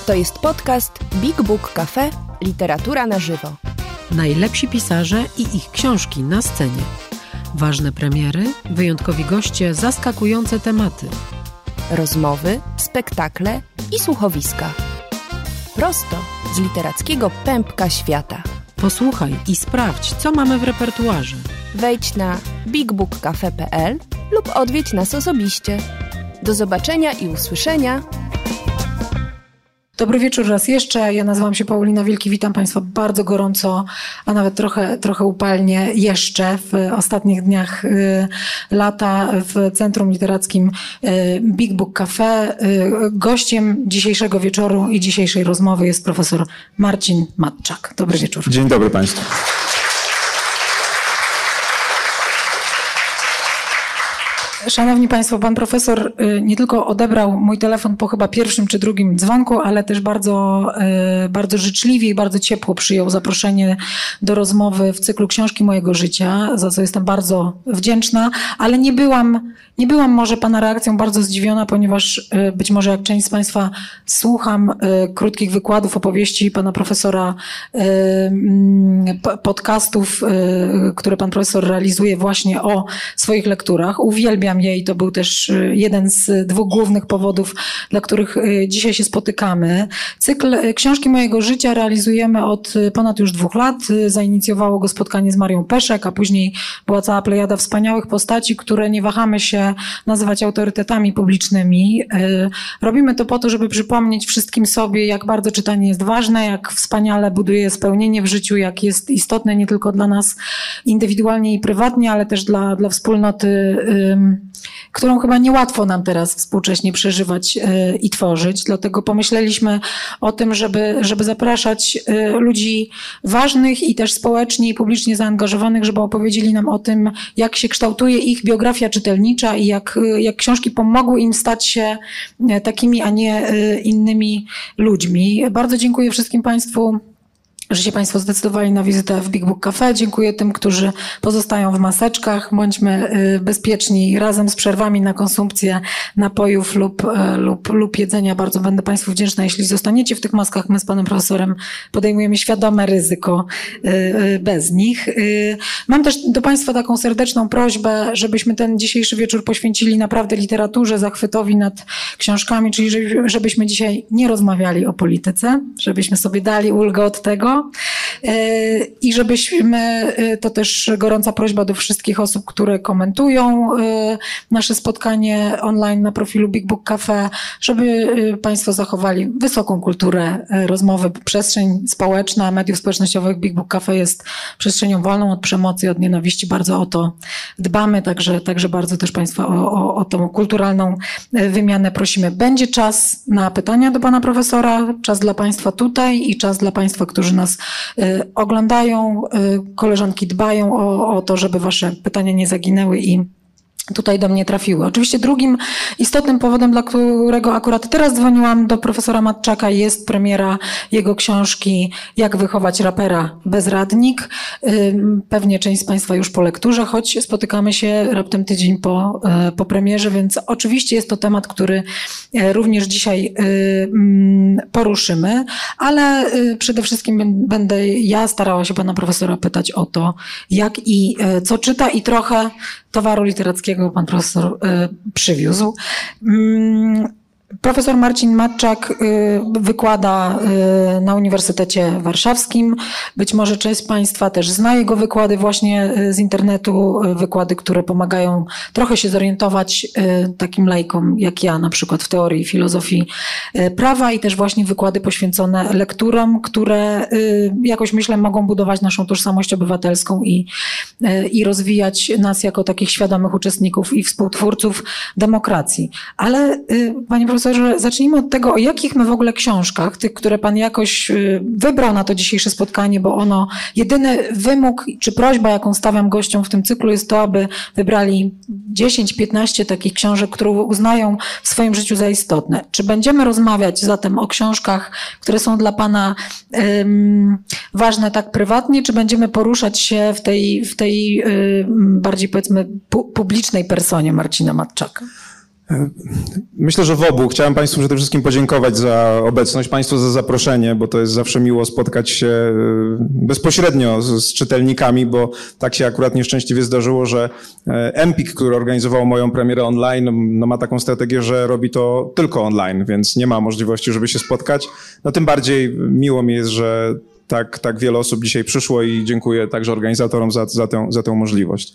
To jest podcast Big Book Cafe – Literatura na żywo. Najlepsi pisarze i ich książki na scenie. Ważne premiery, wyjątkowi goście, zaskakujące tematy. Rozmowy, spektakle i słuchowiska. Prosto z literackiego pępka świata. Posłuchaj i sprawdź, co mamy w repertuarze. Wejdź na bigbookcafe.pl lub odwiedź nas osobiście. Do zobaczenia i usłyszenia. Dobry wieczór raz jeszcze. Ja nazywam się Paulina Wilki. Witam Państwa bardzo gorąco, a nawet trochę upalnie jeszcze w ostatnich dniach lata w Centrum Literackim Big Book Cafe. Gościem dzisiejszego wieczoru i dzisiejszej rozmowy jest profesor Marcin Matczak. Dobry wieczór. Dzień dobry Państwu. Szanowni Państwo, pan profesor nie tylko odebrał mój telefon po chyba pierwszym czy drugim dzwonku, ale też bardzo życzliwie i bardzo ciepło przyjął zaproszenie do rozmowy w cyklu Książki mojego życia, za co jestem bardzo wdzięczna, ale nie byłam może pana reakcją bardzo zdziwiona, ponieważ być może jak część z Państwa słucham krótkich wykładów, opowieści pana profesora, podcastów, które pan profesor realizuje właśnie o swoich lekturach. Uwielbiam je i to był też jeden z dwóch głównych powodów, dla których dzisiaj się spotykamy. Cykl Książki mojego życia realizujemy od ponad już 2 lat. Zainicjowało go spotkanie z Marią Peszek, a później była cała plejada wspaniałych postaci, które nie wahamy się nazywać autorytetami publicznymi. Robimy to po to, żeby przypomnieć wszystkim sobie, jak bardzo czytanie jest ważne, jak wspaniale buduje spełnienie w życiu, jak jest istotne nie tylko dla nas indywidualnie i prywatnie, ale też dla wspólnoty, którą chyba niełatwo nam teraz współcześnie przeżywać i tworzyć. Dlatego pomyśleliśmy o tym, żeby zapraszać ludzi ważnych i też społecznie i publicznie zaangażowanych, żeby opowiedzieli nam o tym, jak się kształtuje ich biografia czytelnicza i jak książki pomogły im stać się takimi, a nie innymi ludźmi. Bardzo dziękuję wszystkim Państwu, że się Państwo zdecydowali na wizytę w Big Book Cafe. Dziękuję tym, którzy pozostają w maseczkach. Bądźmy bezpieczni razem z przerwami na konsumpcję napojów lub jedzenia. Bardzo będę Państwu wdzięczna, jeśli zostaniecie w tych maskach. My z panem profesorem podejmujemy świadome ryzyko bez nich. Mam też do Państwa taką serdeczną prośbę, żebyśmy ten dzisiejszy wieczór poświęcili naprawdę literaturze, zachwytowi nad książkami, czyli żebyśmy dzisiaj nie rozmawiali o polityce, żebyśmy sobie dali ulgę od tego, i żebyśmy, to też gorąca prośba do wszystkich osób, które komentują nasze spotkanie online na profilu Big Book Cafe, żeby Państwo zachowali wysoką kulturę rozmowy, przestrzeń społeczna, mediów społecznościowych. Big Book Cafe jest przestrzenią wolną od przemocy i od nienawiści. Bardzo o to dbamy, także bardzo też Państwa o tą kulturalną wymianę prosimy. Będzie czas na pytania do pana profesora, czas dla Państwa tutaj i czas dla Państwa, którzy nas oglądają. Koleżanki dbają o to, żeby wasze pytania nie zaginęły i tutaj do mnie trafiły. Oczywiście drugim istotnym powodem, dla którego akurat teraz dzwoniłam do profesora Matczaka, jest premiera jego książki Jak wychować rapera bezradnik. Pewnie część z Państwa już po lekturze, choć spotykamy się raptem tydzień po premierze, więc oczywiście jest to temat, który również dzisiaj poruszymy, ale przede wszystkim będę ja starała się pana profesora pytać o to, jak i co czyta i trochę towaru literackiego pan profesor przywiózł. Profesor Marcin Matczak wykłada na Uniwersytecie Warszawskim. Być może część z Państwa też zna jego wykłady właśnie z internetu, wykłady, które pomagają trochę się zorientować takim laikom jak ja, na przykład w teorii filozofii prawa, i też właśnie wykłady poświęcone lekturom, które jakoś, myślę, mogą budować naszą tożsamość obywatelską i rozwijać nas jako takich świadomych uczestników i współtwórców demokracji. Ale panie profesorze, zacznijmy od tego, o jakich my w ogóle książkach, tych, które pan jakoś wybrał na to dzisiejsze spotkanie, bo ono, jedyny wymóg czy prośba, jaką stawiam gościom w tym cyklu, jest to, aby wybrali 10-15 takich książek, które uznają w swoim życiu za istotne. Czy będziemy rozmawiać zatem o książkach, które są dla pana ważne tak prywatnie, czy będziemy poruszać się w tej bardziej, powiedzmy, publicznej personie Marcina Matczaka? Myślę, że w obu. Chciałem Państwu przede wszystkim podziękować za obecność, Państwu za zaproszenie, bo to jest zawsze miło spotkać się bezpośrednio z czytelnikami, bo tak się akurat nieszczęśliwie zdarzyło, że Empik, który organizował moją premierę online, no ma taką strategię, że robi to tylko online, więc nie ma możliwości, żeby się spotkać. No tym bardziej miło mi jest, że tak wiele osób dzisiaj przyszło i dziękuję także organizatorom za tę możliwość.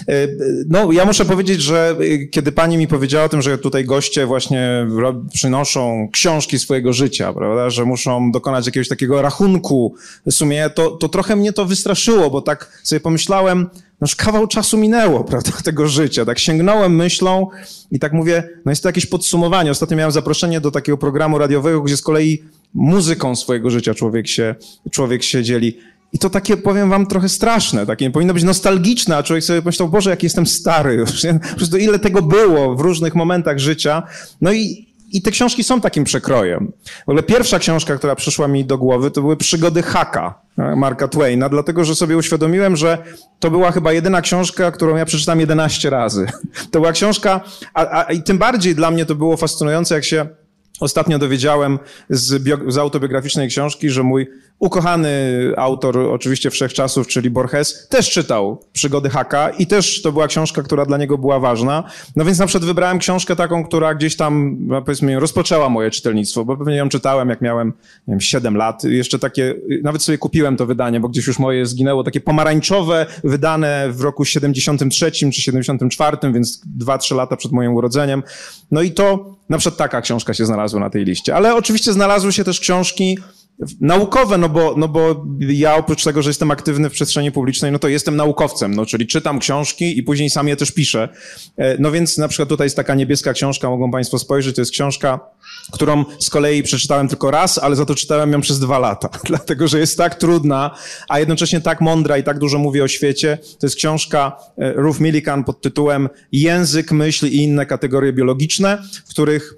No, ja muszę powiedzieć, że kiedy pani mi powiedziała o tym, że tutaj goście właśnie przynoszą książki swojego życia, prawda, że muszą dokonać jakiegoś takiego rachunku sumienia, to trochę mnie to wystraszyło, bo tak sobie pomyślałem, no już kawał czasu minęło, prawda, tego życia. Tak sięgnąłem myślą i tak mówię, no jest to jakieś podsumowanie. Ostatnio miałem zaproszenie do takiego programu radiowego, gdzie z kolei muzyką swojego życia człowiek się dzieli. I to takie, powiem wam, trochę straszne, takie nie powinno być nostalgiczne, a człowiek sobie pomyślał, Boże, jak jestem stary już, nie? Po prostu ile tego było w różnych momentach życia. No i te książki są takim przekrojem. W ogóle pierwsza książka, która przyszła mi do głowy, to były Przygody Haka Marka Twaina, dlatego że sobie uświadomiłem, że to była chyba jedyna książka, którą ja przeczytałem 11 razy. To była książka, i tym bardziej dla mnie to było fascynujące, jak się ostatnio dowiedziałem z autobiograficznej książki, że mój ukochany autor, oczywiście wszechczasów, czyli Borges, też czytał Przygody Haka i też to była książka, która dla niego była ważna. No więc na przykład wybrałem książkę taką, która gdzieś tam, powiedzmy, rozpoczęła moje czytelnictwo, bo pewnie ją czytałem, jak miałem, nie wiem, 7 lat. Jeszcze takie, nawet sobie kupiłem to wydanie, bo gdzieś już moje zginęło, takie pomarańczowe, wydane w roku 73 czy 74, więc 2-3 lata przed moim urodzeniem. No i to, na przykład taka książka się znalazła na tej liście. Ale oczywiście znalazły się też książki naukowe, no bo ja oprócz tego, że jestem aktywny w przestrzeni publicznej, no to jestem naukowcem, no czyli czytam książki i później sam je też piszę. No więc na przykład tutaj jest taka niebieska książka, mogą Państwo spojrzeć, to jest książka, którą z kolei przeczytałem tylko raz, ale za to czytałem ją przez 2 lata, dlatego że jest tak trudna, a jednocześnie tak mądra i tak dużo mówi o świecie. To jest książka Ruth Millikan pod tytułem Język, myśl i inne kategorie biologiczne, w których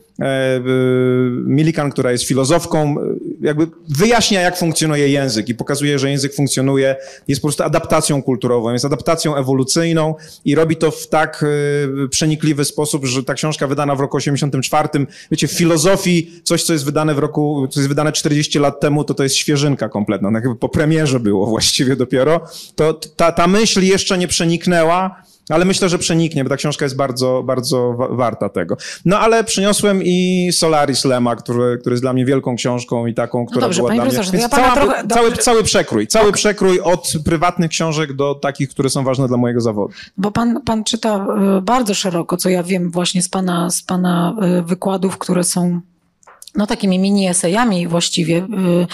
Millikan, która jest filozofką, jakby wyjaśnia, jak funkcjonuje język i pokazuje, że język funkcjonuje, jest po prostu adaptacją kulturową, jest adaptacją ewolucyjną i robi to w tak przenikliwy sposób, że ta książka wydana w roku 84, wiecie, w filozofii coś, co jest wydane co jest wydane 40 lat temu, to jest świeżynka kompletna, no jakby po premierze było właściwie dopiero, to ta myśl jeszcze nie przeniknęła, ale myślę, że przeniknie, bo ta książka jest bardzo, bardzo warta tego. No ale przyniosłem i Solaris Lema, który jest dla mnie wielką książką i taką, która była dla mnie... Więc cały przekrój od prywatnych książek do takich, które są ważne dla mojego zawodu. Bo pan czyta bardzo szeroko, co ja wiem właśnie z pana wykładów, które są no takimi mini esejami właściwie,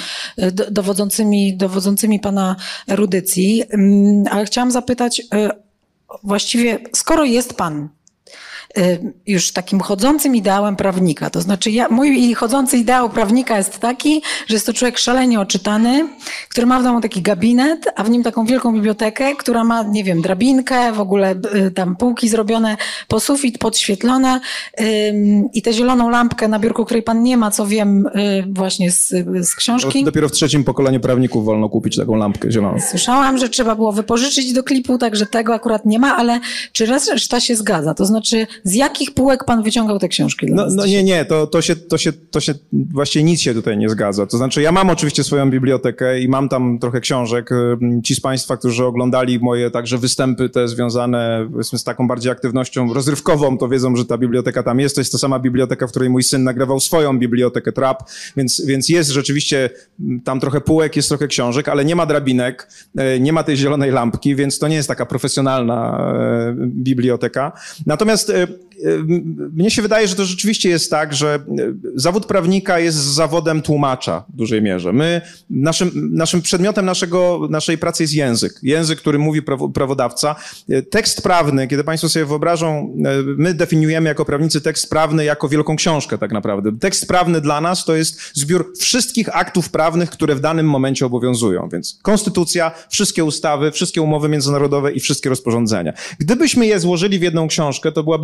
dowodzącymi pana erudycji. Ale chciałam zapytać, właściwie, skoro jest pan już takim chodzącym ideałem prawnika, to znaczy mój chodzący ideał prawnika jest taki, że jest to człowiek szalenie oczytany, który ma w domu taki gabinet, a w nim taką wielką bibliotekę, która ma, nie wiem, drabinkę, w ogóle tam półki zrobione po sufit, podświetlone i tę zieloną lampkę na biurku, której pan nie ma, co wiem właśnie z książki. Dopiero w 3. pokoleniu prawników wolno kupić taką lampkę zieloną. Słyszałam, że trzeba było wypożyczyć do klipu, także tego akurat nie ma, ale czy reszta się zgadza? To znaczy, z jakich półek pan wyciągał te książki? No nie, to się właściwie nic się tutaj nie zgadza. To znaczy ja mam oczywiście swoją bibliotekę i mam tam trochę książek. Ci z Państwa, którzy oglądali moje także występy te związane z taką bardziej aktywnością rozrywkową, to wiedzą, że ta biblioteka tam jest. To jest ta sama biblioteka, w której mój syn nagrywał swoją bibliotekę Trap, więc jest rzeczywiście tam trochę półek, jest trochę książek, ale nie ma drabinek, nie ma tej zielonej lampki, więc to nie jest taka profesjonalna biblioteka. Natomiast mnie się wydaje, że to rzeczywiście jest tak, że zawód prawnika jest zawodem tłumacza w dużej mierze. Naszym przedmiotem naszej pracy jest język. Język, który mówi prawodawca. Tekst prawny, kiedy Państwo sobie wyobrażą, my definiujemy jako prawnicy tekst prawny jako wielką książkę tak naprawdę. Tekst prawny dla nas to jest zbiór wszystkich aktów prawnych, które w danym momencie obowiązują. Więc konstytucja, wszystkie ustawy, wszystkie umowy międzynarodowe i wszystkie rozporządzenia. Gdybyśmy je złożyli w jedną książkę, to byłaby największa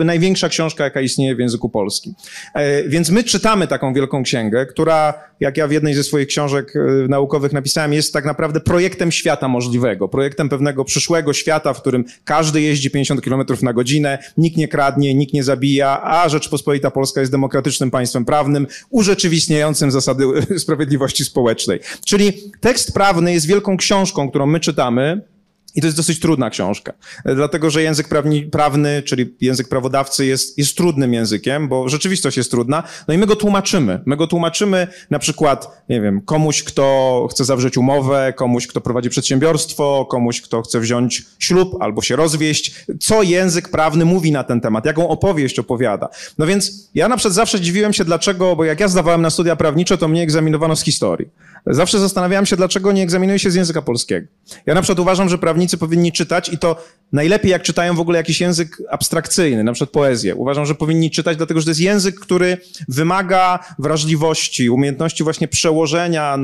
największa książka, jaka istnieje w języku polskim. Więc my czytamy taką wielką księgę, która, jak ja w jednej ze swoich książek naukowych napisałem, jest tak naprawdę projektem świata możliwego, projektem pewnego przyszłego świata, w którym każdy jeździ 50 km na godzinę, nikt nie kradnie, nikt nie zabija, a Rzeczpospolita Polska jest demokratycznym państwem prawnym, urzeczywistniającym zasady sprawiedliwości społecznej. Czyli tekst prawny jest wielką książką, którą my czytamy, i to jest dosyć trudna książka, dlatego że język prawny, czyli język prawodawcy jest trudnym językiem, bo rzeczywistość jest trudna, no i my go tłumaczymy. My go tłumaczymy na przykład, nie wiem, komuś, kto chce zawrzeć umowę, komuś, kto prowadzi przedsiębiorstwo, komuś, kto chce wziąć ślub albo się rozwieść, co język prawny mówi na ten temat, jaką opowieść opowiada. No więc ja na przykład zawsze dziwiłem się dlaczego, bo jak ja zdawałem na studia prawnicze, to mnie egzaminowano z historii. Zawsze zastanawiałem się, dlaczego nie egzaminuje się z języka polskiego. Ja na przykład uważam, że prawnicy powinni czytać i to najlepiej jak czytają w ogóle jakiś język abstrakcyjny, na przykład poezję. Uważam, że powinni czytać, dlatego że to jest język, który wymaga wrażliwości, umiejętności właśnie przełożenia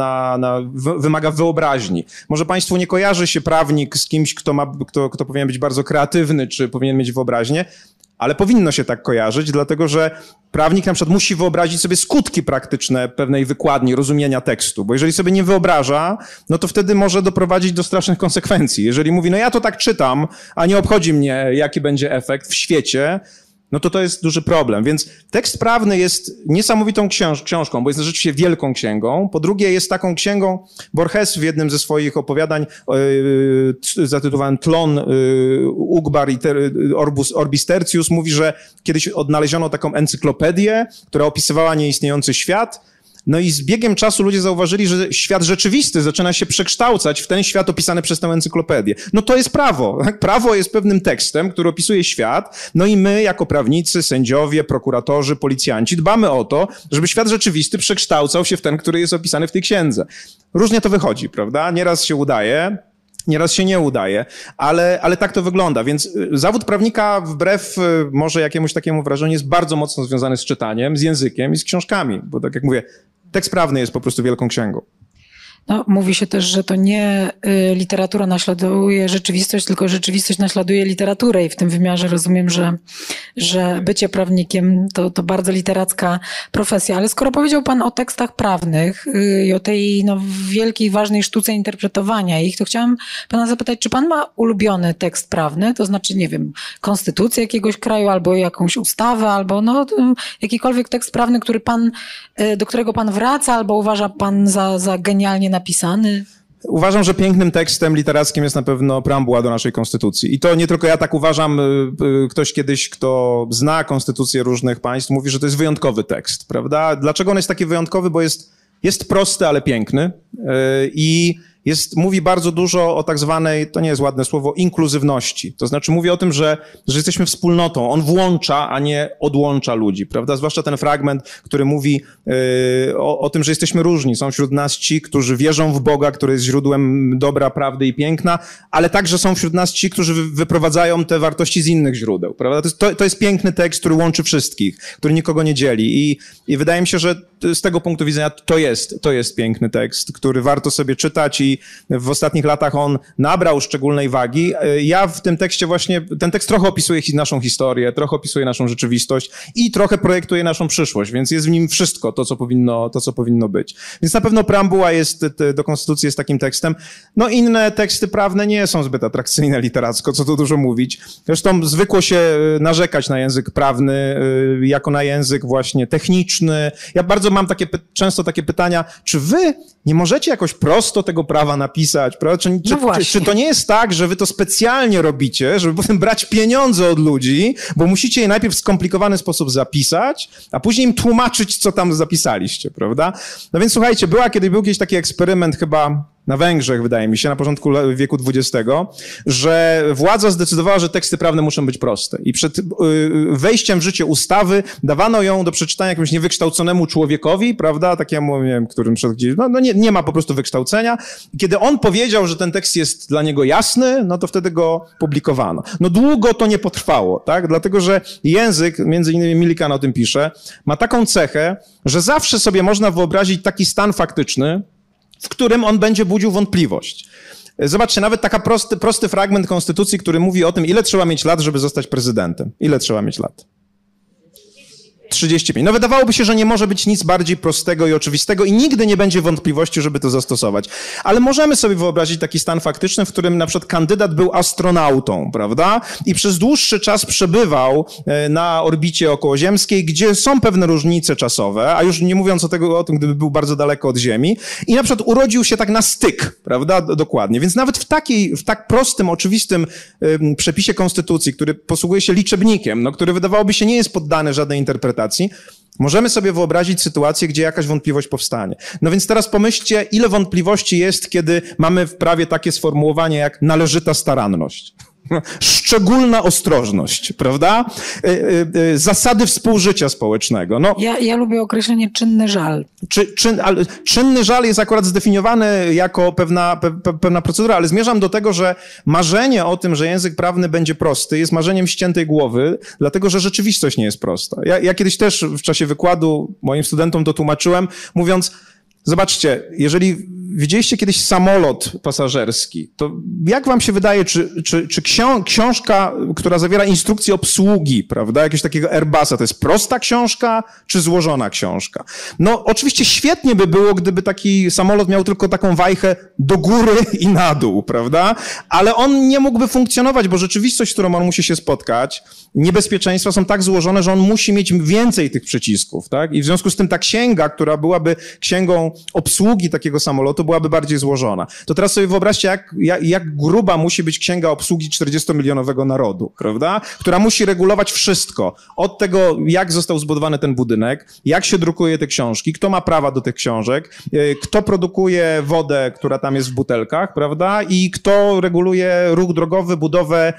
wymaga wyobraźni. Może państwu nie kojarzy się prawnik z kimś, kto powinien być bardzo kreatywny, czy powinien mieć wyobraźnię, ale powinno się tak kojarzyć, dlatego że prawnik na przykład musi wyobrazić sobie skutki praktyczne pewnej wykładni, rozumienia tekstu, bo jeżeli sobie nie wyobraża, no to wtedy może doprowadzić do strasznych konsekwencji. Jeżeli mówi, no ja to tak czytam, a nie obchodzi mnie, jaki będzie efekt w świecie, no to jest duży problem. Więc tekst prawny jest niesamowitą książką, bo jest rzeczywiście wielką księgą. Po drugie jest taką księgą, Borges w jednym ze swoich opowiadań zatytułowałem Tlon Ugbar Orbis Tertius mówi, że kiedyś odnaleziono taką encyklopedię, która opisywała nieistniejący świat. No i z biegiem czasu ludzie zauważyli, że świat rzeczywisty zaczyna się przekształcać w ten świat opisany przez tę encyklopedię. No to jest prawo. Tak? Prawo jest pewnym tekstem, który opisuje świat. No i my jako prawnicy, sędziowie, prokuratorzy, policjanci dbamy o to, żeby świat rzeczywisty przekształcał się w ten, który jest opisany w tej księdze. Różnie to wychodzi, prawda? Nieraz się udaje, nieraz się nie udaje, ale tak to wygląda. Więc zawód prawnika wbrew może jakiemuś takiemu wrażeniu jest bardzo mocno związany z czytaniem, z językiem i z książkami, bo tak jak mówię, tekst prawny jest po prostu wielką księgą. No, mówi się też, że to nie literatura naśladuje rzeczywistość, tylko rzeczywistość naśladuje literaturę i w tym wymiarze rozumiem, że bycie prawnikiem to bardzo literacka profesja. Ale skoro powiedział pan o tekstach prawnych i o tej wielkiej, ważnej sztuce interpretowania ich, to chciałam pana zapytać, czy pan ma ulubiony tekst prawny? To znaczy, nie wiem, konstytucję jakiegoś kraju albo jakąś ustawę, albo jakikolwiek tekst prawny, do którego pan wraca albo uważa pan za genialnie napisany? Uważam, że pięknym tekstem literackim jest na pewno preambuła do naszej konstytucji. I to nie tylko ja tak uważam, ktoś kiedyś, kto zna konstytucje różnych państw, mówi, że to jest wyjątkowy tekst, prawda? Dlaczego on jest taki wyjątkowy? Bo jest prosty, ale piękny i mówi bardzo dużo o tak zwanej, to nie jest ładne słowo, inkluzywności. To znaczy mówi o tym, że jesteśmy wspólnotą. On włącza, a nie odłącza ludzi, prawda? Zwłaszcza ten fragment, który mówi o tym, że jesteśmy różni. Są wśród nas ci, którzy wierzą w Boga, który jest źródłem dobra, prawdy i piękna, ale także są wśród nas ci, którzy wyprowadzają te wartości z innych źródeł, prawda? To jest piękny tekst, który łączy wszystkich, który nikogo nie dzieli i wydaje mi się, że z tego punktu widzenia to jest piękny tekst, który warto sobie czytać i w ostatnich latach on nabrał szczególnej wagi. Ja w tym tekście właśnie, ten tekst trochę opisuje naszą historię, trochę opisuje naszą rzeczywistość i trochę projektuje naszą przyszłość, więc jest w nim wszystko to, co powinno być. Więc na pewno preambuła do konstytucji jest takim tekstem. No inne teksty prawne nie są zbyt atrakcyjne literacko, co tu dużo mówić. Zresztą zwykło się narzekać na język prawny jako na język właśnie techniczny. Ja bardzo mam często takie pytania, czy wy nie możecie jakoś prosto tego prawa napisać, prawda? Czy to nie jest tak, że wy to specjalnie robicie, żeby potem brać pieniądze od ludzi, bo musicie je najpierw w skomplikowany sposób zapisać, a później im tłumaczyć, co tam zapisaliście, prawda? No więc słuchajcie, był kiedyś taki eksperyment chyba na Węgrzech, wydaje mi się, na początku wieku XX, że władza zdecydowała, że teksty prawne muszą być proste. I przed wejściem w życie ustawy dawano ją do przeczytania jakiemuś niewykształconemu człowiekowi, prawda, takiemu, nie wiem, którym gdzieś, nie ma po prostu wykształcenia. I kiedy on powiedział, że ten tekst jest dla niego jasny, no to wtedy go publikowano. No długo to nie potrwało, tak, dlatego, że język, między innymi Millikan o tym pisze, ma taką cechę, że zawsze sobie można wyobrazić taki stan faktyczny, w którym on będzie budził wątpliwość. Zobaczcie, nawet taki prosty fragment konstytucji, który mówi o tym, ile trzeba mieć lat, żeby zostać prezydentem. Ile trzeba mieć lat? 35. No wydawałoby się, że nie może być nic bardziej prostego i oczywistego i nigdy nie będzie wątpliwości, żeby to zastosować. Ale możemy sobie wyobrazić taki stan faktyczny, w którym na przykład kandydat był astronautą, prawda? I przez dłuższy czas przebywał na orbicie okołoziemskiej, gdzie są pewne różnice czasowe, a już nie mówiąc o tym, gdyby był bardzo daleko od Ziemi. I na przykład urodził się tak na styk, prawda? Dokładnie. Więc nawet w tak prostym, oczywistym przepisie konstytucji, który posługuje się liczebnikiem, no, który wydawałoby się nie jest poddany żadnej interpretacji, możemy sobie wyobrazić sytuację, gdzie jakaś wątpliwość powstanie. No więc teraz pomyślcie, ile wątpliwości jest, kiedy mamy w prawie takie sformułowanie jak należyta staranność. Szczególna ostrożność, prawda? Zasady współżycia społecznego. No, ja lubię określenie czynny żal. Czynny żal jest akurat zdefiniowany jako pewna procedura, ale zmierzam do tego, że marzenie o tym, że język prawny będzie prosty, jest marzeniem ściętej głowy, dlatego że rzeczywistość nie jest prosta. Ja kiedyś też w czasie wykładu moim studentom to tłumaczyłem, mówiąc, zobaczcie, jeżeli widzieliście kiedyś samolot pasażerski, to jak wam się wydaje, czy książka, która zawiera instrukcję obsługi, prawda, jakiegoś takiego Airbusa, to jest prosta książka, czy złożona książka? No oczywiście świetnie by było, gdyby taki samolot miał tylko taką wajchę do góry i na dół, prawda? Ale on nie mógłby funkcjonować, bo rzeczywistość, z którą on musi się spotkać, niebezpieczeństwa są tak złożone, że on musi mieć więcej tych przycisków, tak? I w związku z tym ta księga, która byłaby księgą obsługi takiego samolotu, byłaby bardziej złożona. To teraz sobie wyobraźcie, jak gruba musi być księga obsługi 40-milionowego narodu, prawda? Która musi regulować wszystko. Od tego, jak został zbudowany ten budynek, jak się drukuje te książki, kto ma prawa do tych książek, kto produkuje wodę, która tam jest w butelkach, prawda? I kto reguluje ruch drogowy, budowę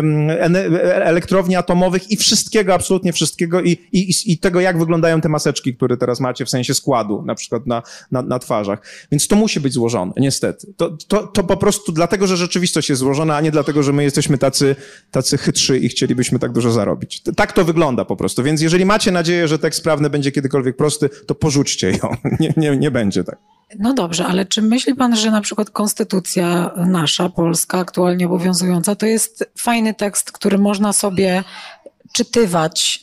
elektrowni atomowych i wszystkiego, absolutnie wszystkiego i tego, jak wyglądają te maseczki, które teraz macie w sensie składu, na przykład na twarzach. Więc to musi być złożone, niestety. To po prostu dlatego, że rzeczywistość jest złożona, a nie dlatego, że my jesteśmy tacy chytrzy i chcielibyśmy tak dużo zarobić. Tak to wygląda po prostu. Więc jeżeli macie nadzieję, że tekst prawny będzie kiedykolwiek prosty, to porzućcie ją. Nie będzie tak. No dobrze, ale czy myśli pan, że na przykład konstytucja nasza, polska, aktualnie obowiązująca, to jest fajny tekst, który można sobie czytywać,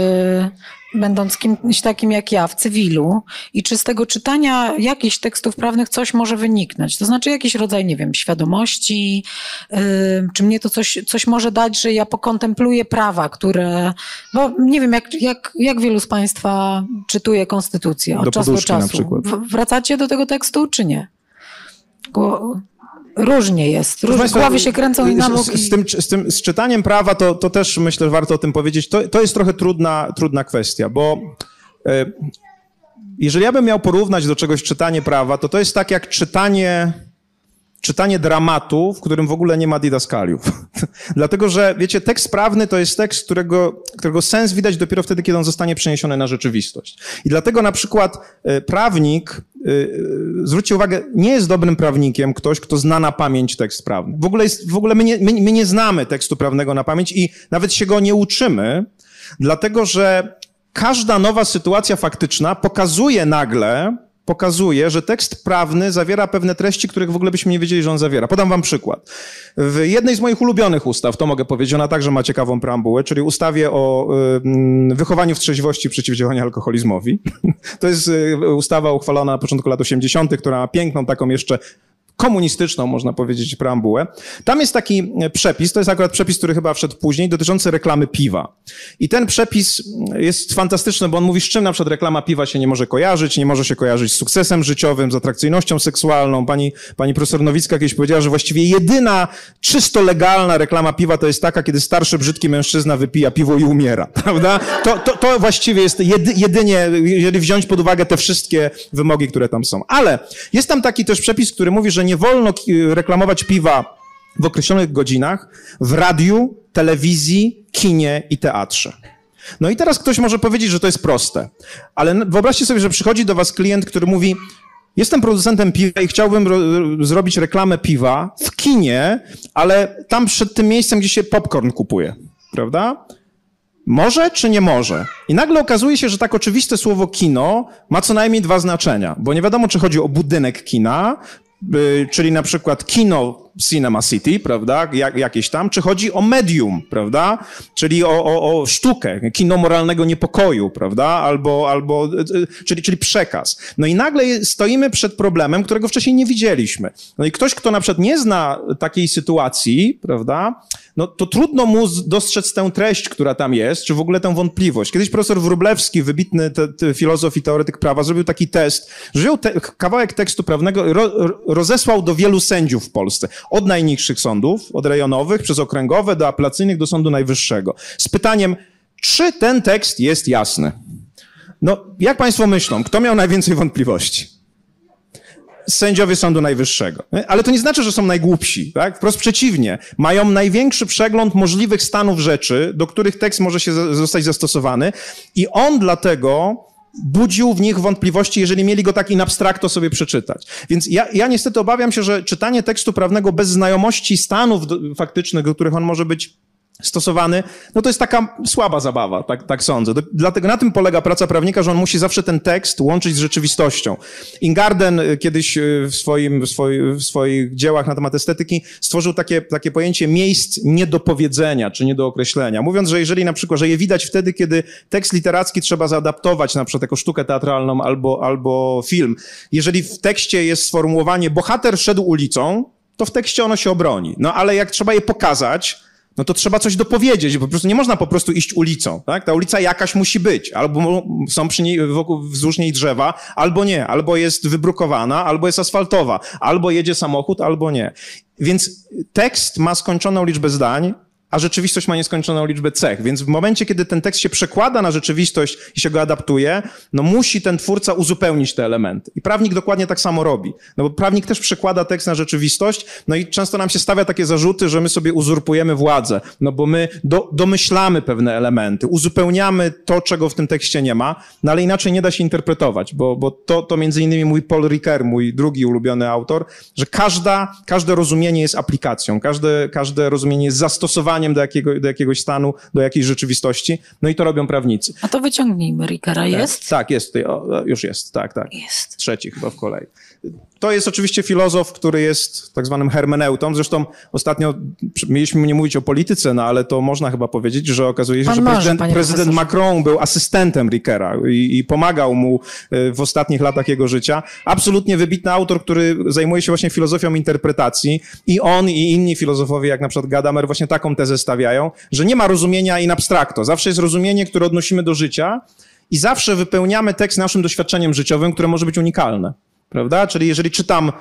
będąc kimś takim jak ja w cywilu, i czy z tego czytania jakichś tekstów prawnych coś może wyniknąć? To znaczy jakiś rodzaj, nie wiem, świadomości, czy mnie to coś może dać, że ja pokontempluję prawa, które, bo nie wiem, jak wielu z państwa czytuje konstytucję od czasu do czasu. Na przykład. Wracacie do tego tekstu, czy nie? Różnie jest. Głowy się kręcą i na bok. Z czytaniem prawa to też myślę, że warto o tym powiedzieć. To jest trochę trudna kwestia, bo jeżeli ja bym miał porównać do czegoś czytanie prawa, to jest tak jak czytanie dramatu, w którym w ogóle nie ma didaskaliów. Dlatego, że wiecie, tekst prawny to jest tekst, którego sens widać dopiero wtedy, kiedy on zostanie przeniesiony na rzeczywistość. I dlatego na przykład prawnik, zwróćcie uwagę, nie jest dobrym prawnikiem ktoś, kto zna na pamięć tekst prawny. W ogóle my nie znamy tekstu prawnego na pamięć i nawet się go nie uczymy, dlatego, że każda nowa sytuacja faktyczna pokazuje, że tekst prawny zawiera pewne treści, których w ogóle byśmy nie wiedzieli, że on zawiera. Podam wam przykład. W jednej z moich ulubionych ustaw, to mogę powiedzieć, ona także ma ciekawą preambułę, czyli ustawie o wychowaniu w trzeźwości i przeciwdziałaniu alkoholizmowi. To jest ustawa uchwalona na początku lat 80., która ma piękną taką jeszcze komunistyczną, można powiedzieć, preambułę. Tam jest taki przepis, to jest akurat przepis, który chyba wszedł później, dotyczący reklamy piwa. I ten przepis jest fantastyczny, bo on mówi, z czym na przykład reklama piwa się nie może kojarzyć, nie może się kojarzyć z sukcesem życiowym, z atrakcyjnością seksualną. Pani profesor Nowicka kiedyś powiedziała, że właściwie jedyna czysto legalna reklama piwa to jest taka, kiedy starszy, brzydki mężczyzna wypija piwo i umiera, prawda? To właściwie jest jedynie, jeżeli wziąć pod uwagę te wszystkie wymogi, które tam są. Ale jest tam taki też przepis, który mówi, że nie wolno reklamować piwa w określonych godzinach w radiu, telewizji, kinie i teatrze. No i teraz ktoś może powiedzieć, że to jest proste, ale wyobraźcie sobie, że przychodzi do was klient, który mówi: jestem producentem piwa i chciałbym zrobić reklamę piwa w kinie, ale tam przed tym miejscem, gdzie się popcorn kupuje, prawda? Może czy nie może? I nagle okazuje się, że tak oczywiste słowo kino ma co najmniej dwa znaczenia, bo nie wiadomo, czy chodzi o budynek kina, czyli na przykład kino Cinema City, prawda, jakieś tam, czy chodzi o medium, prawda, czyli o sztukę, kino moralnego niepokoju, prawda, czyli przekaz. No i nagle stoimy przed problemem, którego wcześniej nie widzieliśmy. No i ktoś, kto na przykład nie zna takiej sytuacji, prawda, no to trudno mu dostrzec tę treść, która tam jest, czy w ogóle tę wątpliwość. Kiedyś profesor Wróblewski, wybitny filozof i teoretyk prawa, zrobił taki test, że wziął kawałek tekstu prawnego, rozesłał do wielu sędziów w Polsce. Od najniższych sądów, od rejonowych, przez okręgowe, do apelacyjnych, do Sądu Najwyższego. Z pytaniem, czy ten tekst jest jasny? No, jak państwo myślą, kto miał najwięcej wątpliwości? Sędziowie Sądu Najwyższego. Ale to nie znaczy, że są najgłupsi, tak? Wprost przeciwnie. Mają największy przegląd możliwych stanów rzeczy, do których tekst może zostać zastosowany i on dlatego budził w nich wątpliwości, jeżeli mieli go tak in abstracto sobie przeczytać. Więc ja niestety obawiam się, że czytanie tekstu prawnego bez znajomości stanów faktycznych, do których on może być stosowany, no to jest taka słaba zabawa, tak sądzę. Dlatego na tym polega praca prawnika, że on musi zawsze ten tekst łączyć z rzeczywistością. Ingarden kiedyś w swoich dziełach na temat estetyki stworzył takie pojęcie miejsc niedopowiedzenia, czy niedookreślenia. Mówiąc, że jeżeli na przykład, że je widać wtedy, kiedy tekst literacki trzeba zaadaptować na przykład jako sztukę teatralną albo film. Jeżeli w tekście jest sformułowanie bohater szedł ulicą, to w tekście ono się obroni. No ale jak trzeba je pokazać, no to trzeba coś dopowiedzieć, bo po prostu nie można po prostu iść ulicą, tak? Ta ulica jakaś musi być, albo są przy niej wzdłuż niej drzewa, albo nie, albo jest wybrukowana, albo jest asfaltowa, albo jedzie samochód, albo nie. Więc tekst ma skończoną liczbę zdań, a rzeczywistość ma nieskończoną liczbę cech. Więc w momencie, kiedy ten tekst się przekłada na rzeczywistość i się go adaptuje, no musi ten twórca uzupełnić te elementy. I prawnik dokładnie tak samo robi. No bo prawnik też przekłada tekst na rzeczywistość, no i często nam się stawia takie zarzuty, że my sobie uzurpujemy władzę, no bo my domyślamy pewne elementy, uzupełniamy to, czego w tym tekście nie ma, no ale inaczej nie da się interpretować, bo to między innymi mój Paul Ricoeur, mój drugi ulubiony autor, że każde rozumienie jest aplikacją, każde rozumienie jest zastosowaniem do jakiegoś stanu, do jakiejś rzeczywistości. No i to robią prawnicy. A to wyciągnijmy Ricoeura. Jest? Tak, jest. Już jest, tak. Jest. Trzeci chyba w kolei. To jest oczywiście filozof, który jest tak zwanym hermeneutą. Zresztą ostatnio mieliśmy nie mówić o polityce, no ale to można chyba powiedzieć, że okazuje się, że prezydent Macron był asystentem Ricoeura i pomagał mu w ostatnich latach jego życia. Absolutnie wybitny autor, który zajmuje się właśnie filozofią interpretacji i on i inni filozofowie, jak na przykład Gadamer, właśnie taką tezę stawiają, że nie ma rozumienia in abstracto. Zawsze jest rozumienie, które odnosimy do życia i zawsze wypełniamy tekst naszym doświadczeniem życiowym, które może być unikalne. Prawda? Czyli jeżeli czytam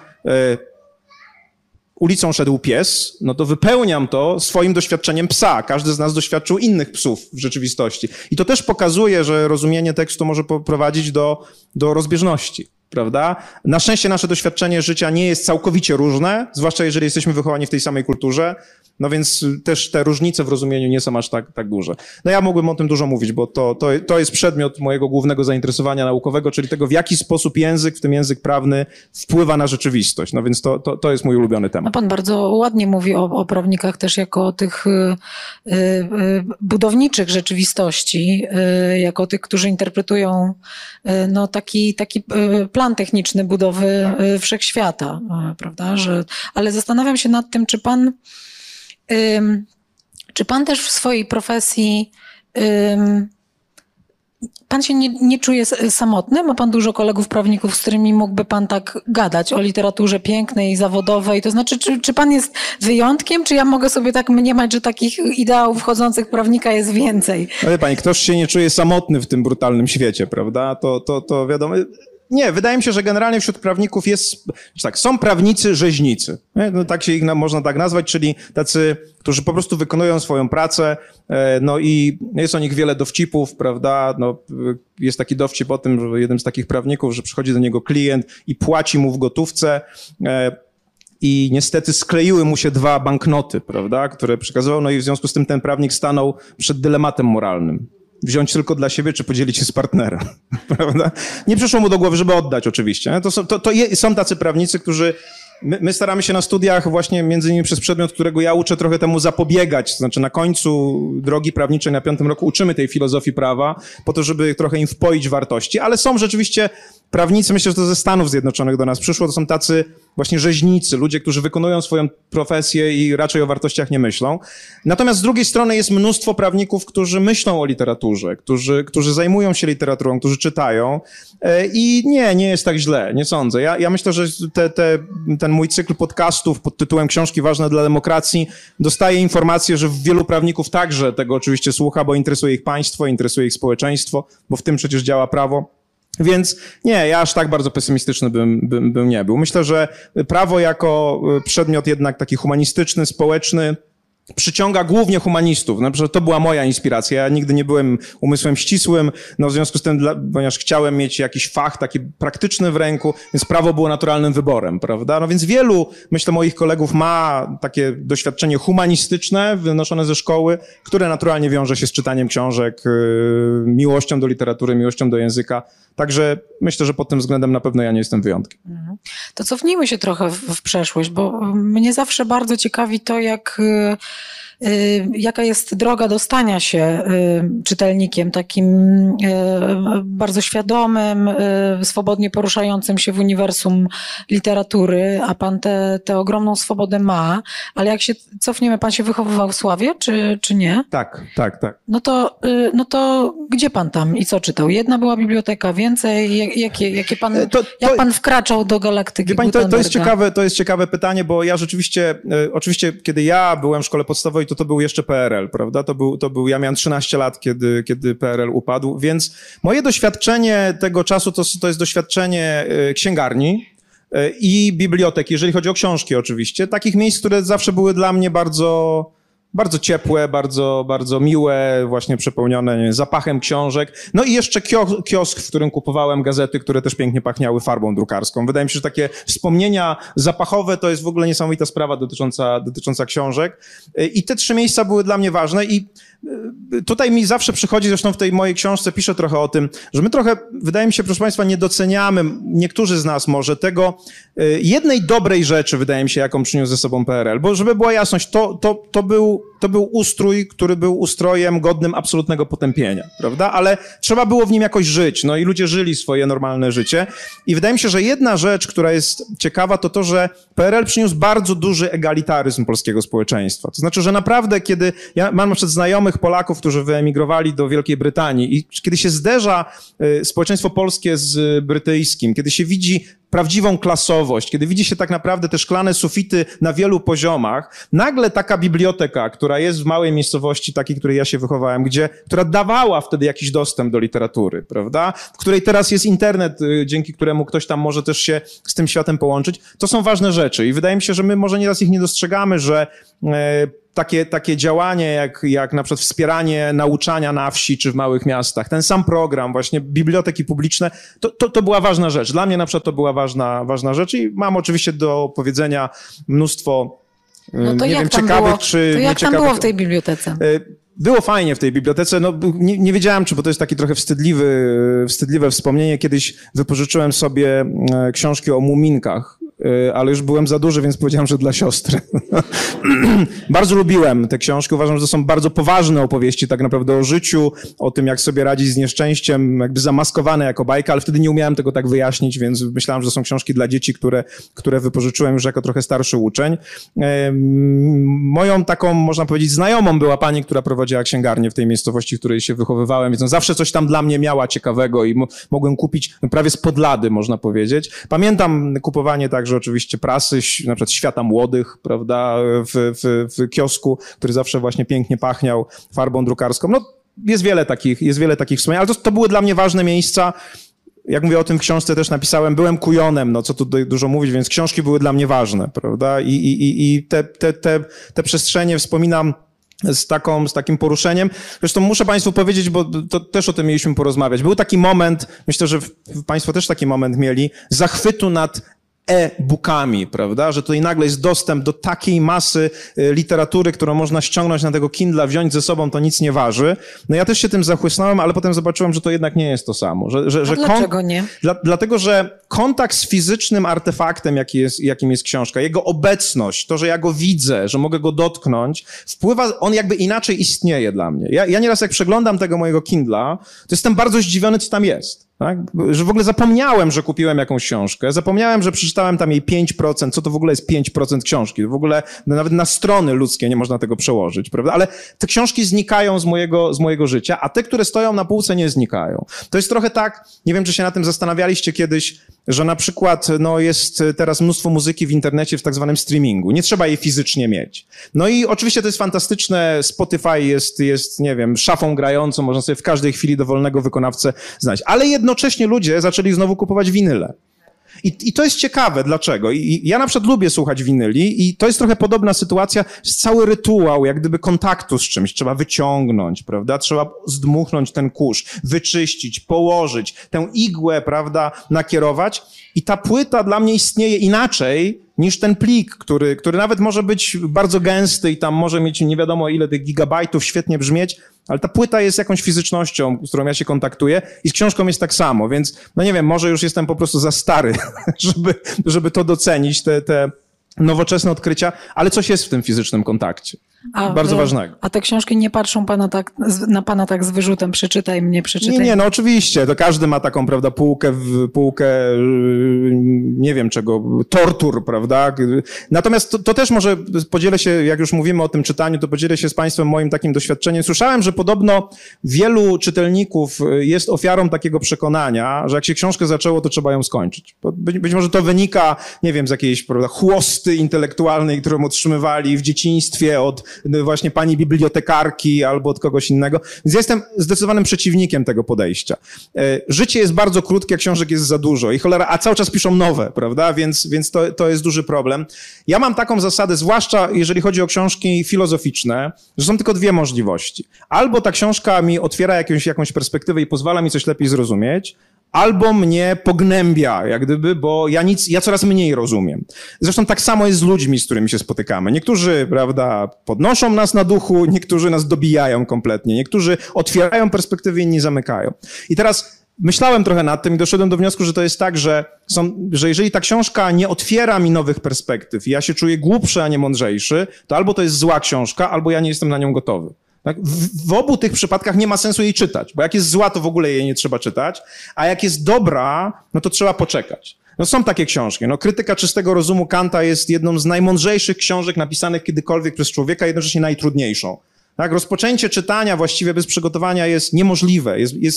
ulicą szedł pies, no to wypełniam to swoim doświadczeniem psa. Każdy z nas doświadczył innych psów w rzeczywistości. I to też pokazuje, że rozumienie tekstu może prowadzić do rozbieżności. Prawda? Na szczęście nasze doświadczenie życia nie jest całkowicie różne, zwłaszcza jeżeli jesteśmy wychowani w tej samej kulturze, no więc też te różnice w rozumieniu nie są aż tak duże. No ja mógłbym o tym dużo mówić, bo to jest przedmiot mojego głównego zainteresowania naukowego, czyli tego, w jaki sposób język, w tym język prawny, wpływa na rzeczywistość. No więc to jest mój ulubiony temat. No pan bardzo ładnie mówi o prawnikach też jako o tych budowniczych rzeczywistości, jako tych, którzy interpretują no taki plan techniczny budowy wszechświata, prawda? Ale zastanawiam się nad tym, czy pan też w swojej profesji, pan się nie czuje samotny? Ma pan dużo kolegów prawników, z którymi mógłby pan tak gadać o literaturze pięknej, zawodowej? To znaczy, czy pan jest wyjątkiem, czy ja mogę sobie tak mniemać, że takich ideałów wchodzących prawnika jest więcej? Ale pani, ktoś się nie czuje samotny w tym brutalnym świecie, prawda? To wiadomo. Nie, wydaje mi się, że generalnie wśród prawników są prawnicy rzeźnicy. No, tak się ich można tak nazwać, czyli tacy, którzy po prostu wykonują swoją pracę, no i jest o nich wiele dowcipów, prawda? No, jest taki dowcip o tym, że jednym z takich prawników, że przychodzi do niego klient i płaci mu w gotówce, i niestety skleiły mu się 2 banknoty, prawda, które przekazywał, no i w związku z tym ten prawnik stanął przed dylematem moralnym. Wziąć tylko dla siebie, czy podzielić się z partnerem, prawda? Nie przyszło mu do głowy, żeby oddać oczywiście. Są tacy prawnicy, którzy... My staramy się na studiach właśnie między innymi przez przedmiot, którego ja uczę, trochę temu zapobiegać. To znaczy na końcu drogi prawniczej na 5. roku uczymy tej filozofii prawa po to, żeby trochę im wpoić wartości, ale są rzeczywiście prawnicy, myślę, że to ze Stanów Zjednoczonych do nas przyszło, to są tacy właśnie rzeźnicy, ludzie, którzy wykonują swoją profesję i raczej o wartościach nie myślą. Natomiast z drugiej strony jest mnóstwo prawników, którzy myślą o literaturze, którzy zajmują się literaturą, którzy czytają i nie jest tak źle, nie sądzę. Ja myślę, że ten mój cykl podcastów pod tytułem Książki ważne dla demokracji dostaje informację, że wielu prawników także tego oczywiście słucha, bo interesuje ich państwo, interesuje ich społeczeństwo, bo w tym przecież działa prawo. Więc nie, ja aż tak bardzo pesymistyczny bym nie był. Myślę, że prawo jako przedmiot jednak taki humanistyczny, społeczny przyciąga głównie humanistów. Na przykład to była moja inspiracja. Ja nigdy nie byłem umysłem ścisłym, no w związku z tym, ponieważ chciałem mieć jakiś fach taki praktyczny w ręku, więc prawo było naturalnym wyborem, prawda? No więc wielu, myślę, moich kolegów ma takie doświadczenie humanistyczne wynoszone ze szkoły, które naturalnie wiąże się z czytaniem książek, miłością do literatury, miłością do języka. Także myślę, że pod tym względem na pewno ja nie jestem wyjątkiem. To cofnijmy się trochę w przeszłość, bo mnie zawsze bardzo ciekawi to, jaka jest droga do stania się czytelnikiem, takim bardzo świadomym, swobodnie poruszającym się w uniwersum literatury, a pan tę ogromną swobodę ma, ale jak się cofniemy, pan się wychowywał w Sławie, czy nie? Tak. No to gdzie pan tam i co czytał? Jedna była biblioteka, więcej? Jak pan wkraczał do galaktyki Gutenberga? To jest ciekawe pytanie, bo ja rzeczywiście, oczywiście kiedy ja byłem w szkole podstawowej, to był jeszcze PRL, prawda? Ja miałem 13 lat, kiedy PRL upadł, więc moje doświadczenie tego czasu to jest doświadczenie księgarni i biblioteki, jeżeli chodzi o książki oczywiście, takich miejsc, które zawsze były dla mnie bardzo ciepłe, bardzo miłe, właśnie przepełnione zapachem książek. No i jeszcze kiosk, w którym kupowałem gazety, które też pięknie pachniały farbą drukarską. Wydaje mi się, że takie wspomnienia zapachowe to jest w ogóle niesamowita sprawa dotycząca książek. I te 3 miejsca były dla mnie ważne i tutaj mi zawsze przychodzi, zresztą w tej mojej książce piszę trochę o tym, że my trochę, wydaje mi się, proszę Państwa, nie doceniamy, niektórzy z nas może, tego jednej dobrej rzeczy, wydaje mi się, jaką przyniósł ze sobą PRL. Bo żeby była jasność, to był ustrój, który był ustrojem godnym absolutnego potępienia, prawda? Ale trzeba było w nim jakoś żyć, no i ludzie żyli swoje normalne życie. I wydaje mi się, że jedna rzecz, która jest ciekawa, to, że PRL przyniósł bardzo duży egalitaryzm polskiego społeczeństwa. To znaczy, że naprawdę, kiedy ja mam na przykład znajomych Polaków, którzy wyemigrowali do Wielkiej Brytanii i kiedy się zderza społeczeństwo polskie z brytyjskim, kiedy się widzi prawdziwą klasowość, kiedy widzi się tak naprawdę te szklane sufity na wielu poziomach, nagle taka biblioteka, która jest w małej miejscowości, takiej, której ja się wychowałem, która dawała wtedy jakiś dostęp do literatury, prawda? W której teraz jest internet, dzięki któremu ktoś tam może też się z tym światem połączyć. To są ważne rzeczy i wydaje mi się, że my może nieraz ich nie dostrzegamy, że takie działanie jak na przykład wspieranie nauczania na wsi czy w małych miastach, ten sam program, właśnie biblioteki publiczne, to była ważna rzecz. Dla mnie na przykład to była ważna rzecz i mam oczywiście do powiedzenia mnóstwo nie wiem, ciekawych czy nieciekawych. Jak tam było w tej bibliotece? Było fajnie w tej bibliotece, no nie wiedziałem, bo to jest taki trochę wstydliwe wspomnienie. Kiedyś wypożyczyłem sobie książki o muminkach, ale już byłem za duży, więc powiedziałem, że dla siostry. Bardzo lubiłem te książki. Uważam, że to są bardzo poważne opowieści tak naprawdę o życiu, o tym, jak sobie radzić z nieszczęściem, jakby zamaskowane jako bajka, ale wtedy nie umiałem tego tak wyjaśnić, więc myślałem, że to są książki dla dzieci, które wypożyczyłem już jako trochę starszy uczeń. Moją taką, można powiedzieć, znajomą była pani, która prowadziła księgarnię w tej miejscowości, w której się wychowywałem, więc zawsze coś tam dla mnie miała ciekawego i mogłem kupić prawie z podlady, można powiedzieć. Pamiętam kupowanie także oczywiście prasy, na przykład Świata Młodych, prawda, w kiosku, który zawsze właśnie pięknie pachniał farbą drukarską. No, jest wiele takich wspomnień, ale to były dla mnie ważne miejsca. Jak mówię o tym w książce też napisałem, byłem kujonem, no co tu dużo mówić, więc książki były dla mnie ważne, prawda, i te przestrzenie wspominam z takim poruszeniem. Zresztą muszę Państwu powiedzieć, bo to też o tym mieliśmy porozmawiać. Był taki moment, myślę, że Państwo też taki moment mieli, zachwytu nad e-bookami, prawda? Że tutaj nagle jest dostęp do takiej masy literatury, którą można ściągnąć na tego Kindla, wziąć ze sobą, to nic nie waży. No ja też się tym zachłysnąłem, ale potem zobaczyłem, że to jednak nie jest to samo. Dlaczego nie? Dlatego, że kontakt z fizycznym artefaktem, jakim jest książka, jego obecność, to, że ja go widzę, że mogę go dotknąć, on jakby inaczej istnieje dla mnie. Ja nieraz jak przeglądam tego mojego Kindla, to jestem bardzo zdziwiony, co tam jest. Tak? Że w ogóle zapomniałem, że kupiłem jakąś książkę, zapomniałem, że przeczytałem tam jej 5%, co to w ogóle jest 5% książki, w ogóle nawet na strony ludzkie nie można tego przełożyć, prawda? Ale te książki znikają z mojego życia, a te, które stoją na półce, nie znikają. To jest trochę tak, nie wiem, czy się na tym zastanawialiście kiedyś, że na przykład jest teraz mnóstwo muzyki w internecie w tak zwanym streamingu, nie trzeba jej fizycznie mieć. No i oczywiście to jest fantastyczne, Spotify jest, nie wiem, szafą grającą, można sobie w każdej chwili dowolnego wykonawcę znaleźć, ale jednocześnie ludzie zaczęli znowu kupować winyle. I to jest ciekawe, dlaczego? I ja na przykład lubię słuchać winyli i to jest trochę podobna sytuacja, jest cały rytuał, jak gdyby kontaktu z czymś. Trzeba wyciągnąć, prawda? Trzeba zdmuchnąć ten kurz, wyczyścić, położyć, tę igłę, prawda, nakierować. I ta płyta dla mnie istnieje inaczej niż ten plik, który nawet może być bardzo gęsty i tam może mieć nie wiadomo ile tych gigabajtów, świetnie brzmieć, ale ta płyta jest jakąś fizycznością, z którą ja się kontaktuję i z książką jest tak samo, więc no nie wiem, może już jestem po prostu za stary, żeby to docenić, te nowoczesne odkrycia, ale coś jest w tym fizycznym kontakcie. Bardzo ważnego. A te książki nie patrzą na pana tak z wyrzutem, przeczytaj mnie. Nie, no oczywiście, to każdy ma taką, prawda, półkę, nie wiem czego, tortur, prawda? Natomiast to też może podzielę się, jak już mówimy o tym czytaniu, to podzielę się z państwem moim takim doświadczeniem. Słyszałem, że podobno wielu czytelników jest ofiarą takiego przekonania, że jak się książkę zaczęło, to trzeba ją skończyć. Być może to wynika, nie wiem, z jakiejś, prawda, chłosty intelektualnej, którą otrzymywali w dzieciństwie od właśnie pani bibliotekarki albo od kogoś innego. Więc ja jestem zdecydowanym przeciwnikiem tego podejścia. Życie jest bardzo krótkie, książek jest za dużo i cholera, a cały czas piszą nowe, prawda? Więc to jest duży problem. Ja mam taką zasadę, zwłaszcza jeżeli chodzi o książki filozoficzne, że są tylko dwie możliwości. Albo ta książka mi otwiera jakąś perspektywę i pozwala mi coś lepiej zrozumieć, albo mnie pognębia, jak gdyby, bo ja coraz mniej rozumiem. Zresztą tak samo jest z ludźmi, z którymi się spotykamy. Niektórzy, prawda, podnoszą nas na duchu, niektórzy nas dobijają kompletnie, niektórzy otwierają perspektywy, inni zamykają. I teraz myślałem trochę nad tym i doszedłem do wniosku, że to jest tak, że jeżeli ta książka nie otwiera mi nowych perspektyw i ja się czuję głupszy, a nie mądrzejszy, to albo to jest zła książka, albo ja nie jestem na nią gotowy. Tak? W obu tych przypadkach nie ma sensu jej czytać, bo jak jest zła, to w ogóle jej nie trzeba czytać, a jak jest dobra, no to trzeba poczekać. No są takie książki. No, Krytyka czystego rozumu Kanta jest jedną z najmądrzejszych książek napisanych kiedykolwiek przez człowieka, jednocześnie najtrudniejszą. Tak? Rozpoczęcie czytania właściwie bez przygotowania jest niemożliwe,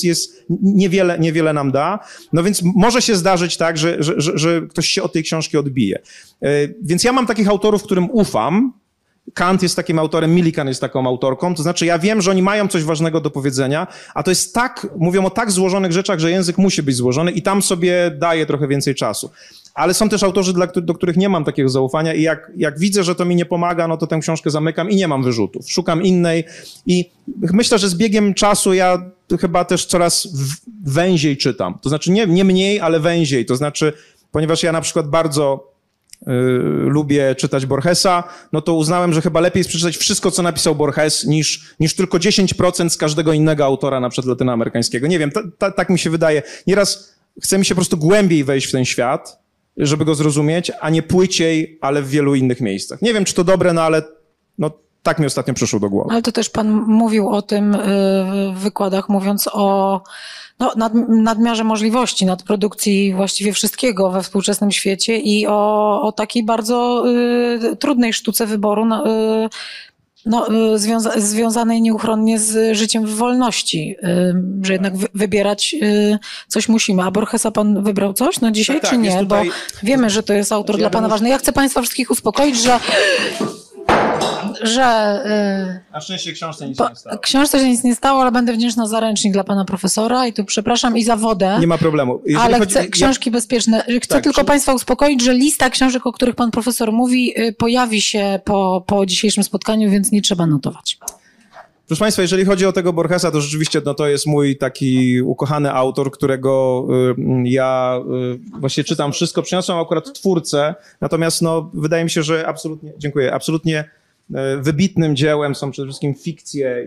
niewiele nam da. No więc może się zdarzyć tak, że ktoś się od tej książki odbije. Więc ja mam takich autorów, którym ufam. Kant jest takim autorem, Millikan jest taką autorką, to znaczy ja wiem, że oni mają coś ważnego do powiedzenia, a to jest tak, mówią o tak złożonych rzeczach, że język musi być złożony i tam sobie daje trochę więcej czasu. Ale są też autorzy, do których nie mam takiego zaufania i jak widzę, że to mi nie pomaga, no to tę książkę zamykam i nie mam wyrzutów. Szukam innej i myślę, że z biegiem czasu ja chyba też coraz węziej czytam. To znaczy nie mniej, ale węziej. To znaczy, ponieważ ja na przykład bardzo lubię czytać Borgesa, no to uznałem, że chyba lepiej jest przeczytać wszystko, co napisał Borges, niż tylko 10% z każdego innego autora, na przykład latynoamerykańskiego. Nie wiem, tak mi się wydaje. Nieraz chce mi się po prostu głębiej wejść w ten świat, żeby go zrozumieć, a nie płyciej, ale w wielu innych miejscach. Nie wiem, czy to dobre, no ale no, tak mi ostatnio przyszło do głowy. Ale to też pan mówił o tym w wykładach, mówiąc o nadmiarze możliwości, nadprodukcji właściwie wszystkiego we współczesnym świecie i o takiej bardzo trudnej sztuce wyboru, związanej nieuchronnie z życiem w wolności, że jednak wybierać coś musimy. A Borgesa pan wybrał coś na dzisiaj, czy nie? Tutaj... Bo wiemy, że to jest autor dla pana ważny. Ja chcę państwa wszystkich uspokoić, Na szczęście książce nic nie stało. Książce się nic nie stało, ale będę wdzięczna za ręcznik dla pana profesora i tu przepraszam i za wodę. Nie ma problemu. Ale chcę książki bezpieczne. Chcę tylko państwa uspokoić, że lista książek, o których pan profesor mówi, pojawi się po dzisiejszym spotkaniu, więc nie trzeba notować. Proszę państwa, jeżeli chodzi o tego Borgesa, to rzeczywiście to jest mój taki ukochany autor, którego ja właśnie czytam wszystko. Przyniosłem akurat twórcę, natomiast wydaje mi się, że absolutnie wybitnym dziełem są przede wszystkim fikcje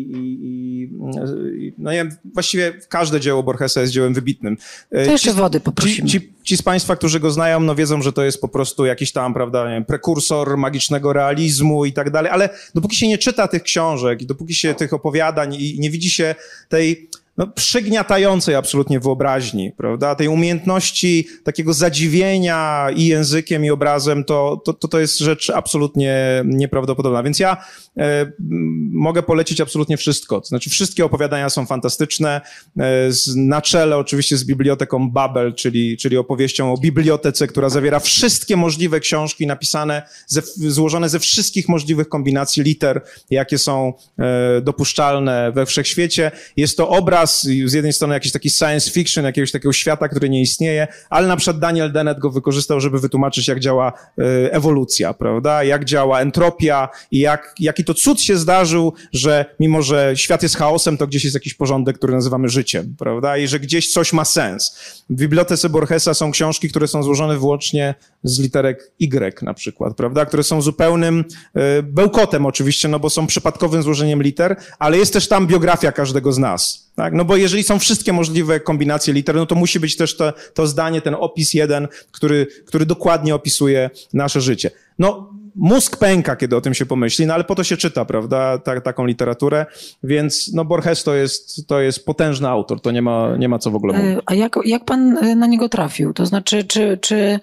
no nie wiem, właściwie każde dzieło Borgesa jest dziełem wybitnym. To jeszcze wody poprosimy. Ci z państwa, którzy go znają, no wiedzą, że to jest po prostu jakiś tam, prawda, nie wiem, prekursor magicznego realizmu i tak dalej, ale dopóki się nie czyta tych książek i dopóki się tych opowiadań i nie widzi się tej przygniatającej absolutnie wyobraźni, prawda? Tej umiejętności takiego zadziwienia i językiem, i obrazem, to jest rzecz absolutnie nieprawdopodobna. Więc ja mogę polecić absolutnie wszystko. To znaczy wszystkie opowiadania są fantastyczne. Na czele oczywiście z biblioteką Babel, czyli opowieścią o bibliotece, która zawiera wszystkie możliwe książki napisane, złożone ze wszystkich możliwych kombinacji liter, jakie są dopuszczalne we wszechświecie. Jest to obraz z jednej strony jakiś taki science fiction, jakiegoś takiego świata, który nie istnieje, ale na przykład Daniel Dennett go wykorzystał, żeby wytłumaczyć, jak działa ewolucja, prawda? Jak działa entropia i jaki to cud się zdarzył, że mimo, że świat jest chaosem, to gdzieś jest jakiś porządek, który nazywamy życiem, prawda? I że gdzieś coś ma sens. W bibliotece Borgesa są książki, które są złożone wyłącznie z literek Y na przykład, prawda? Które są zupełnym bełkotem oczywiście, no bo są przypadkowym złożeniem liter, ale jest też tam biografia każdego z nas. Tak? No bo jeżeli są wszystkie możliwe kombinacje liter, no to musi być też to zdanie, ten opis jeden, który dokładnie opisuje nasze życie. No, mózg pęka, kiedy o tym się pomyśli, no ale po to się czyta, prawda, taką literaturę, więc no Borges to jest potężny autor, to nie ma co w ogóle mówić. A jak pan na niego trafił? To znaczy, czy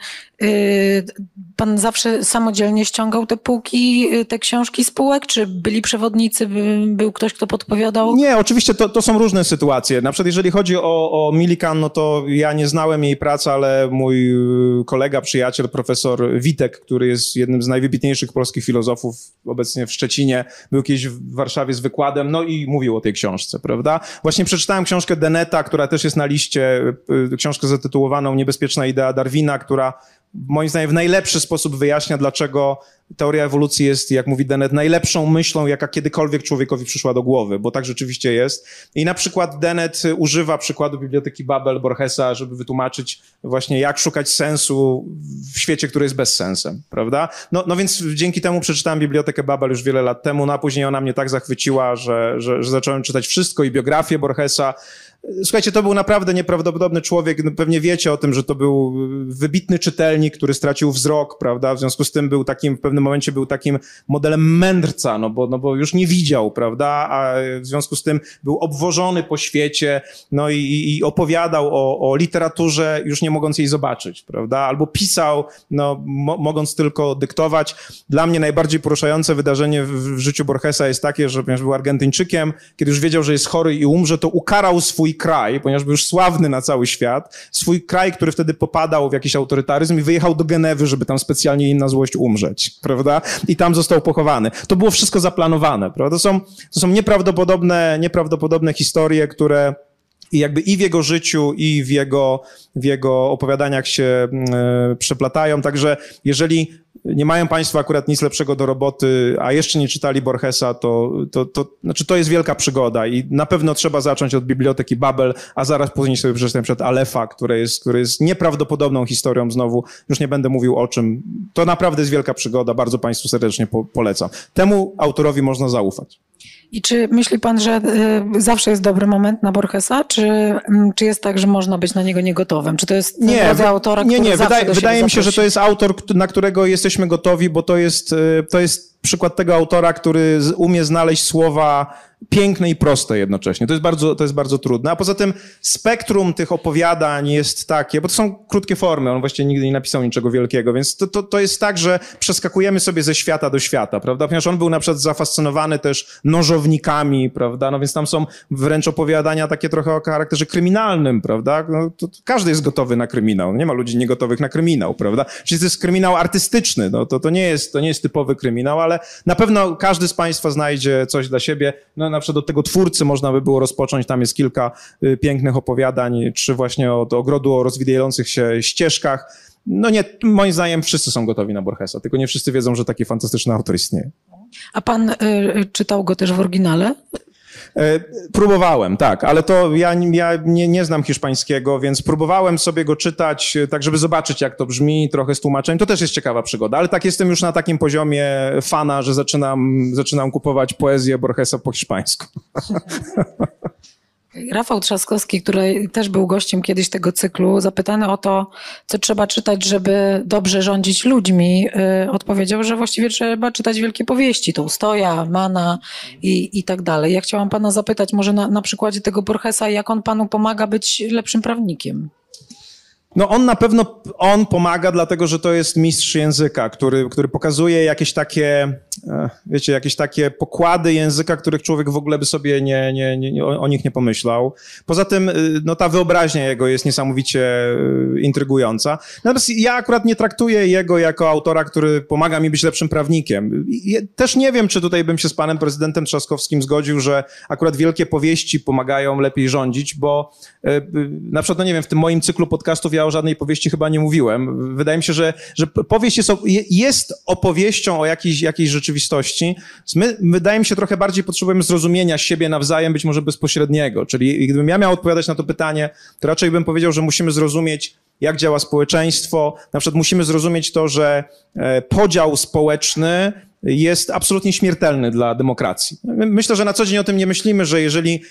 pan zawsze samodzielnie ściągał te półki, te książki z półek, czy byli przewodnicy, był ktoś, kto podpowiadał? Nie, oczywiście to są różne sytuacje. Na przykład jeżeli chodzi o Millikan, no to ja nie znałem jej pracy, ale mój kolega, przyjaciel, profesor Witek, który jest jednym z najwybitniejszych polskich filozofów obecnie w Szczecinie, był kiedyś w Warszawie z wykładem, no i mówił o tej książce, prawda? Właśnie przeczytałem książkę Dennetta, która też jest na liście, książkę zatytułowaną Niebezpieczna idea Darwina, która moim zdaniem w najlepszy sposób wyjaśnia, dlaczego teoria ewolucji jest, jak mówi Dennett, najlepszą myślą, jaka kiedykolwiek człowiekowi przyszła do głowy, bo tak rzeczywiście jest. I na przykład Dennett używa przykładu biblioteki Babel Borgesa, żeby wytłumaczyć właśnie, jak szukać sensu w świecie, który jest bezsensem, prawda? No więc dzięki temu przeczytałem bibliotekę Babel już wiele lat temu, no a później ona mnie tak zachwyciła, że zacząłem czytać wszystko i biografię Borgesa. Słuchajcie, to był naprawdę nieprawdopodobny człowiek. Pewnie wiecie o tym, że to był wybitny czytelnik, który stracił wzrok, prawda? W związku z tym był takim, w pewnym momencie był takim modelem mędrca, no bo już nie widział, prawda? A w związku z tym był obwożony po świecie, no i opowiadał o literaturze, już nie mogąc jej zobaczyć, prawda? Albo pisał, no mogąc tylko dyktować. Dla mnie najbardziej poruszające wydarzenie w życiu Borgesa jest takie, że ponieważ był Argentyńczykiem, kiedy już wiedział, że jest chory i umrze, to ukarał swój kraj, ponieważ był już sławny na cały świat, swój kraj, który wtedy popadał w jakiś autorytaryzm i wyjechał do Genewy, żeby tam specjalnie im na złość umrzeć, prawda? I tam został pochowany. To było wszystko zaplanowane, prawda? To są nieprawdopodobne historie, które i w jego życiu, i w jego opowiadaniach się przeplatają. Także jeżeli nie mają państwo akurat nic lepszego do roboty, a jeszcze nie czytali Borgesa, to jest wielka przygoda i na pewno trzeba zacząć od biblioteki Babel, a zaraz później sobie przeczytać na przykład Alefa, który jest nieprawdopodobną historią znowu. Już nie będę mówił o czym. To naprawdę jest wielka przygoda. Bardzo państwu serdecznie polecam. Temu autorowi można zaufać. I czy myśli pan, że zawsze jest dobry moment na Borgesa, czy jest tak, że można być na niego niegotowym? Czy to jest ten rodzaj autora, który zawsze wydaje mi się, że to jest autor, na którego jesteśmy gotowi, bo to jest przykład tego autora, który umie znaleźć słowa piękne i proste jednocześnie. To jest bardzo trudne. A poza tym spektrum tych opowiadań jest takie, bo to są krótkie formy, on właściwie nigdy nie napisał niczego wielkiego, więc to jest tak, że przeskakujemy sobie ze świata do świata, prawda? Ponieważ on był na przykład zafascynowany też nożownikami, prawda? No więc tam są wręcz opowiadania takie trochę o charakterze kryminalnym, prawda? No, to każdy jest gotowy na kryminał. Nie ma ludzi niegotowych na kryminał, prawda? Czyli to jest kryminał artystyczny. No, to nie jest typowy kryminał, ale na pewno każdy z państwa znajdzie coś dla siebie. No na przykład od tego twórcy można by było rozpocząć. Tam jest kilka pięknych opowiadań, czy właśnie od ogrodu o rozwijających się ścieżkach. No nie, moim zdaniem wszyscy są gotowi na Borgesa, tylko nie wszyscy wiedzą, że taki fantastyczny autor istnieje. A pan czytał go też w oryginale? Próbowałem, tak, ale to ja nie znam hiszpańskiego, więc próbowałem sobie go czytać, tak żeby zobaczyć, jak to brzmi, trochę z tłumaczeniem. To też jest ciekawa przygoda, ale tak jestem już na takim poziomie fana, że zaczynam kupować poezję Borgesa po hiszpańsku. Rafał Trzaskowski, który też był gościem kiedyś tego cyklu, zapytany o to, co trzeba czytać, żeby dobrze rządzić ludźmi, odpowiedział, że właściwie trzeba czytać wielkie powieści, Tołstoja, Mana i tak dalej. Ja chciałam pana zapytać może na przykładzie tego Borgesa, jak on panu pomaga być lepszym prawnikiem? No on na pewno, pomaga, dlatego że to jest mistrz języka, który pokazuje jakieś takie, wiecie, jakieś takie pokłady języka, których człowiek w ogóle by sobie o nich nie pomyślał. Poza tym, no ta wyobraźnia jego jest niesamowicie intrygująca. Natomiast ja akurat nie traktuję jego jako autora, który pomaga mi być lepszym prawnikiem. Też nie wiem, czy tutaj bym się z panem prezydentem Trzaskowskim zgodził, że akurat wielkie powieści pomagają lepiej rządzić, bo na przykład, no nie wiem, w tym moim cyklu podcastów ja o żadnej powieści chyba nie mówiłem. Wydaje mi się, że powieść jest opowieścią o jakiejś rzeczywistości. My, wydaje mi się, trochę bardziej potrzebujemy zrozumienia siebie nawzajem, być może bezpośredniego. Czyli gdybym ja miał odpowiadać na to pytanie, to raczej bym powiedział, że musimy zrozumieć, jak działa społeczeństwo. Na przykład musimy zrozumieć to, że podział społeczny jest absolutnie śmiertelny dla demokracji. Myślę, że na co dzień o tym nie myślimy, że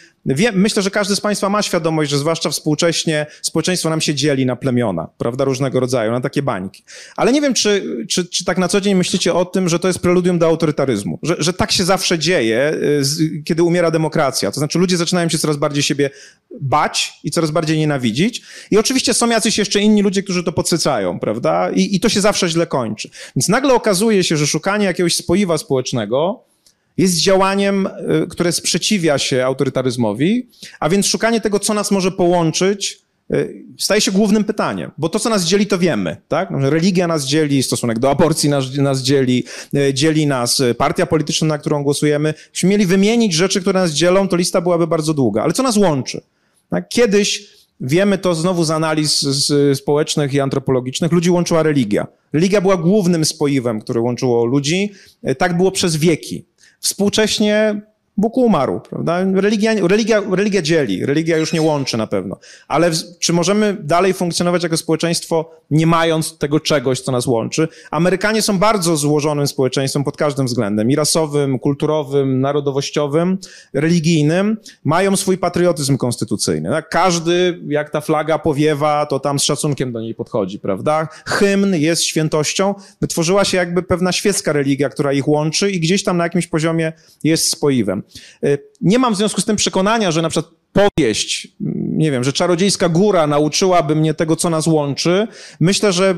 myślę, że każdy z państwa ma świadomość, że zwłaszcza współcześnie społeczeństwo nam się dzieli na plemiona, prawda, różnego rodzaju, na takie bańki. Ale nie wiem, czy tak na co dzień myślicie o tym, że to jest preludium do autorytaryzmu, że tak się zawsze dzieje, kiedy umiera demokracja. To znaczy ludzie zaczynają się coraz bardziej siebie bać i coraz bardziej nienawidzić. I oczywiście są jacyś jeszcze inni ludzie, którzy to podsycają, prawda? I to się zawsze źle kończy. Więc nagle okazuje się, że szukanie jakiegoś spoiwa społecznego jest działaniem, które sprzeciwia się autorytaryzmowi, a więc szukanie tego, co nas może połączyć, staje się głównym pytaniem, bo to, co nas dzieli, to wiemy, tak? Religia nas dzieli, stosunek do aborcji nas dzieli nas partia polityczna, na którą głosujemy. Jeśli mieli wymienić rzeczy, które nas dzielą, to lista byłaby bardzo długa. Ale co nas łączy? Tak? Kiedyś, wiemy to znowu z analiz społecznych i antropologicznych, ludzi łączyła religia. Religia była głównym spoiwem, które łączyło ludzi. Tak było przez wieki. Współcześnie Bóg umarł, prawda? Religia dzieli, religia już nie łączy na pewno. Ale czy możemy dalej funkcjonować jako społeczeństwo, nie mając tego czegoś, co nas łączy? Amerykanie są bardzo złożonym społeczeństwem pod każdym względem. I rasowym, kulturowym, narodowościowym, religijnym. Mają swój patriotyzm konstytucyjny. Tak? Każdy, jak ta flaga powiewa, to tam z szacunkiem do niej podchodzi, prawda? Hymn jest świętością. Wytworzyła się jakby pewna świecka religia, która ich łączy i gdzieś tam na jakimś poziomie jest spoiwem. Nie mam w związku z tym przekonania, że na przykład powieść, nie wiem, że Czarodziejska Góra nauczyłaby mnie tego, co nas łączy. Myślę, że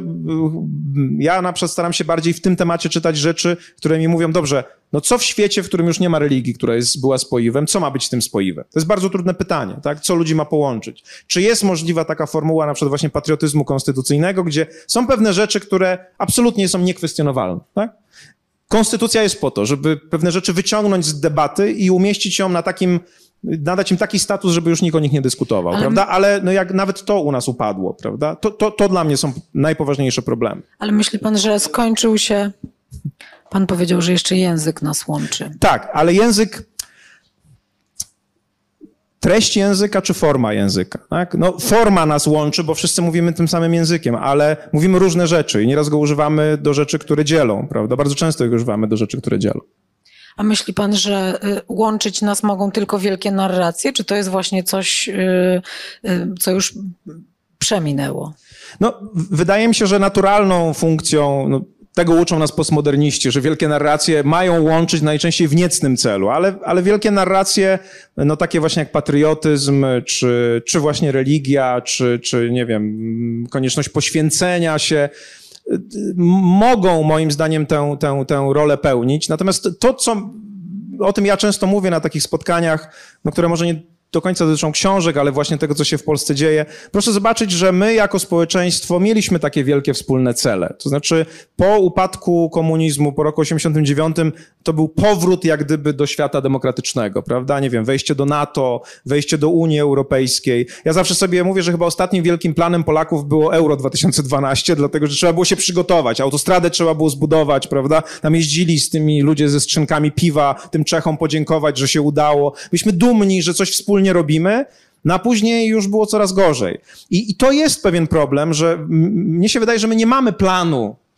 ja na przykład staram się bardziej w tym temacie czytać rzeczy, które mi mówią, dobrze, no co w świecie, w którym już nie ma religii, która była spoiwem, co ma być tym spoiwem? To jest bardzo trudne pytanie, tak? Co ludzi ma połączyć? Czy jest możliwa taka formuła na przykład właśnie patriotyzmu konstytucyjnego, gdzie są pewne rzeczy, które absolutnie są niekwestionowalne, tak? Konstytucja jest po to, żeby pewne rzeczy wyciągnąć z debaty i umieścić ją nadać im taki status, żeby już nikt o nich nie dyskutował, prawda? Ale no jak nawet to u nas upadło, prawda? To dla mnie są najpoważniejsze problemy. Ale myśli pan, że skończył się... Pan powiedział, że jeszcze język nas łączy. Tak, ale treść języka czy forma języka, tak? No forma nas łączy, bo wszyscy mówimy tym samym językiem, ale mówimy różne rzeczy i nieraz go używamy do rzeczy, które dzielą, prawda? Bardzo często go używamy do rzeczy, które dzielą. A myśli pan, że łączyć nas mogą tylko wielkie narracje, czy to jest właśnie coś, co już przeminęło? No, wydaje mi się, że naturalną funkcją... Tego uczą nas postmoderniści, że wielkie narracje mają łączyć najczęściej w niecnym celu, ale wielkie narracje, no takie właśnie jak patriotyzm, czy właśnie religia, czy nie wiem, konieczność poświęcenia się, mogą moim zdaniem tę rolę pełnić. Natomiast to, o tym ja często mówię na takich spotkaniach, no, które może nie do końca dotyczą książek, ale właśnie tego, co się w Polsce dzieje. Proszę zobaczyć, że my jako społeczeństwo mieliśmy takie wielkie wspólne cele. To znaczy po upadku komunizmu, po roku 89, to był powrót jak gdyby do świata demokratycznego, prawda? Nie wiem, wejście do NATO, wejście do Unii Europejskiej. Ja zawsze sobie mówię, że chyba ostatnim wielkim planem Polaków było Euro 2012, dlatego, że trzeba było się przygotować. Autostradę trzeba było zbudować, prawda? Tam jeździli z tymi ludzie ze skrzynkami piwa, tym Czechom podziękować, że się udało. Byliśmy dumni, że coś wspólnie robimy, no a później już było coraz gorzej. I to jest pewien problem, że mnie się wydaje, że my nie mamy planu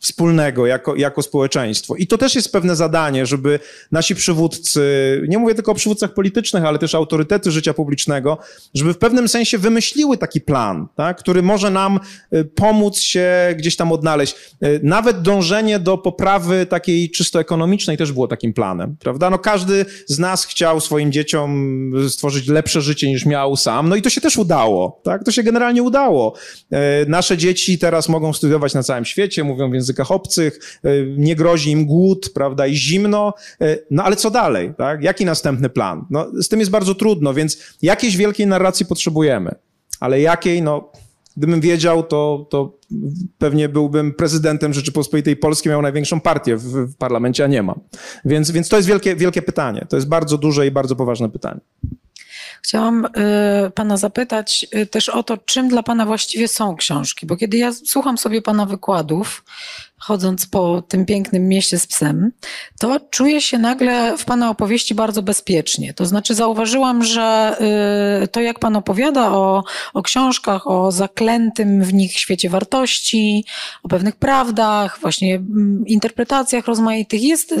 wspólnego jako społeczeństwo. I to też jest pewne zadanie, żeby nasi przywódcy, nie mówię tylko o przywódcach politycznych, ale też autorytety życia publicznego, żeby w pewnym sensie wymyśliły taki plan, tak, który może nam pomóc się gdzieś tam odnaleźć. Nawet dążenie do poprawy takiej czysto ekonomicznej też było takim planem, prawda? No każdy z nas chciał swoim dzieciom stworzyć lepsze życie niż miał sam, no i to się też udało, tak? To się generalnie udało. Nasze dzieci teraz mogą studiować na całym świecie, mówią w językach obcych, nie grozi im głód, prawda, i zimno, no ale co dalej, tak? Jaki następny plan? No z tym jest bardzo trudno, więc jakiejś wielkiej narracji potrzebujemy, ale jakiej, no gdybym wiedział, to pewnie byłbym prezydentem Rzeczypospolitej Polskiej, miał największą partię w parlamencie, a nie mam. Więc to jest wielkie pytanie. To jest bardzo duże i bardzo poważne pytanie. Chciałam pana zapytać też o to, czym dla pana właściwie są książki, bo kiedy ja słucham sobie pana wykładów, chodząc po tym pięknym mieście z psem, to czuję się nagle w pana opowieści bardzo bezpiecznie. To znaczy zauważyłam, że to jak pan opowiada o książkach, o zaklętym w nich świecie wartości, o pewnych prawdach, właśnie interpretacjach rozmaitych,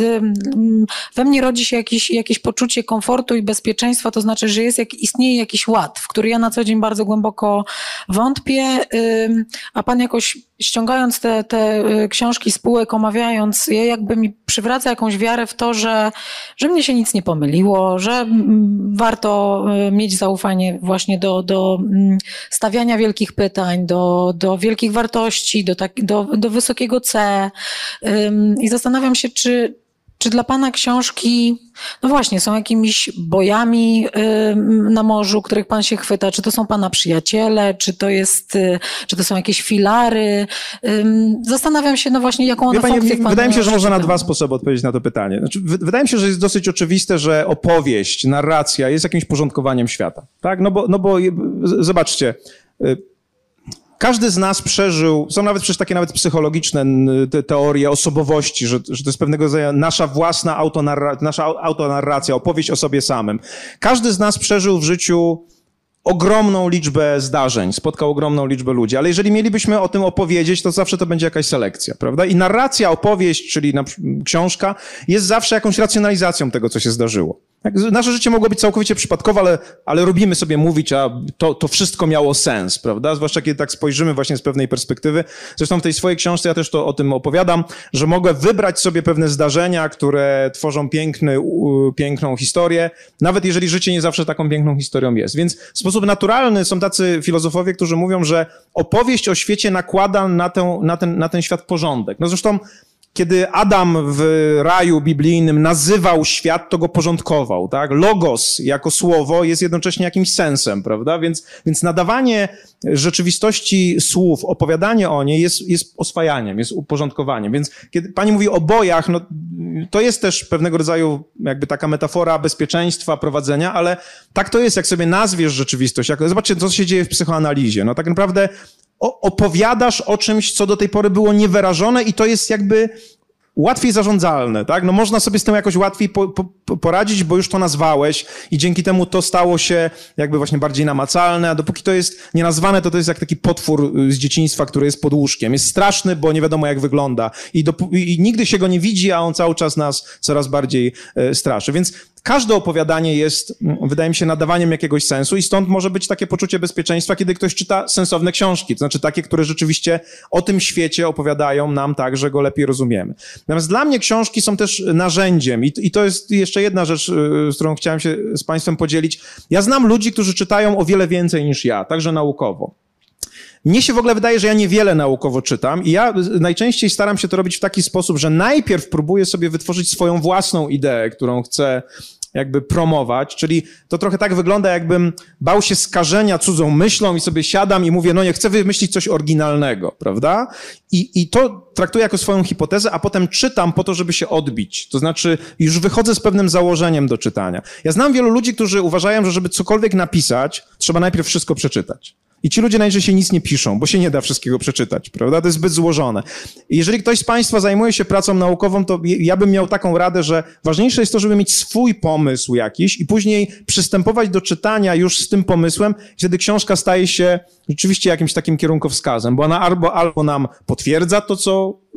we mnie rodzi się jakieś poczucie komfortu i bezpieczeństwa, to znaczy, że istnieje jakiś ład, w który ja na co dzień bardzo głęboko wątpię, a pan jakoś ściągając te książki z półek, omawiając je, jakby mi przywraca jakąś wiarę w to, że mnie się nic nie pomyliło, że warto mieć zaufanie właśnie do stawiania wielkich pytań, do wielkich wartości, do wysokiego C. I zastanawiam się, czy dla pana książki, no właśnie, są jakimiś bojami na morzu, których pan się chwyta? Czy to są pana przyjaciele? Czy to są jakieś filary? Zastanawiam się, no właśnie, jaką ona funkcję pan... Wydaje mi się, że można na dwa sposoby odpowiedzieć na to pytanie. Znaczy, wydaje mi się, że jest dosyć oczywiste, że opowieść, narracja jest jakimś porządkowaniem świata. Tak? No bo zobaczcie, każdy z nas przeżył, są nawet przecież takie nawet psychologiczne teorie osobowości, że to jest pewnego rodzaju nasza własna autonarracja, opowieść o sobie samym. Każdy z nas przeżył w życiu ogromną liczbę zdarzeń, spotkał ogromną liczbę ludzi, ale jeżeli mielibyśmy o tym opowiedzieć, to zawsze to będzie jakaś selekcja, prawda? I narracja, opowieść, czyli książka, jest zawsze jakąś racjonalizacją tego, co się zdarzyło. Nasze życie mogło być całkowicie przypadkowe, ale lubimy sobie mówić, a to wszystko miało sens, prawda? Zwłaszcza kiedy tak spojrzymy właśnie z pewnej perspektywy. Zresztą w tej swojej książce ja też to o tym opowiadam, że mogę wybrać sobie pewne zdarzenia, które tworzą piękną historię, nawet jeżeli życie nie zawsze taką piękną historią jest. Więc w sposób naturalny są tacy filozofowie, którzy mówią, że opowieść o świecie nakłada na ten świat porządek. No zresztą kiedy Adam w raju biblijnym nazywał świat, to go porządkował, tak? Logos jako słowo jest jednocześnie jakimś sensem, prawda? Więc nadawanie rzeczywistości słów, opowiadanie o niej jest oswajaniem, jest uporządkowaniem. Więc kiedy pani mówi o bojach, no to jest też pewnego rodzaju jakby taka metafora bezpieczeństwa, prowadzenia, ale tak to jest, jak sobie nazwiesz rzeczywistość. Zobaczcie, co się dzieje w psychoanalizie. No tak naprawdę opowiadasz o czymś, co do tej pory było niewyrażone i to jest jakby łatwiej zarządzalne, tak? No można sobie z tym jakoś łatwiej poradzić, bo już to nazwałeś i dzięki temu to stało się jakby właśnie bardziej namacalne, a dopóki to jest nienazwane, to jest jak taki potwór z dzieciństwa, który jest pod łóżkiem. Jest straszny, bo nie wiadomo jak wygląda i nigdy się go nie widzi, a on cały czas nas coraz bardziej straszy. Więc każde opowiadanie jest, wydaje mi się, nadawaniem jakiegoś sensu i stąd może być takie poczucie bezpieczeństwa, kiedy ktoś czyta sensowne książki, to znaczy takie, które rzeczywiście o tym świecie opowiadają nam tak, że go lepiej rozumiemy. Natomiast dla mnie książki są też narzędziem i to jest jeszcze jedna rzecz, z którą chciałem się z państwem podzielić. Ja znam ludzi, którzy czytają o wiele więcej niż ja, także naukowo. Mnie się w ogóle wydaje, że ja niewiele naukowo czytam i ja najczęściej staram się to robić w taki sposób, że najpierw próbuję sobie wytworzyć swoją własną ideę, którą chcę jakby promować, czyli to trochę tak wygląda, jakbym bał się skażenia cudzą myślą i sobie siadam i mówię, no nie, chcę wymyślić coś oryginalnego, prawda? I to traktuję jako swoją hipotezę, a potem czytam po to, żeby się odbić. To znaczy już wychodzę z pewnym założeniem do czytania. Ja znam wielu ludzi, którzy uważają, że żeby cokolwiek napisać, trzeba najpierw wszystko przeczytać. I ci ludzie najczęściej nic nie piszą, bo się nie da wszystkiego przeczytać, prawda? To jest zbyt złożone. I jeżeli ktoś z państwa zajmuje się pracą naukową, to ja bym miał taką radę, że ważniejsze jest to, żeby mieć swój pomysł jakiś i później przystępować do czytania już z tym pomysłem i wtedy książka staje się rzeczywiście jakimś takim kierunkowskazem, bo ona albo nam potwierdza to, co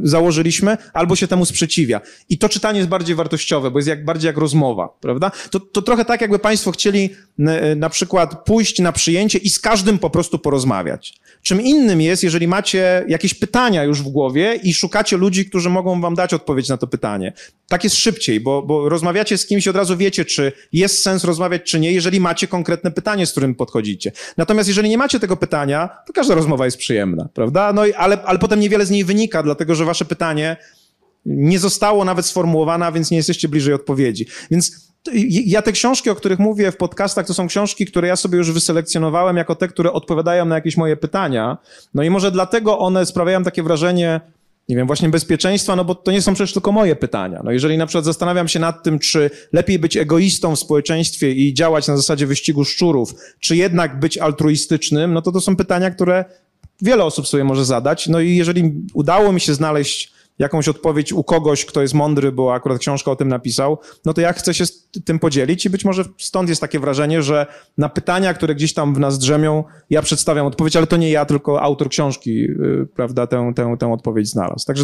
założyliśmy, albo się temu sprzeciwia. I to czytanie jest bardziej wartościowe, bo jest bardziej jak rozmowa, prawda? To trochę tak, jakby państwo chcieli na przykład pójść na przyjęcie i z każdym po prostu porozmawiać. Czym innym jest, jeżeli macie jakieś pytania już w głowie i szukacie ludzi, którzy mogą wam dać odpowiedź na to pytanie. Tak jest szybciej, bo rozmawiacie z kimś i od razu wiecie, czy jest sens rozmawiać, czy nie, jeżeli macie konkretne pytanie, z którym podchodzicie. Natomiast jeżeli nie macie tego pytania, to każda rozmowa jest przyjemna, prawda? No ale potem niewiele z niej wynika, dlatego że wasze pytanie nie zostało nawet sformułowane, a więc nie jesteście bliżej odpowiedzi. Więc ja te książki, o których mówię w podcastach, to są książki, które ja sobie już wyselekcjonowałem jako te, które odpowiadają na jakieś moje pytania. No i może dlatego one sprawiają takie wrażenie, nie wiem, właśnie bezpieczeństwa, no bo to nie są przecież tylko moje pytania. No jeżeli na przykład zastanawiam się nad tym, czy lepiej być egoistą w społeczeństwie i działać na zasadzie wyścigu szczurów, czy jednak być altruistycznym, no to są pytania, które wiele osób sobie może zadać. No i jeżeli udało mi się znaleźć jakąś odpowiedź u kogoś, kto jest mądry, bo akurat książkę o tym napisał, no to ja chcę się z tym podzielić i być może stąd jest takie wrażenie, że na pytania, które gdzieś tam w nas drzemią, ja przedstawiam odpowiedź, ale to nie ja, tylko autor książki, prawda, tę odpowiedź znalazł. Także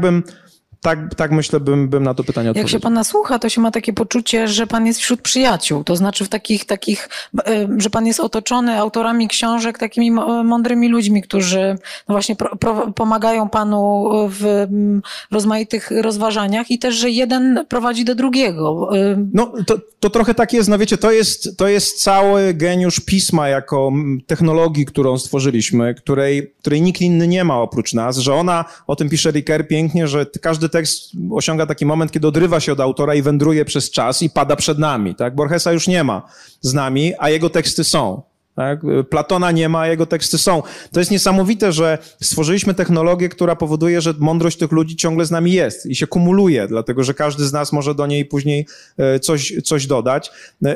tak myślę, bym na to pytanie odpowiedział. Jak się pana słucha, to się ma takie poczucie, że pan jest wśród przyjaciół. To znaczy w takich, że pan jest otoczony autorami książek, takimi mądrymi ludźmi, którzy no właśnie pomagają panu w rozmaitych rozważaniach i też, że jeden prowadzi do drugiego. No to trochę tak jest, no wiecie, to jest cały geniusz pisma jako technologii, którą stworzyliśmy, której nikt inny nie ma oprócz nas, że ona, o tym pisze Ricoeur pięknie, że każdy tekst osiąga taki moment, kiedy odrywa się od autora i wędruje przez czas i pada przed nami, tak? Borgesa już nie ma z nami, a jego teksty są. Tak? Platona nie ma, a jego teksty są. To jest niesamowite, że stworzyliśmy technologię, która powoduje, że mądrość tych ludzi ciągle z nami jest i się kumuluje, dlatego że każdy z nas może do niej później coś dodać.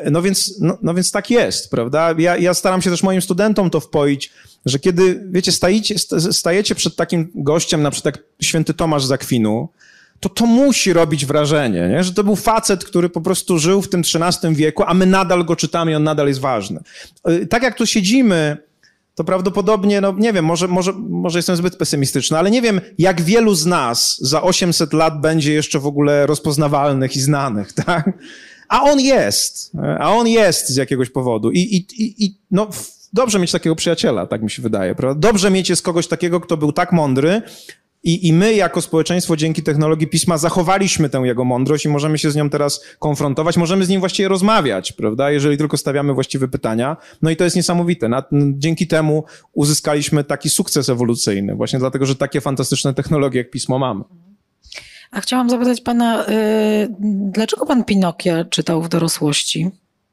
No więc tak jest, prawda? Ja staram się też moim studentom to wpoić, że kiedy, wiecie, stajecie przed takim gościem, na przykład jak święty Tomasz z Akwinu, to musi robić wrażenie, nie? Że to był facet, który po prostu żył w tym XIII wieku, a my nadal go czytamy i on nadal jest ważny. Tak jak tu siedzimy, to prawdopodobnie, no nie wiem, może jestem zbyt pesymistyczny, ale nie wiem, jak wielu z nas za 800 lat będzie jeszcze w ogóle rozpoznawalnych i znanych, tak? A on jest z jakiegoś powodu i no dobrze mieć takiego przyjaciela, tak mi się wydaje, prawda? Dobrze mieć jest kogoś takiego, kto był tak mądry, i my jako społeczeństwo dzięki technologii pisma zachowaliśmy tę jego mądrość i możemy się z nią teraz konfrontować, możemy z nim właściwie rozmawiać, prawda, jeżeli tylko stawiamy właściwe pytania. No i to jest niesamowite. Dzięki temu uzyskaliśmy taki sukces ewolucyjny, właśnie dlatego, że takie fantastyczne technologie jak pismo mamy. A chciałam zapytać pana, dlaczego pan Pinokia czytał w dorosłości?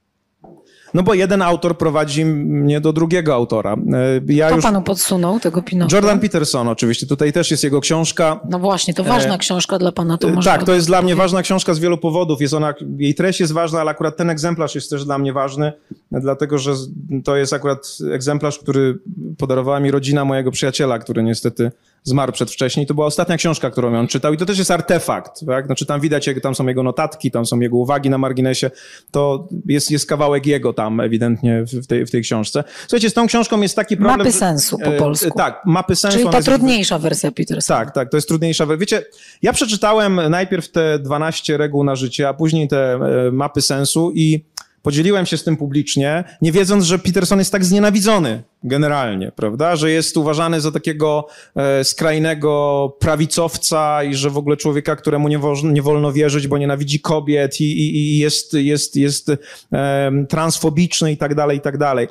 No bo jeden autor prowadzi mnie do drugiego autora. Kto panu podsunął tego Pinokia? Jordan Peterson oczywiście. Tutaj też jest jego książka. No właśnie, to ważna książka dla pana. To może tak, to jest dla mnie ważna książka z wielu powodów. Jej treść jest ważna, ale akurat ten egzemplarz jest też dla mnie ważny, dlatego że to jest akurat egzemplarz, który podarowała mi rodzina mojego przyjaciela, który niestety zmarł przedwcześnie. To była ostatnia książka, którą on czytał i to też jest artefakt. Tak? Znaczy tam widać, tam są jego notatki, tam są jego uwagi na marginesie. To jest kawałek jego tam ewidentnie w tej książce. Słuchajcie, z tą książką jest taki problem... Mapy sensu po polsku. Tak, mapy sensu. Czyli ta trudniejsza wersja Petersona. Tak, to jest trudniejsza wersja. Wiecie, ja przeczytałem najpierw te 12 reguł na życie, a później te mapy sensu i podzieliłem się z tym publicznie, nie wiedząc, że Peterson jest tak znienawidzony generalnie, prawda? Że jest uważany za takiego skrajnego prawicowca i że w ogóle człowieka, któremu nie wolno wierzyć, bo nienawidzi kobiet i jest transfobiczny i tak dalej, i tak dalej.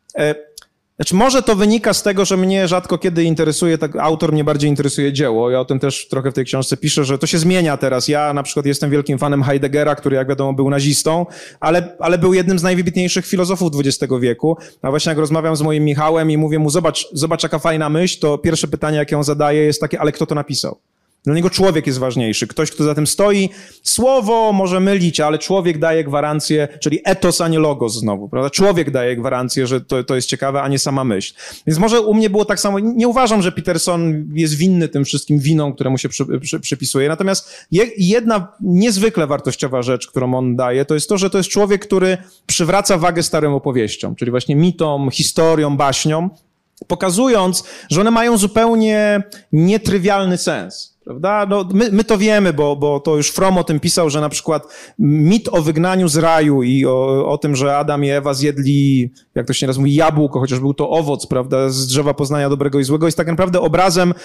Znaczy, może to wynika z tego, że mnie rzadko kiedy interesuje, tak autor mnie bardziej interesuje dzieło. Ja o tym też trochę w tej książce piszę, że to się zmienia teraz. Ja na przykład jestem wielkim fanem Heideggera, który jak wiadomo był nazistą, ale był jednym z najwybitniejszych filozofów XX wieku. A właśnie jak rozmawiam z moim Michałem i mówię mu, zobacz jaka fajna myśl, to pierwsze pytanie, jakie on zadaje, jest takie, ale kto to napisał? Dla niego człowiek jest ważniejszy. Ktoś, kto za tym stoi. Słowo może mylić, ale człowiek daje gwarancję, czyli etos, a nie logos znowu, prawda? Człowiek daje gwarancję, że to jest ciekawe, a nie sama myśl. Więc może u mnie było tak samo. Nie uważam, że Peterson jest winny tym wszystkim winom, które mu się przypisuje. Natomiast jedna niezwykle wartościowa rzecz, którą on daje, to jest to, że to jest człowiek, który przywraca wagę starym opowieściom, czyli właśnie mitom, historiom, baśniom, pokazując, że one mają zupełnie nietrywialny sens. Prawda? No, my to wiemy, bo to już Fromm o tym pisał, że na przykład mit o wygnaniu z raju i o tym, że Adam i Ewa zjedli, jak to się nieraz mówi, jabłko, chociaż był to owoc, prawda, z drzewa poznania dobrego i złego, jest tak naprawdę obrazem,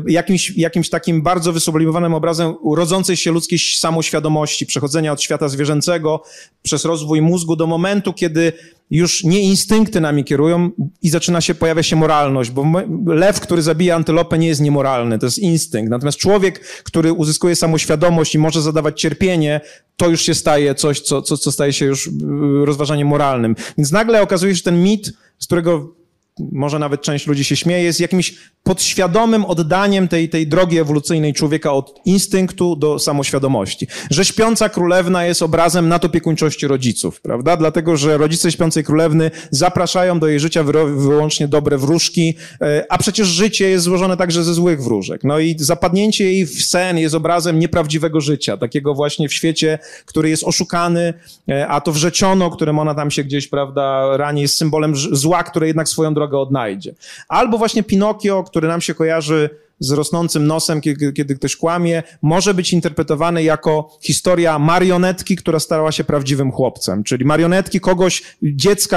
jakimś takim bardzo wysublimowanym obrazem rodzącej się ludzkiej samoświadomości, przechodzenia od świata zwierzęcego przez rozwój mózgu do momentu, kiedy już nie instynkty nami kierują i pojawia się moralność, bo lew, który zabija antylopę, nie jest niemoralny, to jest instynkt. Natomiast człowiek, który uzyskuje samoświadomość i może zadawać cierpienie, to już się staje coś, co staje się już rozważaniem moralnym. Więc nagle okazuje się, że ten mit, z którego może nawet część ludzi się śmieje, jest jakimś podświadomym oddaniem tej drogi ewolucyjnej człowieka od instynktu do samoświadomości. Że śpiąca królewna jest obrazem nadopiekuńczości rodziców, prawda? Dlatego, że rodzice śpiącej królewny zapraszają do jej życia wyłącznie dobre wróżki, a przecież życie jest złożone także ze złych wróżek. No i zapadnięcie jej w sen jest obrazem nieprawdziwego życia, takiego właśnie w świecie, który jest oszukany, a to wrzeciono, którym ona tam się gdzieś, prawda, rani, jest symbolem zła, które jednak swoją drogę odnajdzie. Albo właśnie Pinokio, który nam się kojarzy z rosnącym nosem, kiedy ktoś kłamie, może być interpretowany jako historia marionetki, która stała się prawdziwym chłopcem. Czyli marionetki kogoś, dziecka,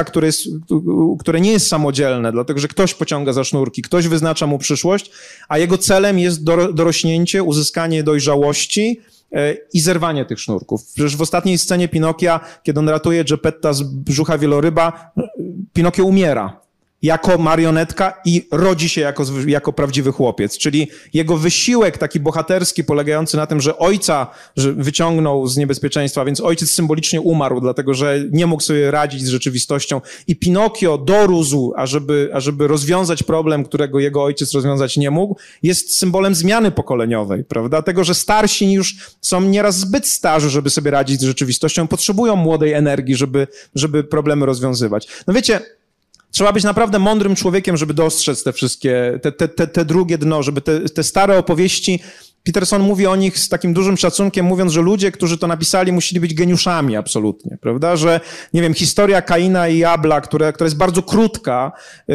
które nie jest samodzielne, dlatego że ktoś pociąga za sznurki, ktoś wyznacza mu przyszłość, a jego celem jest dorośnięcie, uzyskanie dojrzałości i zerwanie tych sznurków. Przecież w ostatniej scenie Pinokia, kiedy on ratuje Geppetta z brzucha wieloryba, Pinokio umiera jako marionetka i rodzi się jako prawdziwy chłopiec. Czyli jego wysiłek taki bohaterski polegający na tym, że ojca wyciągnął z niebezpieczeństwa, więc ojciec symbolicznie umarł, dlatego że nie mógł sobie radzić z rzeczywistością i Pinokio dorósł, ażeby rozwiązać problem, którego jego ojciec rozwiązać nie mógł, jest symbolem zmiany pokoleniowej, prawda? Tego, że starsi już są nieraz zbyt starzy, żeby sobie radzić z rzeczywistością, potrzebują młodej energii, żeby problemy rozwiązywać. No wiecie, trzeba być naprawdę mądrym człowiekiem, żeby dostrzec te wszystkie, te drugie dno, żeby te stare opowieści, Peterson mówi o nich z takim dużym szacunkiem, mówiąc, że ludzie, którzy to napisali, musieli być geniuszami absolutnie, prawda? Że, nie wiem, historia Kaina i Abla, która jest bardzo krótka,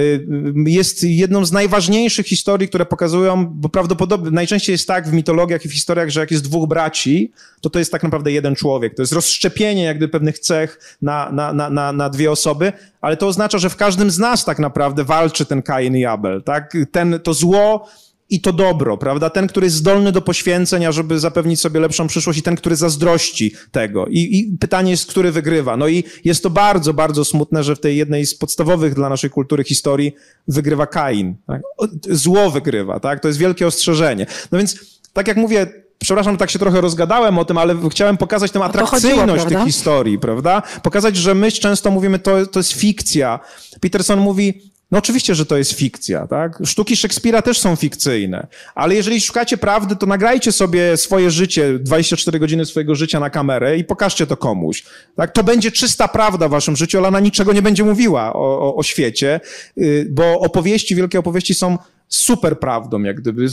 jest jedną z najważniejszych historii, które pokazują, bo prawdopodobnie najczęściej jest tak w mitologiach i w historiach, że jak jest dwóch braci, to jest tak naprawdę jeden człowiek. To jest rozszczepienie jakby pewnych cech na dwie osoby, ale to oznacza, że w każdym z nas tak naprawdę walczy ten Kain i Abel, tak? To zło i to dobro, prawda? Ten, który jest zdolny do poświęceń, żeby zapewnić sobie lepszą przyszłość i ten, który zazdrości tego. I pytanie jest, który wygrywa. No i jest to bardzo, bardzo smutne, że w tej jednej z podstawowych dla naszej kultury historii wygrywa Kain. Tak? Zło wygrywa, tak? To jest wielkie ostrzeżenie. No więc, tak jak mówię, przepraszam, tak się trochę rozgadałem o tym, ale chciałem pokazać tę atrakcyjność tych historii, prawda? Pokazać, że my często mówimy, to jest fikcja. Peterson mówi, no oczywiście, że to jest fikcja, tak? Sztuki Szekspira też są fikcyjne, ale jeżeli szukacie prawdy, to nagrajcie sobie swoje życie, 24 godziny swojego życia na kamerę i pokażcie to komuś, tak? To będzie czysta prawda w waszym życiu, ale ona niczego nie będzie mówiła o świecie, bo opowieści, wielkie opowieści są super prawdą, jak gdyby,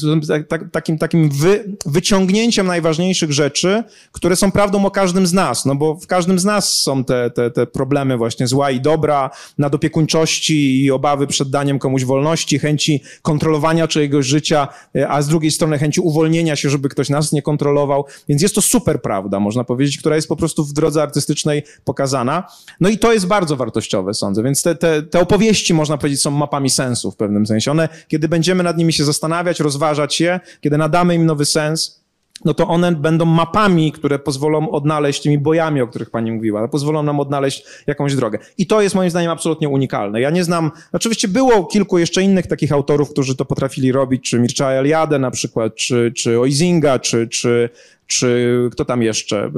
takim wyciągnięciem najważniejszych rzeczy, które są prawdą o każdym z nas, no bo w każdym z nas są te problemy właśnie zła i dobra, nadopiekuńczości i obawy przed daniem komuś wolności, chęci kontrolowania czyjegoś życia, a z drugiej strony chęci uwolnienia się, żeby ktoś nas nie kontrolował, więc jest to super prawda, można powiedzieć, która jest po prostu w drodze artystycznej pokazana, no i to jest bardzo wartościowe, sądzę, więc te opowieści, można powiedzieć, są mapami sensu w pewnym sensie, one, kiedy będziemy nad nimi się zastanawiać, rozważać je, kiedy nadamy im nowy sens, no to one będą mapami, które pozwolą odnaleźć, tymi bojami, o których pani mówiła, pozwolą nam odnaleźć jakąś drogę. I to jest moim zdaniem absolutnie unikalne. Ja nie znam, oczywiście było kilku jeszcze innych takich autorów, którzy to potrafili robić, czy Mircea Eliade na przykład, czy Oizinga, czy kto tam jeszcze,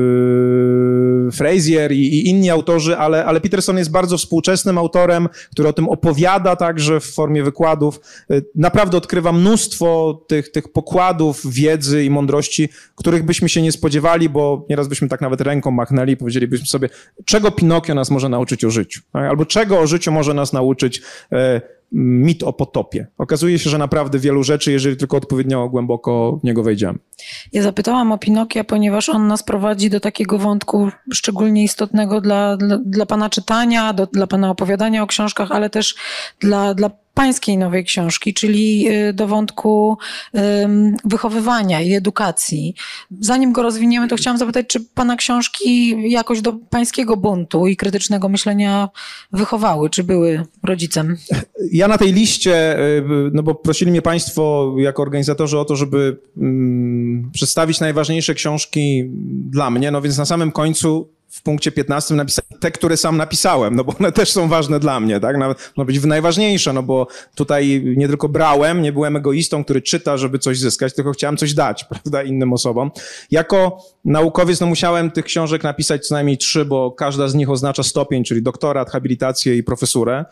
Frazier i inni autorzy, ale Peterson jest bardzo współczesnym autorem, który o tym opowiada także w formie wykładów. Naprawdę odkrywa mnóstwo tych pokładów wiedzy i mądrości, których byśmy się nie spodziewali, bo nieraz byśmy tak nawet ręką machnęli i powiedzielibyśmy sobie, czego Pinokio nas może nauczyć o życiu, tak? Albo czego o życiu może nas nauczyć mit o potopie. Okazuje się, że naprawdę wielu rzeczy, jeżeli tylko odpowiednio głęboko w niego wejdziemy. Ja zapytałam o Pinokia, ponieważ on nas prowadzi do takiego wątku szczególnie istotnego dla pana czytania, dla pana opowiadania o książkach, ale też dla pańskiej nowej książki, czyli do wątku wychowywania i edukacji. Zanim go rozwiniemy, to chciałam zapytać, czy pana książki jakoś do pańskiego buntu i krytycznego myślenia wychowały, czy były rodzicem? Ja na tej liście, no bo prosili mnie państwo jako organizatorzy o to, żeby przedstawić najważniejsze książki dla mnie, no więc na samym końcu w punkcie 15 napisałem te, które sam napisałem, no bo one też są ważne dla mnie, tak? Nawet no być najważniejsze, no bo tutaj nie tylko brałem, nie byłem egoistą, który czyta, żeby coś zyskać, tylko chciałem coś dać, prawda, innym osobom. Jako naukowiec, no musiałem tych książek napisać co najmniej 3, bo każda z nich oznacza stopień, czyli doktorat, habilitację i profesurę.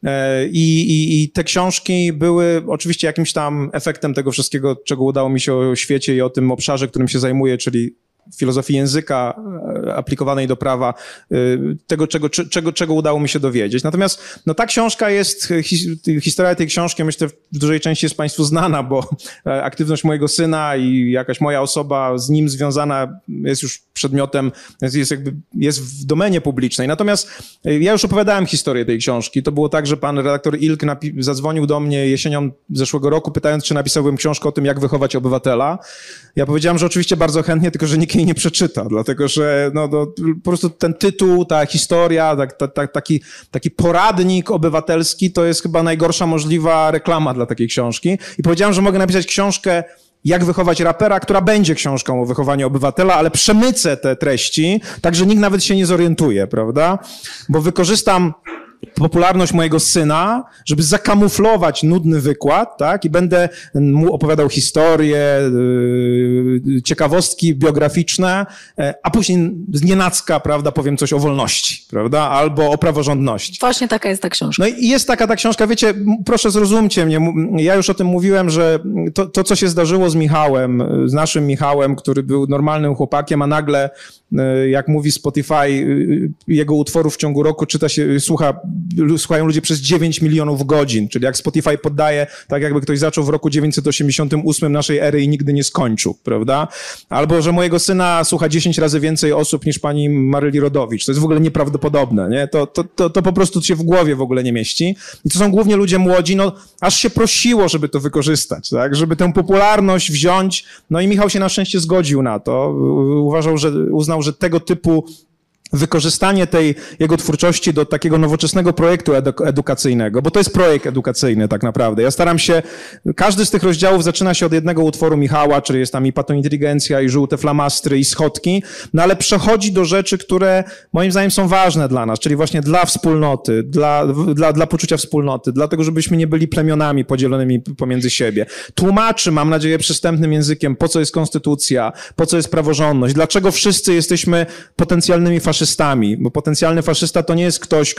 I te książki były oczywiście jakimś tam efektem tego wszystkiego, czego udało mi się o świecie i o tym obszarze, którym się zajmuję, czyli filozofii języka aplikowanej do prawa, tego, czego udało mi się dowiedzieć. Natomiast no, ta książka jest, historia tej książki myślę w dużej części jest państwu znana, bo aktywność mojego syna i jakaś moja osoba z nim związana jest już przedmiotem, jest w domenie publicznej. Natomiast ja już opowiadałem historię tej książki. To było tak, że pan redaktor Ilk zadzwonił do mnie jesienią zeszłego roku, pytając, czy napisałbym książkę o tym, jak wychować obywatela. Ja powiedziałem, że oczywiście bardzo chętnie, tylko że nikt jej nie przeczyta, dlatego że no, po prostu ten tytuł, ta historia, taki poradnik obywatelski to jest chyba najgorsza możliwa reklama dla takiej książki. I powiedziałem, że mogę napisać książkę Jak wychować rapera, która będzie książką o wychowaniu obywatela, ale przemycę te treści, tak że nikt nawet się nie zorientuje, prawda? Bo wykorzystam popularność mojego syna, żeby zakamuflować nudny wykład, tak? I będę mu opowiadał historie, ciekawostki biograficzne, a później znienacka, prawda, powiem coś o wolności, prawda? Albo o praworządności. Właśnie taka jest ta książka. No i jest taka ta książka, wiecie, proszę zrozumcie mnie, ja już o tym mówiłem, że to co się zdarzyło z Michałem, z naszym Michałem, który był normalnym chłopakiem, a nagle, jak mówi Spotify, jego utworów w ciągu roku słuchają ludzie przez 9 milionów godzin, czyli jak Spotify poddaje, tak jakby ktoś zaczął w roku 988 naszej ery i nigdy nie skończył, prawda? Albo, że mojego syna słucha 10 razy więcej osób niż pani Maryli Rodowicz. To jest w ogóle nieprawdopodobne, nie? To po prostu się w głowie w ogóle nie mieści. I to są głównie ludzie młodzi, no aż się prosiło, żeby to wykorzystać, tak? Żeby tę popularność wziąć. No i Michał się na szczęście zgodził na to. Uznał, że tego typu wykorzystanie tej jego twórczości do takiego nowoczesnego projektu edukacyjnego, bo to jest projekt edukacyjny tak naprawdę. Ja staram się, każdy z tych rozdziałów zaczyna się od jednego utworu Michała, czyli jest tam i patointeligencja, i żółte flamastry, i schodki, no ale przechodzi do rzeczy, które moim zdaniem są ważne dla nas, czyli właśnie dla wspólnoty, dla poczucia wspólnoty, dlatego żebyśmy nie byli plemionami podzielonymi pomiędzy siebie. Tłumaczy, mam nadzieję, przystępnym językiem, po co jest konstytucja, po co jest praworządność, dlaczego wszyscy jesteśmy potencjalnymi faszystami, bo potencjalny faszysta to nie jest ktoś,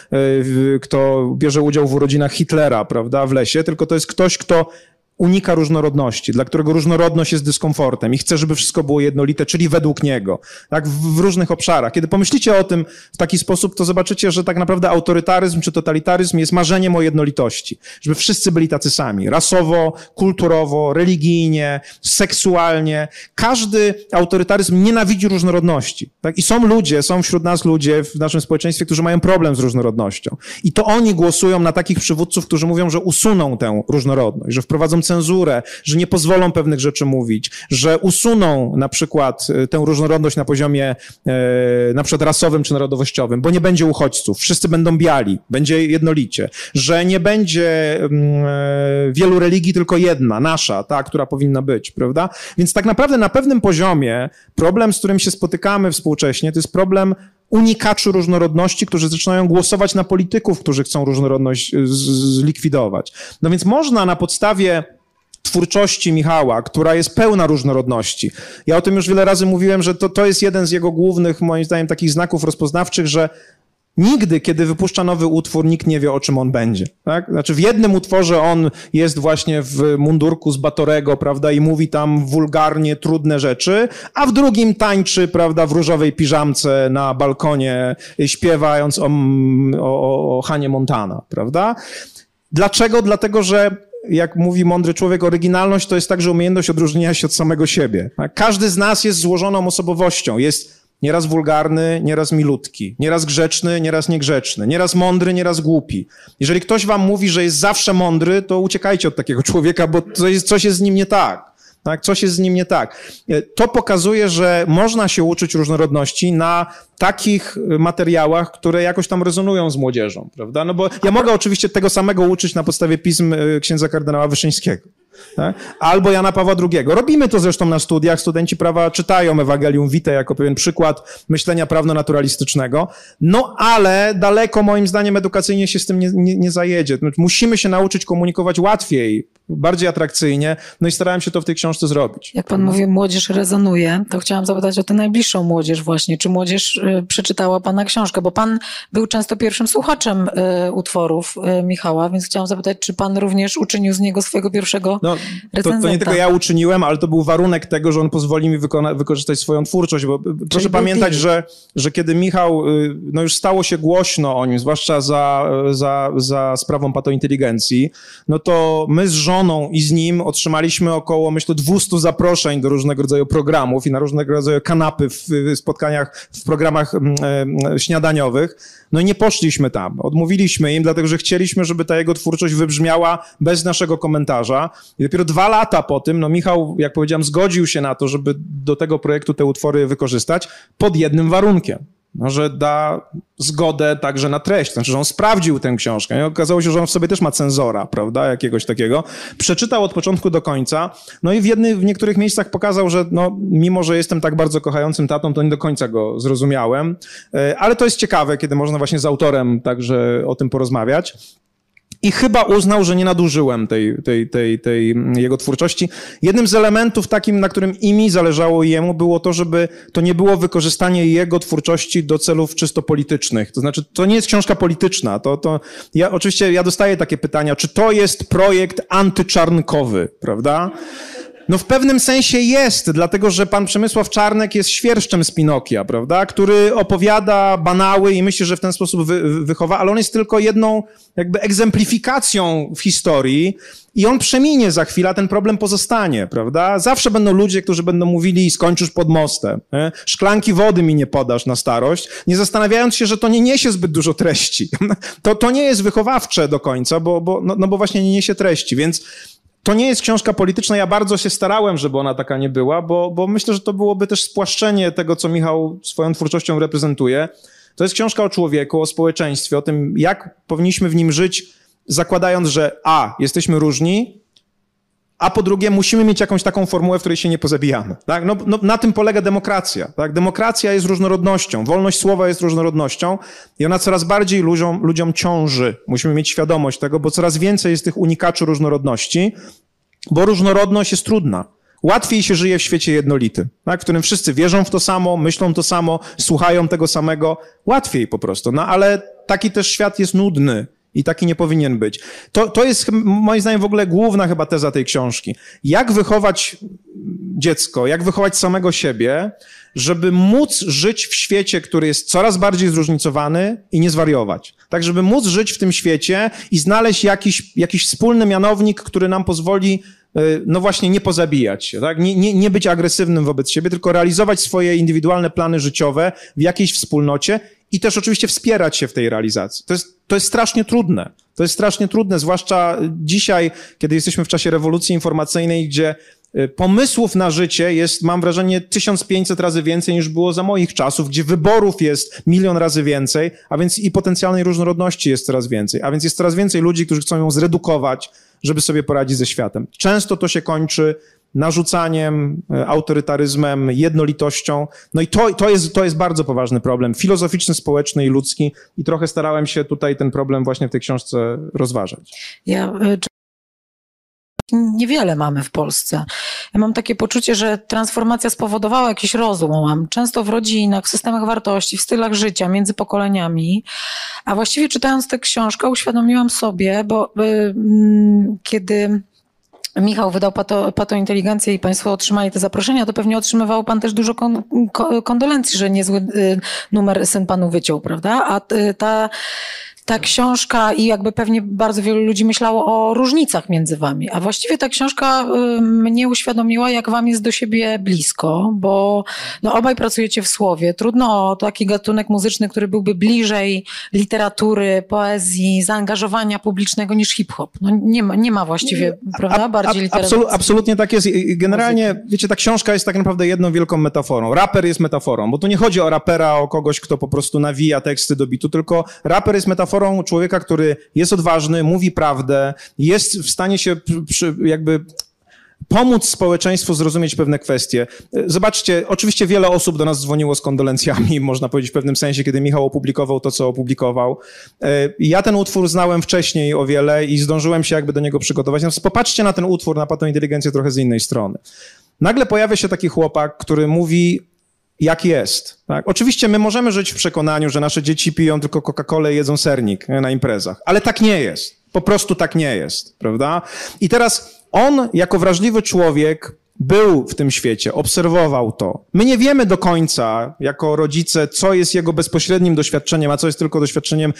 kto bierze udział w urodzinach Hitlera, prawda, w lesie, tylko to jest ktoś, kto unika różnorodności, dla którego różnorodność jest dyskomfortem i chce, żeby wszystko było jednolite, czyli według niego, tak, w różnych obszarach. Kiedy pomyślicie o tym w taki sposób, to zobaczycie, że tak naprawdę autorytaryzm czy totalitaryzm jest marzeniem o jednolitości, żeby wszyscy byli tacy sami, rasowo, kulturowo, religijnie, seksualnie. Każdy autorytaryzm nienawidzi różnorodności, tak? I są wśród nas ludzie w naszym społeczeństwie, którzy mają problem z różnorodnością. I to oni głosują na takich przywódców, którzy mówią, że usuną tę różnorodność, że wprowadzą cenzurę, że nie pozwolą pewnych rzeczy mówić, że usuną na przykład tę różnorodność na poziomie na przykład rasowym czy narodowościowym, bo nie będzie uchodźców, wszyscy będą biali, będzie jednolicie, że nie będzie wielu religii, tylko jedna, nasza, ta, która powinna być, prawda? Więc tak naprawdę na pewnym poziomie problem, z którym się spotykamy współcześnie, to jest problem unikaczy różnorodności, którzy zaczynają głosować na polityków, którzy chcą różnorodność zlikwidować. No więc można na podstawie twórczości Michała, która jest pełna różnorodności. Ja o tym już wiele razy mówiłem, że to jest jeden z jego głównych, moim zdaniem, takich znaków rozpoznawczych, że nigdy, kiedy wypuszcza nowy utwór, nikt nie wie, o czym on będzie, tak? Znaczy w jednym utworze on jest właśnie w mundurku z Batorego, prawda, i mówi tam wulgarnie trudne rzeczy, a w drugim tańczy, prawda, w różowej piżamce na balkonie, śpiewając o Hanie Montana, prawda? Dlaczego? Dlatego, że jak mówi mądry człowiek, oryginalność to jest także umiejętność odróżnienia się od samego siebie. Tak? Każdy z nas jest złożoną osobowością, jest Nieraz wulgarny, nieraz milutki. Nieraz grzeczny, nieraz niegrzeczny. Nieraz mądry, nieraz głupi. Jeżeli ktoś wam mówi, że jest zawsze mądry, to uciekajcie od takiego człowieka, bo coś jest z nim nie tak. Tak, coś jest z nim nie tak. To pokazuje, że można się uczyć różnorodności na takich materiałach, które jakoś tam rezonują z młodzieżą, prawda? No bo ja mogę oczywiście tego samego uczyć na podstawie pism księdza kardynała Wyszyńskiego. Tak? Albo Jana Pawła II. Robimy to zresztą na studiach. Studenci prawa czytają Ewangelium Vitae jako pewien przykład myślenia prawno-naturalistycznego. No ale daleko moim zdaniem edukacyjnie się z tym nie zajedzie. Musimy się nauczyć komunikować łatwiej, bardziej atrakcyjnie. No i starałem się to w tej książce zrobić. Jak pan mówi, młodzież rezonuje, to chciałam zapytać o tę najbliższą młodzież właśnie. Czy młodzież przeczytała pana książkę? Bo pan był często pierwszym słuchaczem utworów Michała, więc chciałam zapytać, czy pan również uczynił z niego swojego pierwszego recenzenta? To nie tylko ja uczyniłem, ale to był warunek tego, że on pozwoli mi wykorzystać swoją twórczość, bo proszę pamiętać, że kiedy Michał, no już stało się głośno o nim, zwłaszcza za sprawą patointeligencji, no to my z żoną i z nim otrzymaliśmy około, myślę, 200 zaproszeń do różnego rodzaju programów i na różnego rodzaju kanapy w spotkaniach, w programach śniadaniowych. No i nie poszliśmy tam. Odmówiliśmy im, dlatego że chcieliśmy, żeby ta jego twórczość wybrzmiała bez naszego komentarza. I dopiero 2 lata po tym, no Michał, jak powiedziałem, zgodził się na to, żeby do tego projektu te utwory wykorzystać pod jednym warunkiem. No, że da zgodę także na treść, znaczy, że on sprawdził tę książkę. I okazało się, że on w sobie też ma cenzora, prawda, jakiegoś takiego. Przeczytał od początku do końca, no i w niektórych miejscach pokazał, że no, mimo, że jestem tak bardzo kochającym tatą, to nie do końca go zrozumiałem. Ale to jest ciekawe, kiedy można właśnie z autorem także o tym porozmawiać. I chyba uznał, że nie nadużyłem tej jego twórczości. Jednym z elementów takim, na którym i mi zależało i jemu, było to, żeby to nie było wykorzystanie jego twórczości do celów czysto politycznych. To znaczy, to nie jest książka polityczna. Oczywiście ja dostaję takie pytania, czy to jest projekt antyczarnkowy, prawda? No w pewnym sensie jest, dlatego że pan Przemysław Czarnek jest świerszczem z Pinokia, prawda, który opowiada banały i myśli, że w ten sposób wychowa, ale on jest tylko jedną jakby egzemplifikacją w historii i on przeminie za chwilę, a ten problem pozostanie, prawda? Zawsze będą ludzie, którzy będą mówili, skończysz pod mostem, nie? Szklanki wody mi nie podasz na starość, nie zastanawiając się, że to nie niesie zbyt dużo treści. To nie jest wychowawcze do końca, bo właśnie nie niesie treści, więc to nie jest książka polityczna. Ja bardzo się starałem, żeby ona taka nie była, bo myślę, że to byłoby też spłaszczenie tego, co Michał swoją twórczością reprezentuje. To jest książka o człowieku, o społeczeństwie, o tym, jak powinniśmy w nim żyć, zakładając, że jesteśmy różni, a po drugie musimy mieć jakąś taką formułę, w której się nie pozabijamy. Tak? No, na tym polega demokracja. Tak? Demokracja jest różnorodnością, wolność słowa jest różnorodnością i ona coraz bardziej ludziom ciąży. Musimy mieć świadomość tego, bo coraz więcej jest tych unikaczy różnorodności, bo różnorodność jest trudna. Łatwiej się żyje w świecie jednolitym, tak? W którym wszyscy wierzą w to samo, myślą to samo, słuchają tego samego. Łatwiej po prostu. No ale taki też świat jest nudny. I taki nie powinien być. To jest moim zdaniem w ogóle główna chyba teza tej książki. Jak wychować dziecko, jak wychować samego siebie, żeby móc żyć w świecie, który jest coraz bardziej zróżnicowany i nie zwariować. Tak, żeby móc żyć w tym świecie i znaleźć jakiś wspólny mianownik, który nam pozwoli no właśnie nie pozabijać się, tak? Nie być agresywnym wobec siebie, tylko realizować swoje indywidualne plany życiowe w jakiejś wspólnocie i też oczywiście wspierać się w tej realizacji. To jest strasznie trudne. To jest strasznie trudne, zwłaszcza dzisiaj, kiedy jesteśmy w czasie rewolucji informacyjnej, gdzie pomysłów na życie jest, mam wrażenie, 1500 razy więcej niż było za moich czasów, gdzie wyborów jest 1 000 000 razy więcej, a więc i potencjalnej różnorodności jest coraz więcej, a więc jest coraz więcej ludzi, którzy chcą ją zredukować, żeby sobie poradzić ze światem. Często to się kończy narzucaniem, autorytaryzmem, jednolitością. No i to jest bardzo poważny problem, filozoficzny, społeczny i ludzki i trochę starałem się tutaj ten problem właśnie w tej książce rozważać. Niewiele mamy w Polsce. Ja mam takie poczucie, że transformacja spowodowała jakiś rozłam, często w rodzinach, w systemach wartości, w stylach życia, między pokoleniami. A właściwie czytając tę książkę uświadomiłam sobie, bo kiedy Michał wydał Patointeligencję i państwo otrzymali te zaproszenia, to pewnie otrzymywał pan też dużo kondolencji, że niezły numer syn panu wyciął, prawda? A ta książka i jakby pewnie bardzo wielu ludzi myślało o różnicach między wami, a właściwie ta książka mnie uświadomiła, jak wam jest do siebie blisko, bo no, obaj pracujecie w słowie. Trudno o taki gatunek muzyczny, który byłby bliżej literatury, poezji, zaangażowania publicznego niż hip-hop. No, nie ma właściwie, prawda? Bardziej literatury. Absolutnie tak jest. I generalnie, wiecie, ta książka jest tak naprawdę jedną wielką metaforą. Raper jest metaforą, bo tu nie chodzi o rapera, o kogoś, kto po prostu nawija teksty do bitu, tylko raper jest metaforą człowieka, który jest odważny, mówi prawdę, jest w stanie się jakby pomóc społeczeństwu zrozumieć pewne kwestie. Zobaczcie, oczywiście wiele osób do nas dzwoniło z kondolencjami, można powiedzieć w pewnym sensie, kiedy Michał opublikował to, co opublikował. Ja ten utwór znałem wcześniej o wiele i zdążyłem się jakby do niego przygotować. Natomiast popatrzcie na ten utwór, na Patą Inteligencję trochę z innej strony. Nagle pojawia się taki chłopak, który mówi, jak jest. Tak? Oczywiście my możemy żyć w przekonaniu, że nasze dzieci piją tylko Coca-Colę i jedzą sernik na imprezach, ale tak nie jest. Po prostu tak nie jest, prawda? I teraz on, jako wrażliwy człowiek, był w tym świecie, obserwował to. My nie wiemy do końca, jako rodzice, co jest jego bezpośrednim doświadczeniem, a co jest tylko doświadczeniem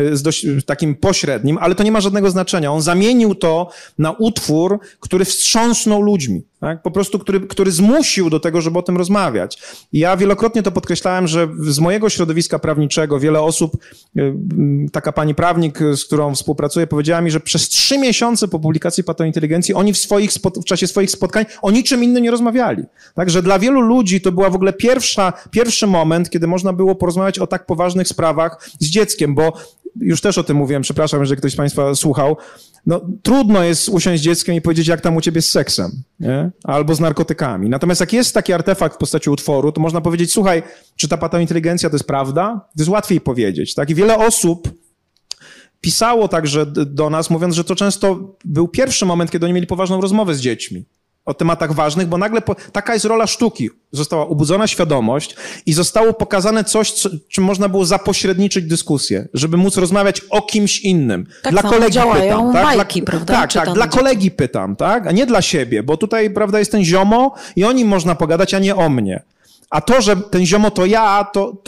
takim pośrednim, ale to nie ma żadnego znaczenia. On zamienił to na utwór, który wstrząsnął ludźmi. Tak? Po prostu, który zmusił do tego, żeby o tym rozmawiać. I ja wielokrotnie to podkreślałem, że z mojego środowiska prawniczego wiele osób, taka pani prawnik, z którą współpracuję, powiedziała mi, że przez 3 miesiące po publikacji Patointeligencji oni w czasie swoich spotkań o niczym innym nie rozmawiali. Także dla wielu ludzi to była w ogóle pierwszy moment, kiedy można było porozmawiać o tak poważnych sprawach z dzieckiem, bo już też o tym mówiłem, przepraszam, jeżeli ktoś z państwa słuchał, no trudno jest usiąść z dzieckiem i powiedzieć, jak tam u ciebie z seksem, nie? Albo z narkotykami. Natomiast jak jest taki artefakt w postaci utworu, to można powiedzieć, słuchaj, czy ta patointeligencja to jest prawda? To jest łatwiej powiedzieć, tak? I wiele osób pisało także do nas, mówiąc, że to często był pierwszy moment, kiedy oni mieli poważną rozmowę z dziećmi o tematach ważnych, bo nagle taka jest rola sztuki. Została ubudzona świadomość i zostało pokazane coś, czym można było zapośredniczyć dyskusję, żeby móc rozmawiać o kimś innym. Tak dla kolegi działają pytam, tak? bajki, prawda? Tak, dla kolegi pytam, tak? A nie dla siebie, bo tutaj, prawda, jest ten ziomo i o nim można pogadać, a nie o mnie. A to, że ten ziomo to ja,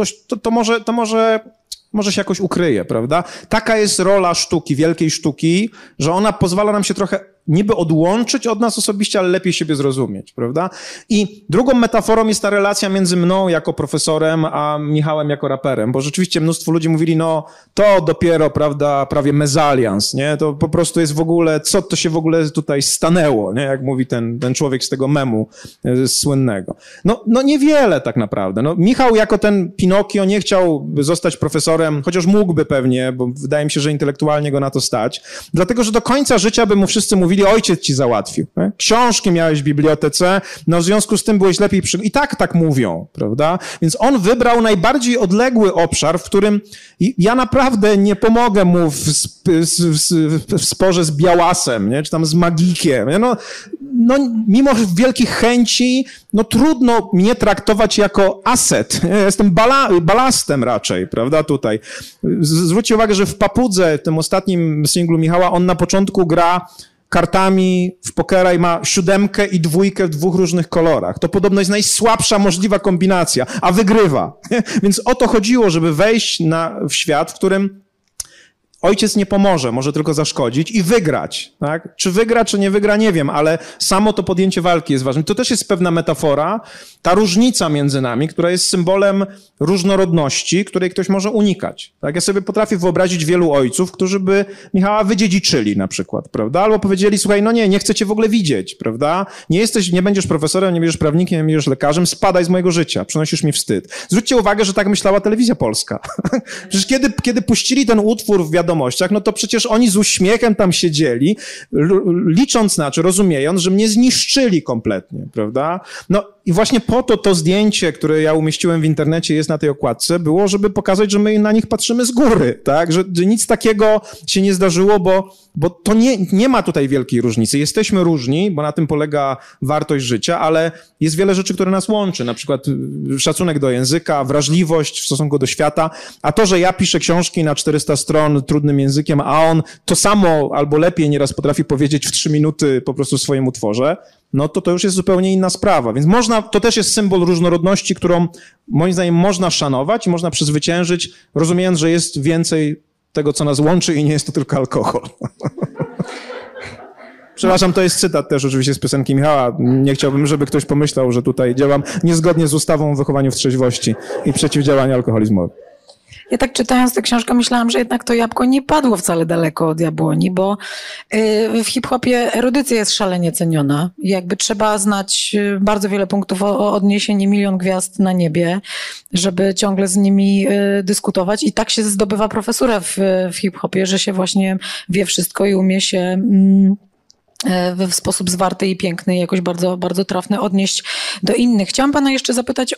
to może się jakoś ukryje, prawda? Taka jest rola sztuki, wielkiej sztuki, że ona pozwala nam się trochę niby odłączyć od nas osobiście, ale lepiej siebie zrozumieć, prawda? I drugą metaforą jest ta relacja między mną jako profesorem, a Michałem jako raperem, bo rzeczywiście mnóstwo ludzi mówili, no to dopiero, prawda, prawie mezalians, nie? To po prostu jest w ogóle, co to się w ogóle tutaj stanęło, nie? Jak mówi ten człowiek z tego memu słynnego. No niewiele tak naprawdę. No, Michał jako ten Pinokio nie chciał zostać profesorem, chociaż mógłby pewnie, bo wydaje mi się, że intelektualnie go na to stać, dlatego, że do końca życia by mu wszyscy mówili, ojciec ci załatwił. Nie? Książki miałeś w bibliotece, no w związku z tym byłeś lepiej I tak mówią, prawda? Więc on wybrał najbardziej odległy obszar, w którym ja naprawdę nie pomogę mu w sporze z Białasem, nie? Czy tam z Magikiem. Nie? No mimo wielkich chęci, no trudno mnie traktować jako aset. Ja jestem balastem raczej, prawda, tutaj. Zwróćcie uwagę, że w Papudze, tym ostatnim singlu Michała, on na początku gra kartami w pokera i ma 7 i 2 w 2 różnych kolorach. To podobno jest najsłabsza możliwa kombinacja, a wygrywa. Więc o to chodziło, żeby wejść w świat, w którym ojciec nie pomoże, może tylko zaszkodzić i wygrać. Tak? Czy wygra, czy nie wygra, nie wiem, ale samo to podjęcie walki jest ważne. To też jest pewna metafora, ta różnica między nami, która jest symbolem różnorodności, której ktoś może unikać. Tak? Ja sobie potrafię wyobrazić wielu ojców, którzy by Michała wydziedziczyli na przykład, prawda? Albo powiedzieli, słuchaj, no nie chcę cię w ogóle widzieć, prawda? Nie będziesz profesorem, nie będziesz prawnikiem, nie będziesz lekarzem, spadaj z mojego życia, przynosisz mi wstyd. Zwróćcie uwagę, że tak myślała telewizja polska. Przecież kiedy puścili ten utwór w wiadomościach, no to przecież oni z uśmiechem tam siedzieli, licząc na, czy rozumiejąc, że mnie zniszczyli kompletnie, prawda? No i właśnie po to zdjęcie, które ja umieściłem w internecie, jest na tej okładce, było, żeby pokazać, że my na nich patrzymy z góry, tak? Że nic takiego się nie zdarzyło, bo to nie ma tutaj wielkiej różnicy. Jesteśmy różni, bo na tym polega wartość życia, ale jest wiele rzeczy, które nas łączy, na przykład szacunek do języka, wrażliwość w stosunku do świata, a to, że ja piszę książki na 400 stron trudnym językiem, a on to samo albo lepiej nieraz potrafi powiedzieć w 3 minuty po prostu w swoim utworze, no to już jest zupełnie inna sprawa. Więc to też jest symbol różnorodności, którą moim zdaniem można szanować i można przezwyciężyć, rozumiejąc, że jest więcej tego, co nas łączy i nie jest to tylko alkohol. Przepraszam, to jest cytat też oczywiście z piosenki Michała. Nie chciałbym, żeby ktoś pomyślał, że tutaj działam niezgodnie z ustawą o wychowaniu w trzeźwości i przeciwdziałaniu alkoholizmowi. Ja tak czytając tę książkę myślałam, że jednak to jabłko nie padło wcale daleko od jabłoni, bo w hip-hopie erudycja jest szalenie ceniona. Jakby trzeba znać bardzo wiele punktów odniesień i milion gwiazd na niebie, żeby ciągle z nimi dyskutować. I tak się zdobywa profesurę w hip-hopie, że się właśnie wie wszystko i umie się w sposób zwarty i piękny i jakoś bardzo, bardzo trafny odnieść do innych. Chciałam pana jeszcze zapytać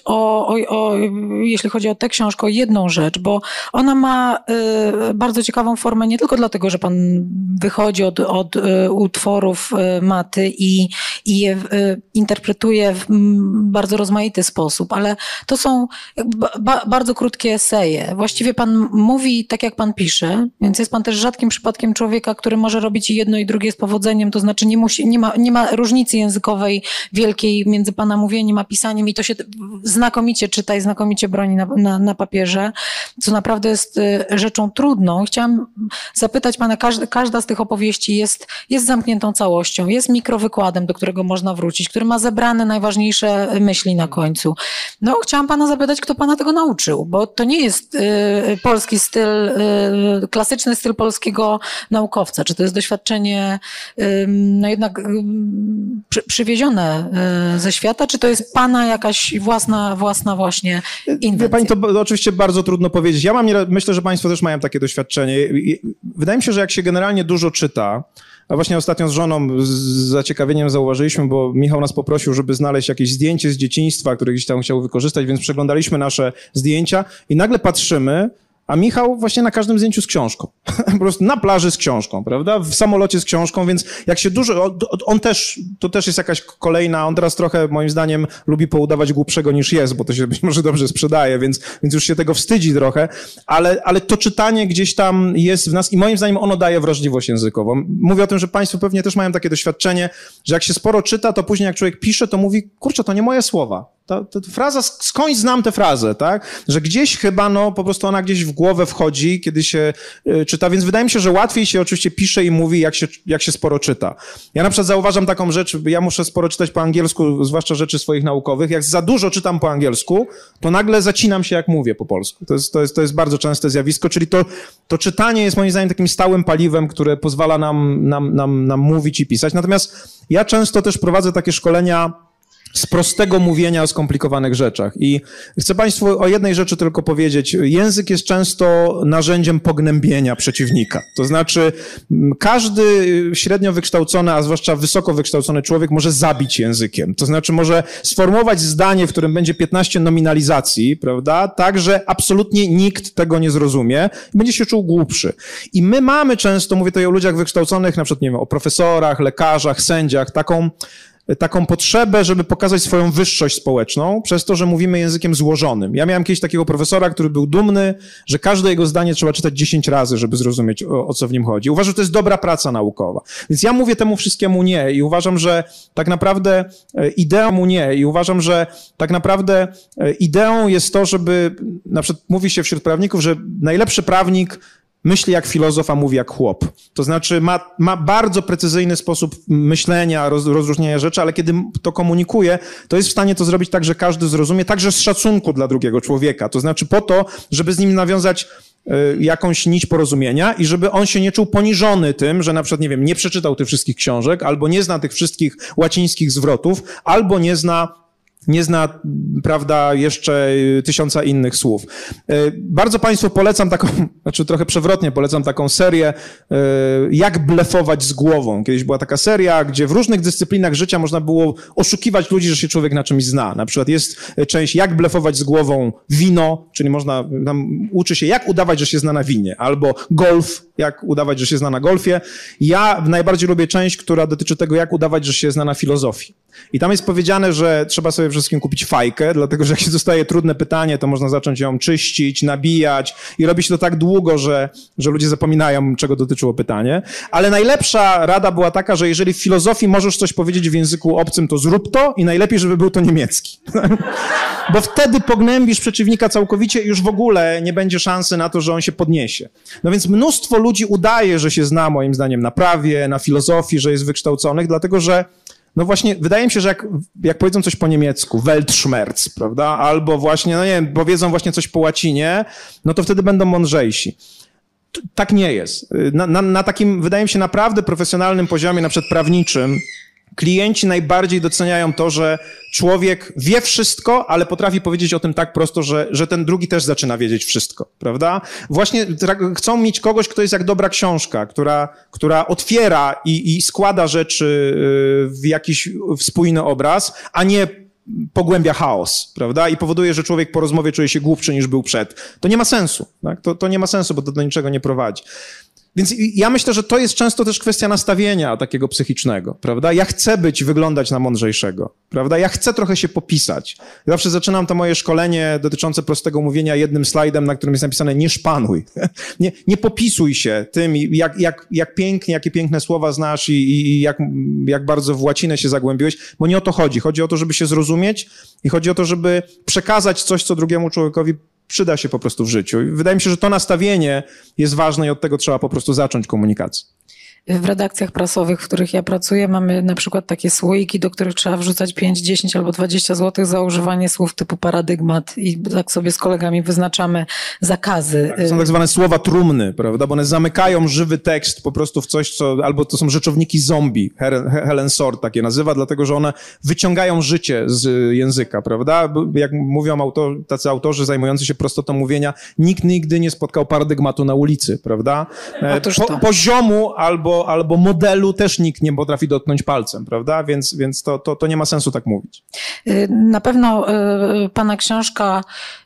jeśli chodzi o tę książkę, o jedną rzecz, bo ona ma bardzo ciekawą formę nie tylko dlatego, że pan wychodzi od utworów Maty i je interpretuje w bardzo rozmaity sposób, ale to są bardzo krótkie eseje. Właściwie pan mówi tak, jak pan pisze, więc jest pan też rzadkim przypadkiem człowieka, który może robić i jedno i drugie z powodzeniem, to znaczy nie ma różnicy językowej wielkiej między pana mówieniem a pisaniem i to się znakomicie czyta i znakomicie broni na papierze, co naprawdę jest rzeczą trudną. Chciałam zapytać pana, każda z tych opowieści jest zamkniętą całością, jest mikrowykładem, do którego można wrócić, który ma zebrane najważniejsze myśli na końcu. No, chciałam pana zapytać, kto pana tego nauczył, bo to nie jest polski styl, klasyczny styl polskiego naukowca. Czy to jest doświadczenie no jednak przywiezione ze świata, czy to jest pana jakaś własna właśnie inwencja? Wie pani, to oczywiście bardzo trudno powiedzieć. Myślę, że państwo też mają takie doświadczenie. Wydaje mi się, że jak się generalnie dużo czyta, a właśnie ostatnio z żoną z zaciekawieniem zauważyliśmy, bo Michał nas poprosił, żeby znaleźć jakieś zdjęcie z dzieciństwa, które gdzieś tam chciał wykorzystać, więc przeglądaliśmy nasze zdjęcia i nagle patrzymy, a Michał właśnie na każdym zdjęciu z książką. Po prostu na plaży z książką, prawda? W samolocie z książką, więc jak się dużo... On też, to też jest jakaś kolejna... On teraz trochę, moim zdaniem, lubi poudawać głupszego niż jest, bo to się być może dobrze sprzedaje, więc już się tego wstydzi trochę, ale to czytanie gdzieś tam jest w nas i moim zdaniem ono daje wrażliwość językową. Mówię o tym, że państwo pewnie też mają takie doświadczenie, że jak się sporo czyta, to później jak człowiek pisze, to mówi, kurczę, to nie moje słowa. Ta fraza, skądś znam tę frazę, tak? Że gdzieś chyba, po prostu ona gdzieś w głowę wchodzi, kiedy się czyta, więc wydaje mi się, że łatwiej się oczywiście pisze i mówi, jak się sporo czyta. Ja na przykład zauważam taką rzecz, ja muszę sporo czytać po angielsku, zwłaszcza rzeczy swoich naukowych. Jak za dużo czytam po angielsku, to nagle zacinam się, jak mówię po polsku. To jest bardzo częste zjawisko, czyli to czytanie jest moim zdaniem takim stałym paliwem, które pozwala nam mówić i pisać. Natomiast ja często też prowadzę takie szkolenia z prostego mówienia o skomplikowanych rzeczach. I chcę państwu o jednej rzeczy tylko powiedzieć. Język jest często narzędziem pognębienia przeciwnika. To znaczy każdy średnio wykształcony, a zwłaszcza wysoko wykształcony człowiek może zabić językiem. To znaczy może sformułować zdanie, w którym będzie 15 nominalizacji, prawda? Tak, że absolutnie nikt tego nie zrozumie i będzie się czuł głupszy. I my mamy często, mówię tutaj o ludziach wykształconych, na przykład, nie wiem, o profesorach, lekarzach, sędziach, taką potrzebę, żeby pokazać swoją wyższość społeczną przez to, że mówimy językiem złożonym. Ja miałem kiedyś takiego profesora, który był dumny, że każde jego zdanie trzeba czytać 10 razy, żeby zrozumieć, o co w nim chodzi. Uważam, że to jest dobra praca naukowa. Więc ja mówię temu wszystkiemu nie i uważam, że tak naprawdę ideą jest to, żeby, na przykład mówi się wśród prawników, że najlepszy prawnik myśli jak filozof, a mówi jak chłop. To znaczy ma bardzo precyzyjny sposób myślenia, rozróżnienia rzeczy, ale kiedy to komunikuje, to jest w stanie to zrobić tak, że każdy zrozumie, także z szacunku dla drugiego człowieka. To znaczy po to, żeby z nim nawiązać jakąś nić porozumienia i żeby on się nie czuł poniżony tym, że na przykład, nie wiem, nie przeczytał tych wszystkich książek, albo nie zna tych wszystkich łacińskich zwrotów, albo nie zna, prawda, jeszcze 1000 innych słów. Bardzo państwu polecam taką, znaczy trochę przewrotnie polecam taką serię Jak blefować z głową. Kiedyś była taka seria, gdzie w różnych dyscyplinach życia można było oszukiwać ludzi, że się człowiek na czymś zna. Na przykład jest część Jak blefować z głową wino, czyli uczy się jak udawać, że się zna na winie, albo golf, jak udawać, że się zna na golfie. Ja najbardziej lubię część, która dotyczy tego, jak udawać, że się zna na filozofii. I tam jest powiedziane, że trzeba sobie wszystkim kupić fajkę, dlatego że jak się dostaje trudne pytanie, to można zacząć ją czyścić, nabijać i robi się to tak długo, że ludzie zapominają, czego dotyczyło pytanie. Ale najlepsza rada była taka, że jeżeli w filozofii możesz coś powiedzieć w języku obcym, to zrób to i najlepiej, żeby był to niemiecki. bo wtedy pognębisz przeciwnika całkowicie i już w ogóle nie będzie szansy na to, że on się podniesie. No więc mnóstwo ludzi udaje, że się zna, moim zdaniem, na prawie, na filozofii, że jest wykształconych, dlatego że no właśnie, wydaje mi się, że jak powiedzą coś po niemiecku, Weltschmerz, prawda, albo właśnie, no nie wiem, powiedzą właśnie coś po łacinie, no to wtedy będą mądrzejsi. Tak nie jest. Na takim, wydaje mi się, naprawdę profesjonalnym poziomie, na przykład prawniczym, klienci najbardziej doceniają to, że człowiek wie wszystko, ale potrafi powiedzieć o tym tak prosto, że ten drugi też zaczyna wiedzieć wszystko, prawda? Właśnie chcą mieć kogoś, kto jest jak dobra książka, która otwiera i składa rzeczy w jakiś spójny obraz, a nie pogłębia chaos, prawda? I powoduje, że człowiek po rozmowie czuje się głupszy niż był przed. To nie ma sensu, tak? To nie ma sensu, bo to do niczego nie prowadzi. Więc ja myślę, że to jest często też kwestia nastawienia takiego psychicznego, prawda? Ja chcę wyglądać na mądrzejszego, prawda? Ja chcę trochę się popisać. Zawsze zaczynam to moje szkolenie dotyczące prostego mówienia jednym slajdem, na którym jest napisane nie szpanuj. Nie popisuj się tym, jak pięknie, jakie piękne słowa znasz i jak bardzo w łacinę się zagłębiłeś, bo nie o to chodzi. Chodzi o to, żeby się zrozumieć i chodzi o to, żeby przekazać coś, co drugiemu człowiekowi przyda się po prostu w życiu. I wydaje mi się, że to nastawienie jest ważne i od tego trzeba po prostu zacząć komunikację. W redakcjach prasowych, w których ja pracuję, mamy na przykład takie słoiki, do których trzeba wrzucać 5, 10 albo 20 zł za używanie słów typu paradygmat i tak sobie z kolegami wyznaczamy zakazy. Tak, to są tak zwane słowa trumny, prawda, bo one zamykają żywy tekst po prostu w coś, albo to są rzeczowniki zombie, Helen Sort takie nazywa, dlatego, że one wyciągają życie z języka, prawda, jak mówią tacy autorzy zajmujący się prostotą mówienia, nikt nigdy nie spotkał paradygmatu na ulicy, prawda, poziomu albo modelu też nikt nie potrafi dotknąć palcem, prawda? Więc to nie ma sensu tak mówić. Na pewno pana książka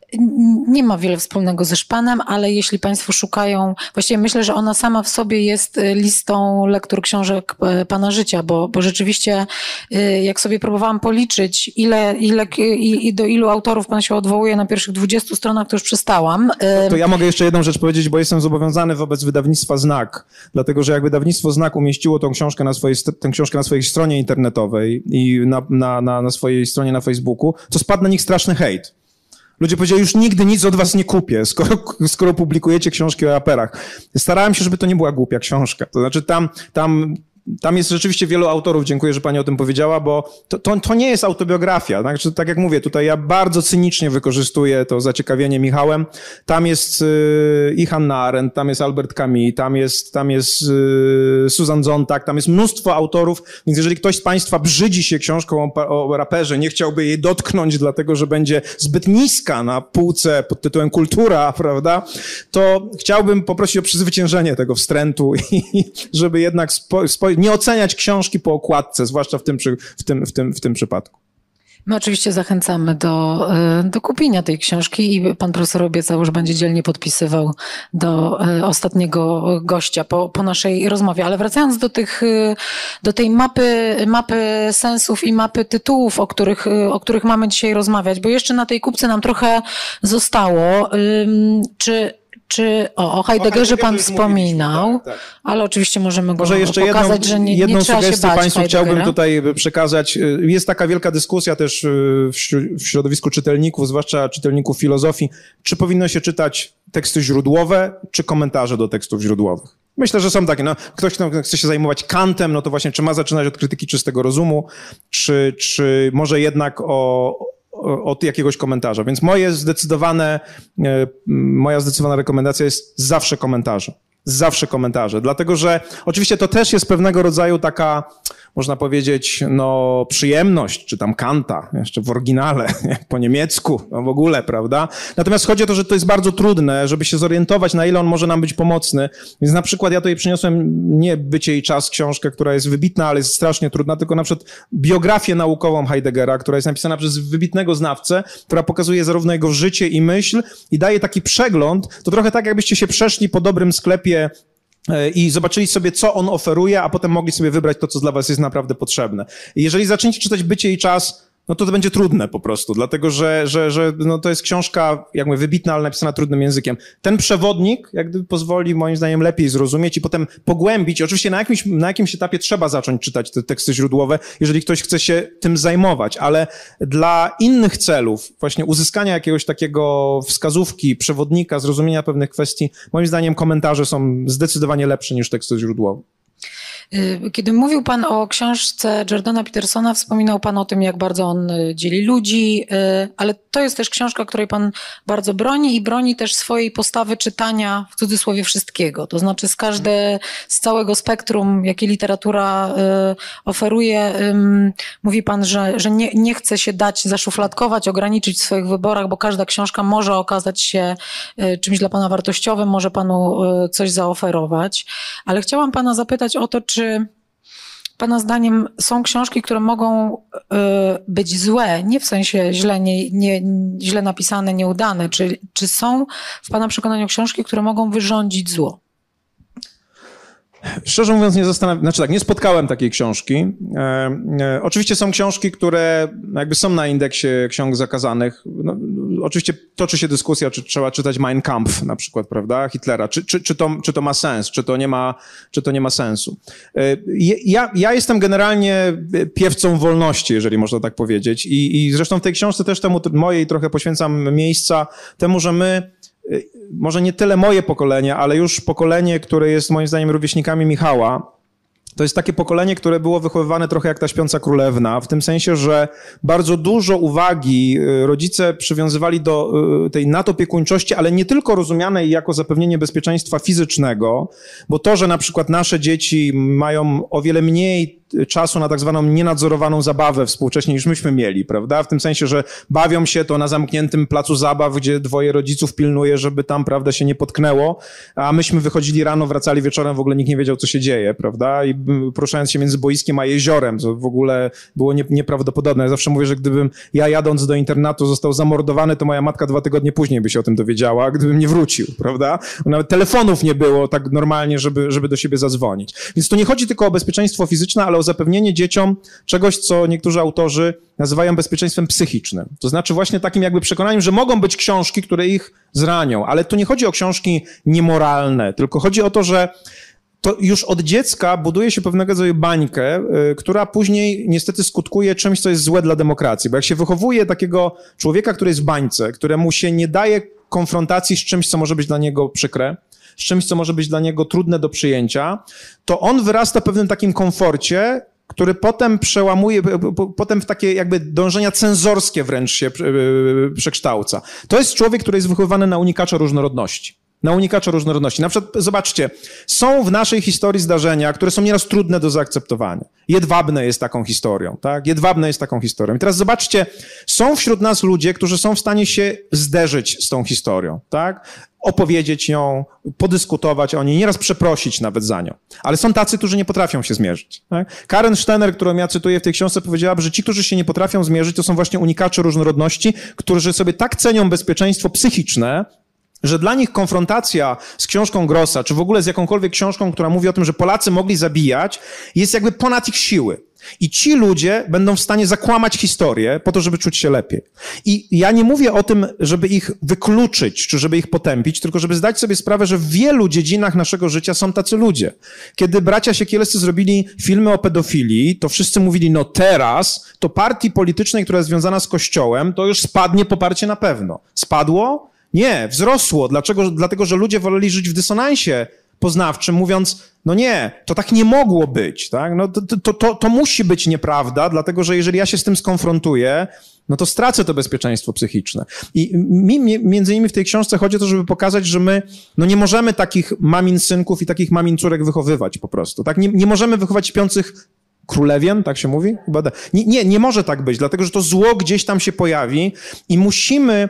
nie ma wiele wspólnego ze szpanem, ale jeśli państwo szukają, właściwie myślę, że ona sama w sobie jest listą lektur książek pana życia, bo rzeczywiście jak sobie próbowałam policzyć, do ilu autorów pan się odwołuje na pierwszych 20 stronach, to już przestałam. To ja mogę jeszcze jedną rzecz powiedzieć, bo jestem zobowiązany wobec wydawnictwa Znak, dlatego że jak wydawnictwo Znak umieściło tę książkę na swojej stronie internetowej i na swojej stronie na Facebooku, to spadł na nich straszny hejt. Ludzie powiedzieli, już nigdy nic od was nie kupię, skoro publikujecie książki o raperach. Starałem się, żeby to nie była głupia książka. To znaczy tam jest rzeczywiście wielu autorów, dziękuję, że pani o tym powiedziała, bo to nie jest autobiografia. Znaczy, tak jak mówię, tutaj ja bardzo cynicznie wykorzystuję to zaciekawienie Michałem. Tam jest i Hannah Arendt, tam jest Albert Camus, tam jest Susan Sontag, tam jest mnóstwo autorów, więc jeżeli ktoś z państwa brzydzi się książką o raperze, nie chciałby jej dotknąć, dlatego że będzie zbyt niska na półce pod tytułem kultura, prawda, to chciałbym poprosić o przezwyciężenie tego wstrętu i żeby jednak nie oceniać książki po okładce, zwłaszcza w tym przypadku. My oczywiście zachęcamy do kupienia tej książki i pan profesor obiecał, że będzie dzielnie podpisywał do ostatniego gościa po naszej rozmowie. Ale wracając do tej mapy sensów i mapy tytułów, o których mamy dzisiaj rozmawiać, bo jeszcze na tej kupce nam trochę zostało. O Heideggerze pan wspominał, tak. Ale oczywiście możemy go pokazać, że nie trzeba się bać państwu chciałbym tutaj przekazać. Jest taka wielka dyskusja też w środowisku czytelników, zwłaszcza czytelników filozofii, czy powinno się czytać teksty źródłowe, czy komentarze do tekstów źródłowych. Myślę, że są takie, ktoś, kto chce się zajmować Kantem, no to właśnie czy ma zaczynać od krytyki czystego rozumu, czy może jednak od jakiegoś komentarza. Więc moja zdecydowana rekomendacja jest zawsze komentarze. Zawsze komentarze. Dlatego, że oczywiście to też jest pewnego rodzaju taka, można powiedzieć, przyjemność, czy tam Kanta, jeszcze w oryginale, po niemiecku, w ogóle, prawda? Natomiast chodzi o to, że to jest bardzo trudne, żeby się zorientować, na ile on może nam być pomocny. Więc na przykład ja tutaj przyniosłem nie Bycie i czas, książkę, która jest wybitna, ale jest strasznie trudna, tylko na przykład biografię naukową Heideggera, która jest napisana przez wybitnego znawcę, która pokazuje zarówno jego życie i myśl i daje taki przegląd. To trochę tak, jakbyście się przeszli po dobrym sklepie i zobaczyli sobie, co on oferuje, a potem mogli sobie wybrać to, co dla was jest naprawdę potrzebne. I jeżeli zaczniecie czytać Bycie i czas, no to będzie trudne po prostu, dlatego że no to jest książka jakby wybitna, ale napisana trudnym językiem. Ten przewodnik jak gdyby pozwoli moim zdaniem lepiej zrozumieć i potem pogłębić. Oczywiście na jakimś etapie trzeba zacząć czytać te teksty źródłowe, jeżeli ktoś chce się tym zajmować, ale dla innych celów, właśnie uzyskania jakiegoś takiego wskazówki, przewodnika, zrozumienia pewnych kwestii, moim zdaniem komentarze są zdecydowanie lepsze niż teksty źródłowe. Kiedy mówił pan o książce Jordana Petersona, wspominał pan o tym, jak bardzo on dzieli ludzi, ale to jest też książka, której pan bardzo broni i broni też swojej postawy czytania, w cudzysłowie, wszystkiego. To znaczy z całego spektrum, jakie literatura oferuje, mówi pan, że nie chce się dać zaszufladkować, ograniczyć w swoich wyborach, bo każda książka może okazać się czymś dla pana wartościowym, może panu coś zaoferować. Ale chciałam pana zapytać o to, czy pana zdaniem są książki, które mogą być złe, nie w sensie źle napisane, nieudane. Czy są w pana przekonaniu książki, które mogą wyrządzić zło? Szczerze mówiąc, nie spotkałem takiej książki. Oczywiście są książki, które jakby są na indeksie ksiąg zakazanych. No, oczywiście toczy się dyskusja, czy trzeba czytać Mein Kampf na przykład, prawda, Hitlera, czy to ma sens, czy to nie ma sensu. Ja jestem generalnie piewcą wolności, jeżeli można tak powiedzieć, i zresztą w tej książce też temu mojej trochę poświęcam miejsca temu, że my, może nie tyle moje pokolenie, ale już pokolenie, które jest moim zdaniem rówieśnikami Michała, to jest takie pokolenie, które było wychowywane trochę jak ta Śpiąca Królewna, w tym sensie, że bardzo dużo uwagi rodzice przywiązywali do tej nadopiekuńczości, ale nie tylko rozumianej jako zapewnienie bezpieczeństwa fizycznego, bo to, że na przykład nasze dzieci mają o wiele mniej czasu na tak zwaną nienadzorowaną zabawę współcześnie niż myśmy mieli, prawda? W tym sensie, że bawią się to na zamkniętym placu zabaw, gdzie dwoje rodziców pilnuje, żeby tam, prawda, się nie potknęło, a myśmy wychodzili rano, wracali wieczorem, w ogóle nikt nie wiedział, co się dzieje, prawda? I poruszając się między boiskiem a jeziorem, co w ogóle było nieprawdopodobne. Ja zawsze mówię, że gdybym ja jadąc do internatu został zamordowany, to moja matka 2 tygodnie później by się o tym dowiedziała, gdybym nie wrócił, prawda? Nawet telefonów nie było tak normalnie, żeby do siebie zadzwonić. Więc to nie chodzi tylko o bezpieczeństwo fizyczne, ale o zapewnienie dzieciom czegoś, co niektórzy autorzy nazywają bezpieczeństwem psychicznym. To znaczy właśnie takim jakby przekonaniem, że mogą być książki, które ich zranią, ale tu nie chodzi o książki niemoralne, tylko chodzi o to, że to już od dziecka buduje się pewnego rodzaju bańkę, która później niestety skutkuje czymś, co jest złe dla demokracji. Bo jak się wychowuje takiego człowieka, który jest w bańce, któremu się nie daje konfrontacji z czymś, co może być dla niego przykre, z czymś, co może być dla niego trudne do przyjęcia, to on wyrasta w pewnym takim komforcie, który potem przełamuje, potem w takie jakby dążenia cenzorskie wręcz się przekształca. To jest człowiek, który jest wychowywany na unikacza różnorodności. Na przykład, zobaczcie, są w naszej historii zdarzenia, które są nieraz trudne do zaakceptowania. Jedwabne jest taką historią, tak? I teraz zobaczcie, są wśród nas ludzie, którzy są w stanie się zderzyć z tą historią, tak? Opowiedzieć ją, podyskutować o niej, nieraz przeprosić nawet za nią. Ale są tacy, którzy nie potrafią się zmierzyć. Tak? Karen Sztener, którą ja cytuję w tej książce, powiedziała, że ci, którzy się nie potrafią zmierzyć, to są właśnie unikacze różnorodności, którzy sobie tak cenią bezpieczeństwo psychiczne, że dla nich konfrontacja z książką Grossa, czy w ogóle z jakąkolwiek książką, która mówi o tym, że Polacy mogli zabijać, jest jakby ponad ich siły. I ci ludzie będą w stanie zakłamać historię po to, żeby czuć się lepiej. I ja nie mówię o tym, żeby ich wykluczyć, czy żeby ich potępić, tylko żeby zdać sobie sprawę, że w wielu dziedzinach naszego życia są tacy ludzie. Kiedy bracia Siekielscy zrobili filmy o pedofilii, to wszyscy mówili, no teraz to partii politycznej, która jest związana z Kościołem, to już spadnie poparcie na pewno. Spadło? Nie, wzrosło. Dlaczego? Dlatego, że ludzie woleli żyć w dysonansie poznawczym, mówiąc, no nie, to tak nie mogło być, tak? No to musi być nieprawda, dlatego, że jeżeli ja się z tym skonfrontuję, no to stracę to bezpieczeństwo psychiczne. I między innymi w tej książce chodzi o to, żeby pokazać, że my no nie możemy takich mamin synków i takich mamin córek wychowywać po prostu, tak? Nie możemy wychować śpiących królewien, tak się mówi? Chyba nie może tak być, dlatego, że to zło gdzieś tam się pojawi i musimy...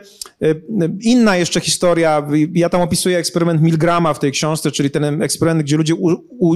Inna jeszcze historia, ja tam opisuję eksperyment Milgrama w tej książce, czyli ten eksperyment, gdzie ludzie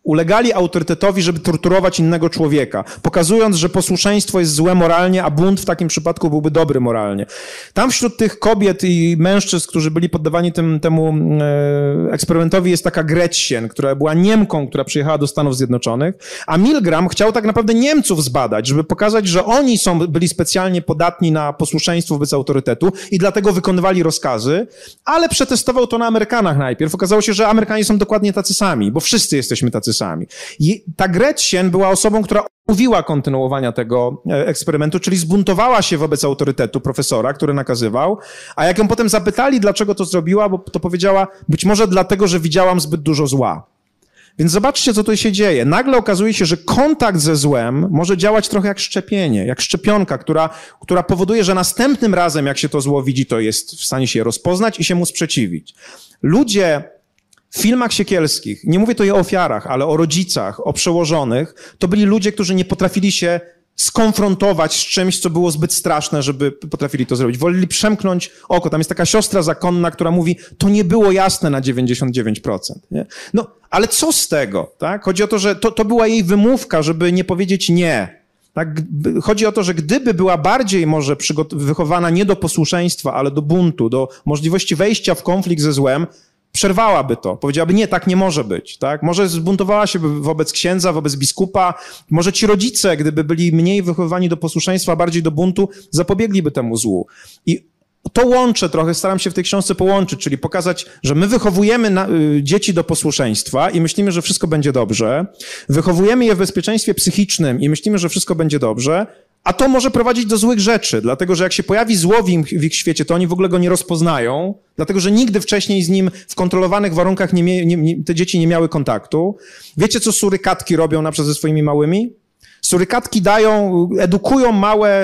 ulegali autorytetowi, żeby torturować innego człowieka, pokazując, że posłuszeństwo jest złe moralnie, a bunt w takim przypadku byłby dobry moralnie. Tam wśród tych kobiet i mężczyzn, którzy byli poddawani temu eksperymentowi, jest taka Gretchen, która była Niemką, która przyjechała do Stanów Zjednoczonych, a Milgram chciał tak naprawdę Niemców zbadać, żeby pokazać, że oni byli specjalnie podatni na posłuszeństwo wobec autorytetu i dlatego wykonywali rozkazy, ale przetestował to na Amerykanach najpierw. Okazało się, że Amerykanie są dokładnie tacy sami, bo wszyscy jesteśmy tacy sami. I ta Gretchen była osobą, która odmówiła kontynuowania tego eksperymentu, czyli zbuntowała się wobec autorytetu profesora, który nakazywał, a jak ją potem zapytali, dlaczego to zrobiła, bo to powiedziała, być może dlatego, że widziałam zbyt dużo zła. Więc zobaczcie, co tu się dzieje. Nagle okazuje się, że kontakt ze złem może działać trochę jak szczepienie, jak szczepionka, która powoduje, że następnym razem, jak się to zło widzi, to jest w stanie się je rozpoznać i się mu sprzeciwić. Ludzie w filmach siekielskich, nie mówię tutaj o ofiarach, ale o rodzicach, o przełożonych, to byli ludzie, którzy nie potrafili się skonfrontować z czymś, co było zbyt straszne, żeby potrafili to zrobić. Woleli przemknąć oko. Tam jest taka siostra zakonna, która mówi, to nie było jasne na 99%. Nie? No, ale co z tego? Tak? Chodzi o to, że to była jej wymówka, żeby nie powiedzieć nie. Tak? Chodzi o to, że gdyby była bardziej może wychowana nie do posłuszeństwa, ale do buntu, do możliwości wejścia w konflikt ze złem, przerwałaby to. Powiedziałaby, nie, tak nie może być. Tak? Może zbuntowała się wobec księdza, wobec biskupa. Może ci rodzice, gdyby byli mniej wychowywani do posłuszeństwa, bardziej do buntu, zapobiegliby temu złu. I to łączę trochę, staram się w tej książce połączyć, czyli pokazać, że my wychowujemy dzieci do posłuszeństwa i myślimy, że wszystko będzie dobrze. Wychowujemy je w bezpieczeństwie psychicznym i myślimy, że wszystko będzie dobrze, a to może prowadzić do złych rzeczy, dlatego że jak się pojawi zło w ich świecie, to oni w ogóle go nie rozpoznają, dlatego że nigdy wcześniej z nim w kontrolowanych warunkach te dzieci nie miały kontaktu. Wiecie, co surykatki robią na przykład ze swoimi małymi? Surykatki edukują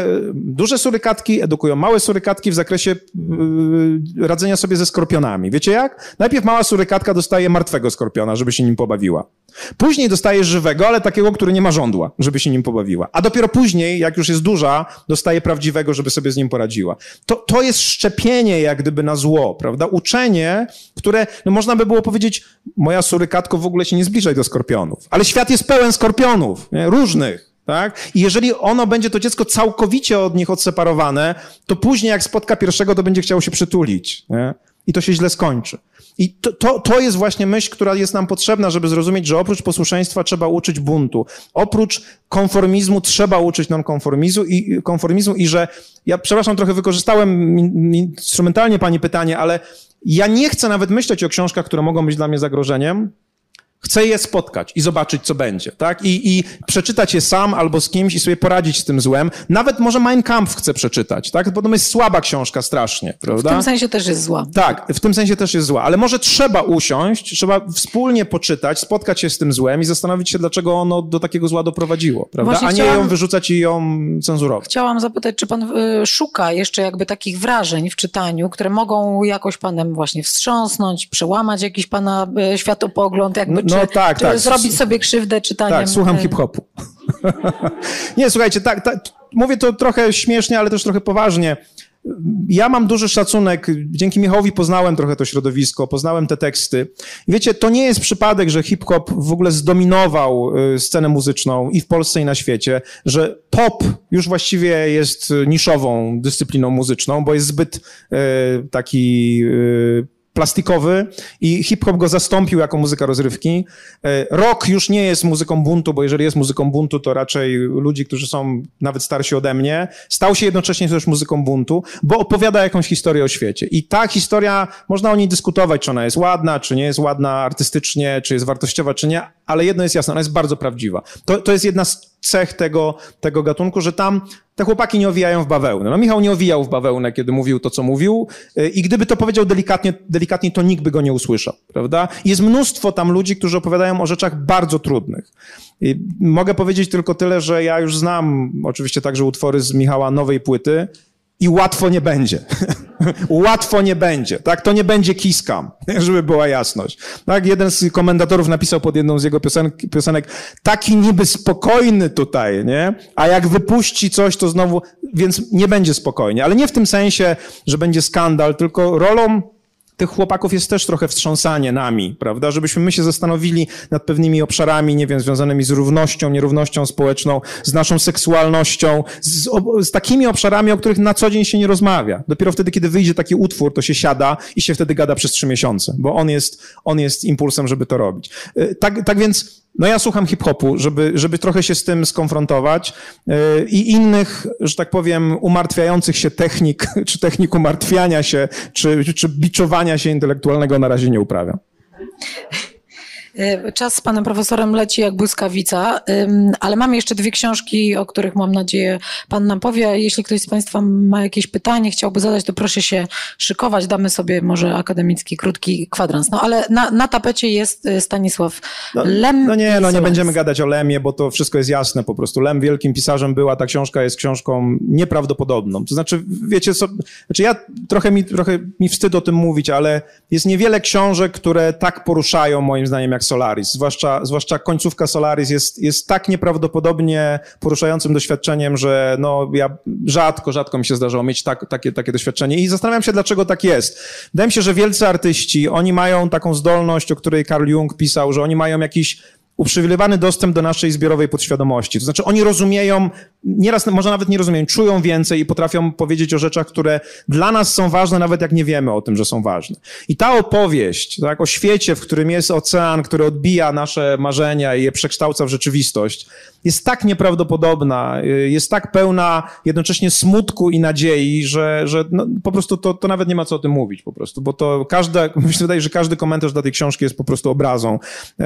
duże surykatki, edukują małe surykatki w zakresie radzenia sobie ze skorpionami. Wiecie jak? Najpierw mała surykatka dostaje martwego skorpiona, żeby się nim pobawiła. Później dostaje żywego, ale takiego, który nie ma żądła, żeby się nim pobawiła. A dopiero później, jak już jest duża, dostaje prawdziwego, żeby sobie z nim poradziła. To jest szczepienie jak gdyby na zło, prawda? Uczenie, które, no można by było powiedzieć, moja surykatko, w ogóle się nie zbliżaj do skorpionów. Ale świat jest pełen skorpionów, nie? Różnych. Tak? I jeżeli będzie to dziecko całkowicie od nich odseparowane, to później jak spotka pierwszego, to będzie chciało się przytulić. Nie? I to się źle skończy. I to jest właśnie myśl, która jest nam potrzebna, żeby zrozumieć, że oprócz posłuszeństwa trzeba uczyć buntu. Oprócz konformizmu trzeba uczyć konformizmu i że, ja przepraszam, trochę wykorzystałem instrumentalnie pani pytanie, ale ja nie chcę nawet myśleć o książkach, które mogą być dla mnie zagrożeniem. Chcę je spotkać i zobaczyć, co będzie, tak? I przeczytać je sam albo z kimś i sobie poradzić z tym złem. Nawet może Mein Kampf chcę przeczytać, tak? Bo to jest słaba książka strasznie, prawda? W tym sensie też jest zła. Tak, w tym sensie też jest zła. Ale może trzeba usiąść, trzeba wspólnie poczytać, spotkać się z tym złem i zastanowić się, dlaczego ono do takiego zła doprowadziło, prawda? Właśnie a nie ją wyrzucać i ją cenzurować. Chciałam zapytać, czy pan szuka jeszcze jakby takich wrażeń w czytaniu, które mogą jakoś panem właśnie wstrząsnąć, przełamać jakiś pana światopogląd, jakby no, tak. Zrobić sobie krzywdę czytaniem. Tak, słucham hip-hopu. Nie, słuchajcie, tak, mówię to trochę śmiesznie, ale też trochę poważnie. Ja mam duży szacunek, dzięki Michałowi poznałem trochę to środowisko, poznałem te teksty. Wiecie, to nie jest przypadek, że hip-hop w ogóle zdominował scenę muzyczną i w Polsce, i na świecie, że pop już właściwie jest niszową dyscypliną muzyczną, bo jest zbyt taki plastikowy i hip-hop go zastąpił jako muzyka rozrywki. Rock już nie jest muzyką buntu, bo jeżeli jest muzyką buntu, to raczej ludzi, którzy są nawet starsi ode mnie. Stał się jednocześnie też muzyką buntu, bo opowiada jakąś historię o świecie. I ta historia, można o niej dyskutować, czy ona jest ładna, czy nie jest ładna artystycznie, czy jest wartościowa, czy nie, ale jedno jest jasne, ona jest bardzo prawdziwa. To jest jedna z cech tego gatunku, że tam te chłopaki nie owijają w bawełnę. No Michał nie owijał w bawełnę, kiedy mówił to, co mówił i gdyby to powiedział delikatnie, to nikt by go nie usłyszał, prawda? Jest mnóstwo tam ludzi, którzy opowiadają o rzeczach bardzo trudnych. I mogę powiedzieć tylko tyle, że ja już znam oczywiście także utwory z Michała nowej płyty i łatwo nie będzie. Łatwo nie będzie, tak? To nie będzie Kiss Cam, żeby była jasność. Tak? Jeden z komentatorów napisał pod jedną z jego piosenek, taki niby spokojny tutaj, nie? A jak wypuści coś, to znowu, więc nie będzie spokojnie. Ale nie w tym sensie, że będzie skandal, tylko rolą tych chłopaków jest też trochę wstrząsanie nami, prawda? Żebyśmy my się zastanowili nad pewnymi obszarami, nie wiem, związanymi z równością, nierównością społeczną, z naszą seksualnością, z takimi obszarami, o których na co dzień się nie rozmawia. Dopiero wtedy, kiedy wyjdzie taki utwór, to się siada i się wtedy gada przez 3 miesiące, bo on jest impulsem, żeby to robić. Tak więc no ja słucham hip-hopu, żeby trochę się z tym skonfrontować i innych, że tak powiem, umartwiających się technik, czy technik umartwiania się, czy biczowania się intelektualnego na razie nie uprawiam. Czas z panem profesorem leci jak błyskawica, ale mamy jeszcze 2 książki, o których mam nadzieję pan nam powie. Jeśli ktoś z państwa ma jakieś pytanie, chciałby zadać, to proszę się szykować. Damy sobie może akademicki, krótki kwadrans. No ale na tapecie jest Stanisław Lem. No nie będziemy gadać o Lemie, bo to wszystko jest jasne po prostu. Lem wielkim pisarzem był, a ta książka jest książką nieprawdopodobną. To znaczy, wiecie co, ja trochę mi wstyd o tym mówić, ale jest niewiele książek, które tak poruszają moim zdaniem jak Solaris, zwłaszcza końcówka Solaris jest tak nieprawdopodobnie poruszającym doświadczeniem, że no ja rzadko mi się zdarzało mieć takie doświadczenie i zastanawiam się, dlaczego tak jest. Wydaje mi się, że wielcy artyści, oni mają taką zdolność, o której Carl Jung pisał, że oni mają jakiś uprzywilejowany dostęp do naszej zbiorowej podświadomości. To znaczy oni rozumieją, nieraz może nawet nie rozumieją, czują więcej i potrafią powiedzieć o rzeczach, które dla nas są ważne, nawet jak nie wiemy o tym, że są ważne. I ta opowieść, tak, o świecie, w którym jest ocean, który odbija nasze marzenia i je przekształca w rzeczywistość, jest tak nieprawdopodobna, jest tak pełna jednocześnie smutku i nadziei, że no, po prostu to nawet nie ma co o tym mówić po prostu, bo to mi się wydaje, że każdy komentarz dla tej książki jest po prostu obrazą.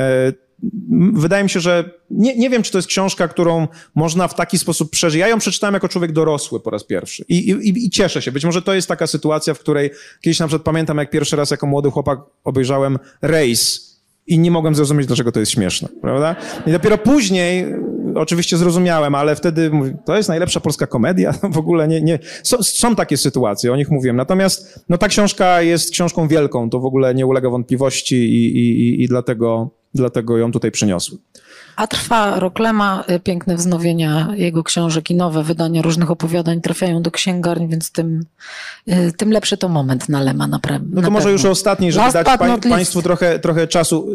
Wydaje mi się, że nie wiem, czy to jest książka, którą można w taki sposób przeżyć. Ja ją przeczytałem jako człowiek dorosły po raz pierwszy i cieszę się. Być może to jest taka sytuacja, w której kiedyś na przykład pamiętam, jak pierwszy raz jako młody chłopak obejrzałem Race i nie mogłem zrozumieć, dlaczego to jest śmieszne, prawda? I dopiero później oczywiście zrozumiałem, ale wtedy mówię, to jest najlepsza polska komedia, w ogóle nie. Są takie sytuacje, o nich mówiłem. Natomiast no, ta książka jest książką wielką, to w ogóle nie ulega wątpliwości i dlatego ją tutaj przyniosłem. A trwa rok Lema, piękne wznowienia jego książek i nowe wydania różnych opowiadań trafiają do księgarni, więc tym lepszy to moment na Lema naprawdę. No to może już o ostatniej, żeby dać państwu trochę czasu.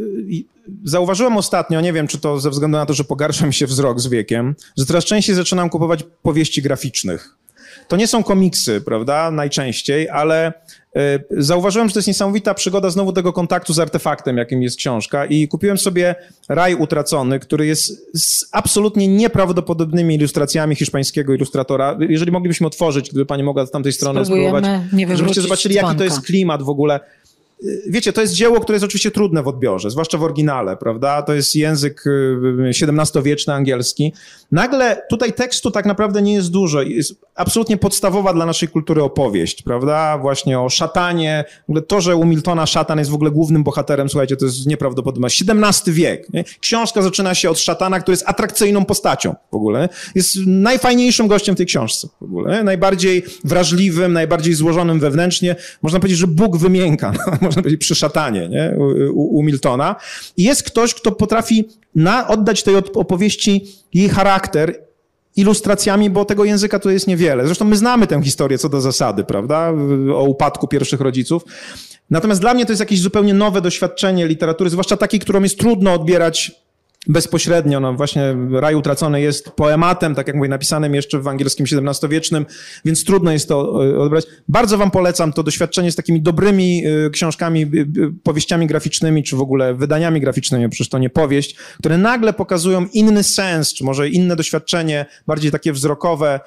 Zauważyłem ostatnio, nie wiem, czy to ze względu na to, że pogarsza mi się wzrok z wiekiem, że coraz częściej zaczynam kupować powieści graficznych. To nie są komiksy, prawda, najczęściej, ale zauważyłem, że to jest niesamowita przygoda znowu tego kontaktu z artefaktem, jakim jest książka i kupiłem sobie Raj Utracony, który jest z absolutnie nieprawdopodobnymi ilustracjami hiszpańskiego ilustratora. Jeżeli moglibyśmy otworzyć, gdyby pani mogła z tamtej strony spróbować, żebyście zobaczyli, jaki to jest klimat w ogóle. Wiecie, to jest dzieło, które jest oczywiście trudne w odbiorze, zwłaszcza w oryginale, prawda? To jest język XVII-wieczny angielski. Nagle tutaj tekstu tak naprawdę nie jest dużo. Jest absolutnie podstawowa dla naszej kultury opowieść, prawda? Właśnie o szatanie. W ogóle to, że u Miltona szatan jest w ogóle głównym bohaterem, słuchajcie, to jest nieprawdopodobne. XVII wiek. Nie? Książka zaczyna się od szatana, który jest atrakcyjną postacią w ogóle. Jest najfajniejszym gościem w tej książce w ogóle. Najbardziej wrażliwym, najbardziej złożonym wewnętrznie. Można powiedzieć, że Bóg wymięka. Można powiedzieć przy szatanie, nie? U Miltona. I jest ktoś, kto potrafi oddać tej opowieści jej charakter ilustracjami, bo tego języka to jest niewiele. Zresztą my znamy tę historię co do zasady, prawda? O upadku pierwszych rodziców. Natomiast dla mnie to jest jakieś zupełnie nowe doświadczenie literatury, zwłaszcza takiej, którą jest trudno odbierać bezpośrednio. No właśnie Raj Utracony jest poematem, tak jak mówię, napisanym jeszcze w angielskim XVII-wiecznym, więc trudno jest to odebrać. Bardzo wam polecam to doświadczenie z takimi dobrymi książkami, powieściami graficznymi, czy w ogóle wydaniami graficznymi, przecież to nie powieść, które nagle pokazują inny sens, czy może inne doświadczenie, bardziej takie wzrokowe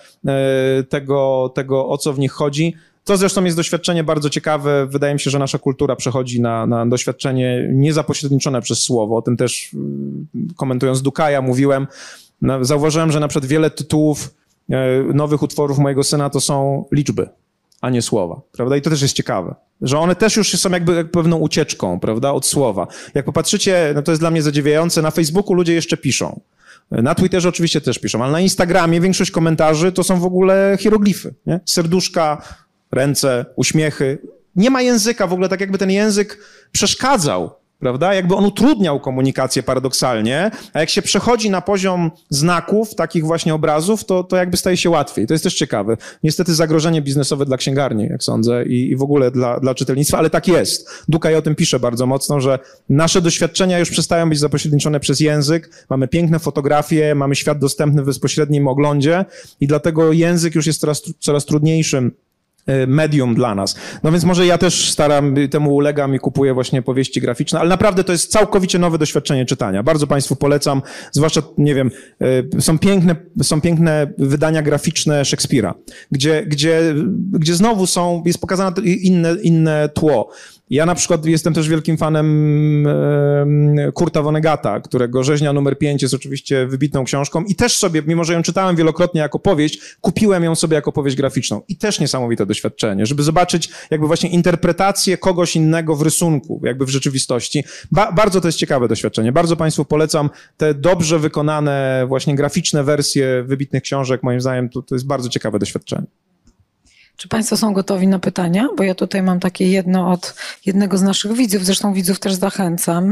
tego o co w nich chodzi. To zresztą jest doświadczenie bardzo ciekawe. Wydaje mi się, że nasza kultura przechodzi na doświadczenie niezapośredniczone przez słowo. O tym też komentując Dukaja mówiłem. Zauważyłem, że na przykład wiele tytułów nowych utworów mojego syna to są liczby, a nie słowa, prawda? I to też jest ciekawe, że one też już są jakby pewną ucieczką, prawda, od słowa. Jak popatrzycie, no to jest dla mnie zadziwiające, na Facebooku ludzie jeszcze piszą. Na Twitterze oczywiście też piszą, ale na Instagramie większość komentarzy to są w ogóle hieroglify, nie? Serduszka, ręce, uśmiechy. Nie ma języka w ogóle, tak jakby ten język przeszkadzał prawda? Jakby on utrudniał komunikację paradoksalnie, a jak się przechodzi na poziom znaków, takich właśnie obrazów, to jakby staje się łatwiej. To jest też ciekawe. Niestety zagrożenie biznesowe dla księgarni, jak sądzę, i w ogóle dla czytelnictwa, ale tak jest. Dukaj o tym pisze bardzo mocno, że nasze doświadczenia już przestają być zapośredniczone przez język, mamy piękne fotografie, mamy świat dostępny w bezpośrednim oglądzie i dlatego język już jest coraz trudniejszym medium dla nas. No więc może ja też temu ulegam i kupuję właśnie powieści graficzne, ale naprawdę to jest całkowicie nowe doświadczenie czytania. Bardzo Państwu polecam, zwłaszcza, nie wiem, są piękne wydania graficzne Szekspira, gdzie znowu jest pokazane inne tło. Ja na przykład jestem też wielkim fanem Kurta Vonnegata, którego Rzeźnia numer 5 jest oczywiście wybitną książką i też sobie, mimo że ją czytałem wielokrotnie jako powieść, kupiłem ją sobie jako powieść graficzną. I też niesamowite doświadczenie, żeby zobaczyć jakby właśnie interpretację kogoś innego w rysunku, jakby w rzeczywistości. Bardzo to jest ciekawe doświadczenie. Bardzo Państwu polecam te dobrze wykonane właśnie graficzne wersje wybitnych książek. Moim zdaniem to jest bardzo ciekawe doświadczenie. Czy Państwo są gotowi na pytania? Bo ja tutaj mam takie jedno od jednego z naszych widzów, zresztą widzów też zachęcam.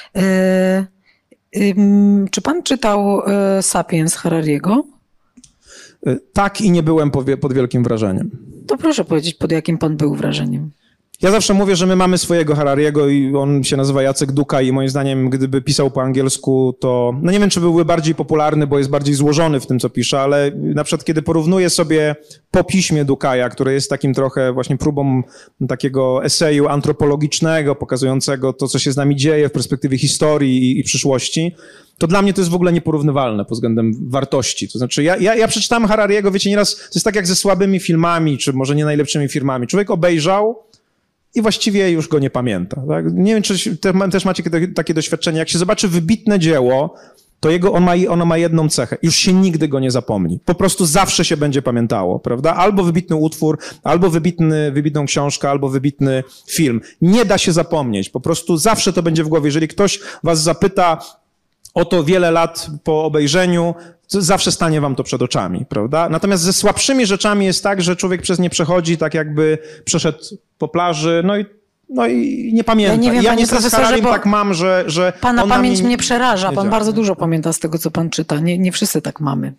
Czy Pan czytał Sapiens Harariego? Tak i nie byłem pod wielkim wrażeniem. To proszę powiedzieć, pod jakim Pan był wrażeniem? Ja zawsze mówię, że my mamy swojego Harariego i on się nazywa Jacek Dukaj i moim zdaniem, gdyby pisał po angielsku, to no nie wiem, czy byłby bardziej popularny, bo jest bardziej złożony w tym, co pisze, ale na przykład kiedy porównuję sobie po piśmie Dukaja, które jest takim trochę właśnie próbą takiego eseju antropologicznego, pokazującego to, co się z nami dzieje w perspektywie historii i przyszłości, to dla mnie to jest w ogóle nieporównywalne pod względem wartości. To znaczy ja przeczytałem Harariego, wiecie, nieraz to jest tak jak ze słabymi filmami, czy może nie najlepszymi filmami. Człowiek obejrzał i właściwie już go nie pamięta. Tak? Nie wiem, czy też macie takie doświadczenie. Jak się zobaczy wybitne dzieło, to ono ma jedną cechę. Już się nigdy go nie zapomni. Po prostu zawsze się będzie pamiętało, prawda? Albo wybitny utwór, albo wybitną książkę, albo wybitny film. Nie da się zapomnieć. Po prostu zawsze to będzie w głowie. Jeżeli ktoś was zapyta o to wiele lat po obejrzeniu, zawsze stanie wam to przed oczami, prawda? Natomiast ze słabszymi rzeczami jest tak, że człowiek przez nie przechodzi, tak jakby przeszedł po plaży, no i nie pamięta. Ja nie wiem, ja niestety z Hararim tak mam, że Pana pamięć mnie przeraża. Pan bardzo dużo pamięta z tego, co pan czyta. Nie wszyscy tak mamy.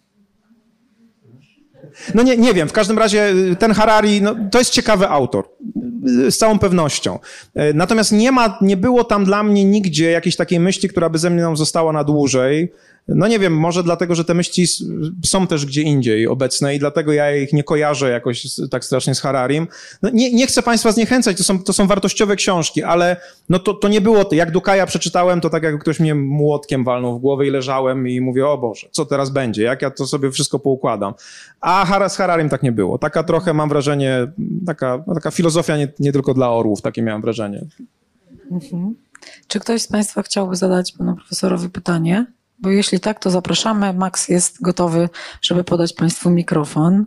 No nie wiem, w każdym razie ten Harari, no, to jest ciekawy autor, z całą pewnością. Natomiast nie było tam dla mnie nigdzie jakiejś takiej myśli, która by ze mną została na dłużej. No nie wiem, może dlatego, że te myśli są też gdzie indziej obecne i dlatego ja ich nie kojarzę jakoś tak strasznie z Hararim. No nie chcę Państwa zniechęcać, to są wartościowe książki, ale no to nie było, jak Dukaja przeczytałem, to tak jak ktoś mnie młotkiem walnął w głowę i leżałem i mówię, o Boże, co teraz będzie, jak ja to sobie wszystko poukładam. A z Hararim tak nie było. Taka trochę, mam wrażenie, taka filozofia nie tylko dla orłów, takie miałem wrażenie. Mhm. Czy ktoś z Państwa chciałby zadać panu profesorowi pytanie? Bo jeśli tak, to zapraszamy. Max jest gotowy, żeby podać Państwu mikrofon.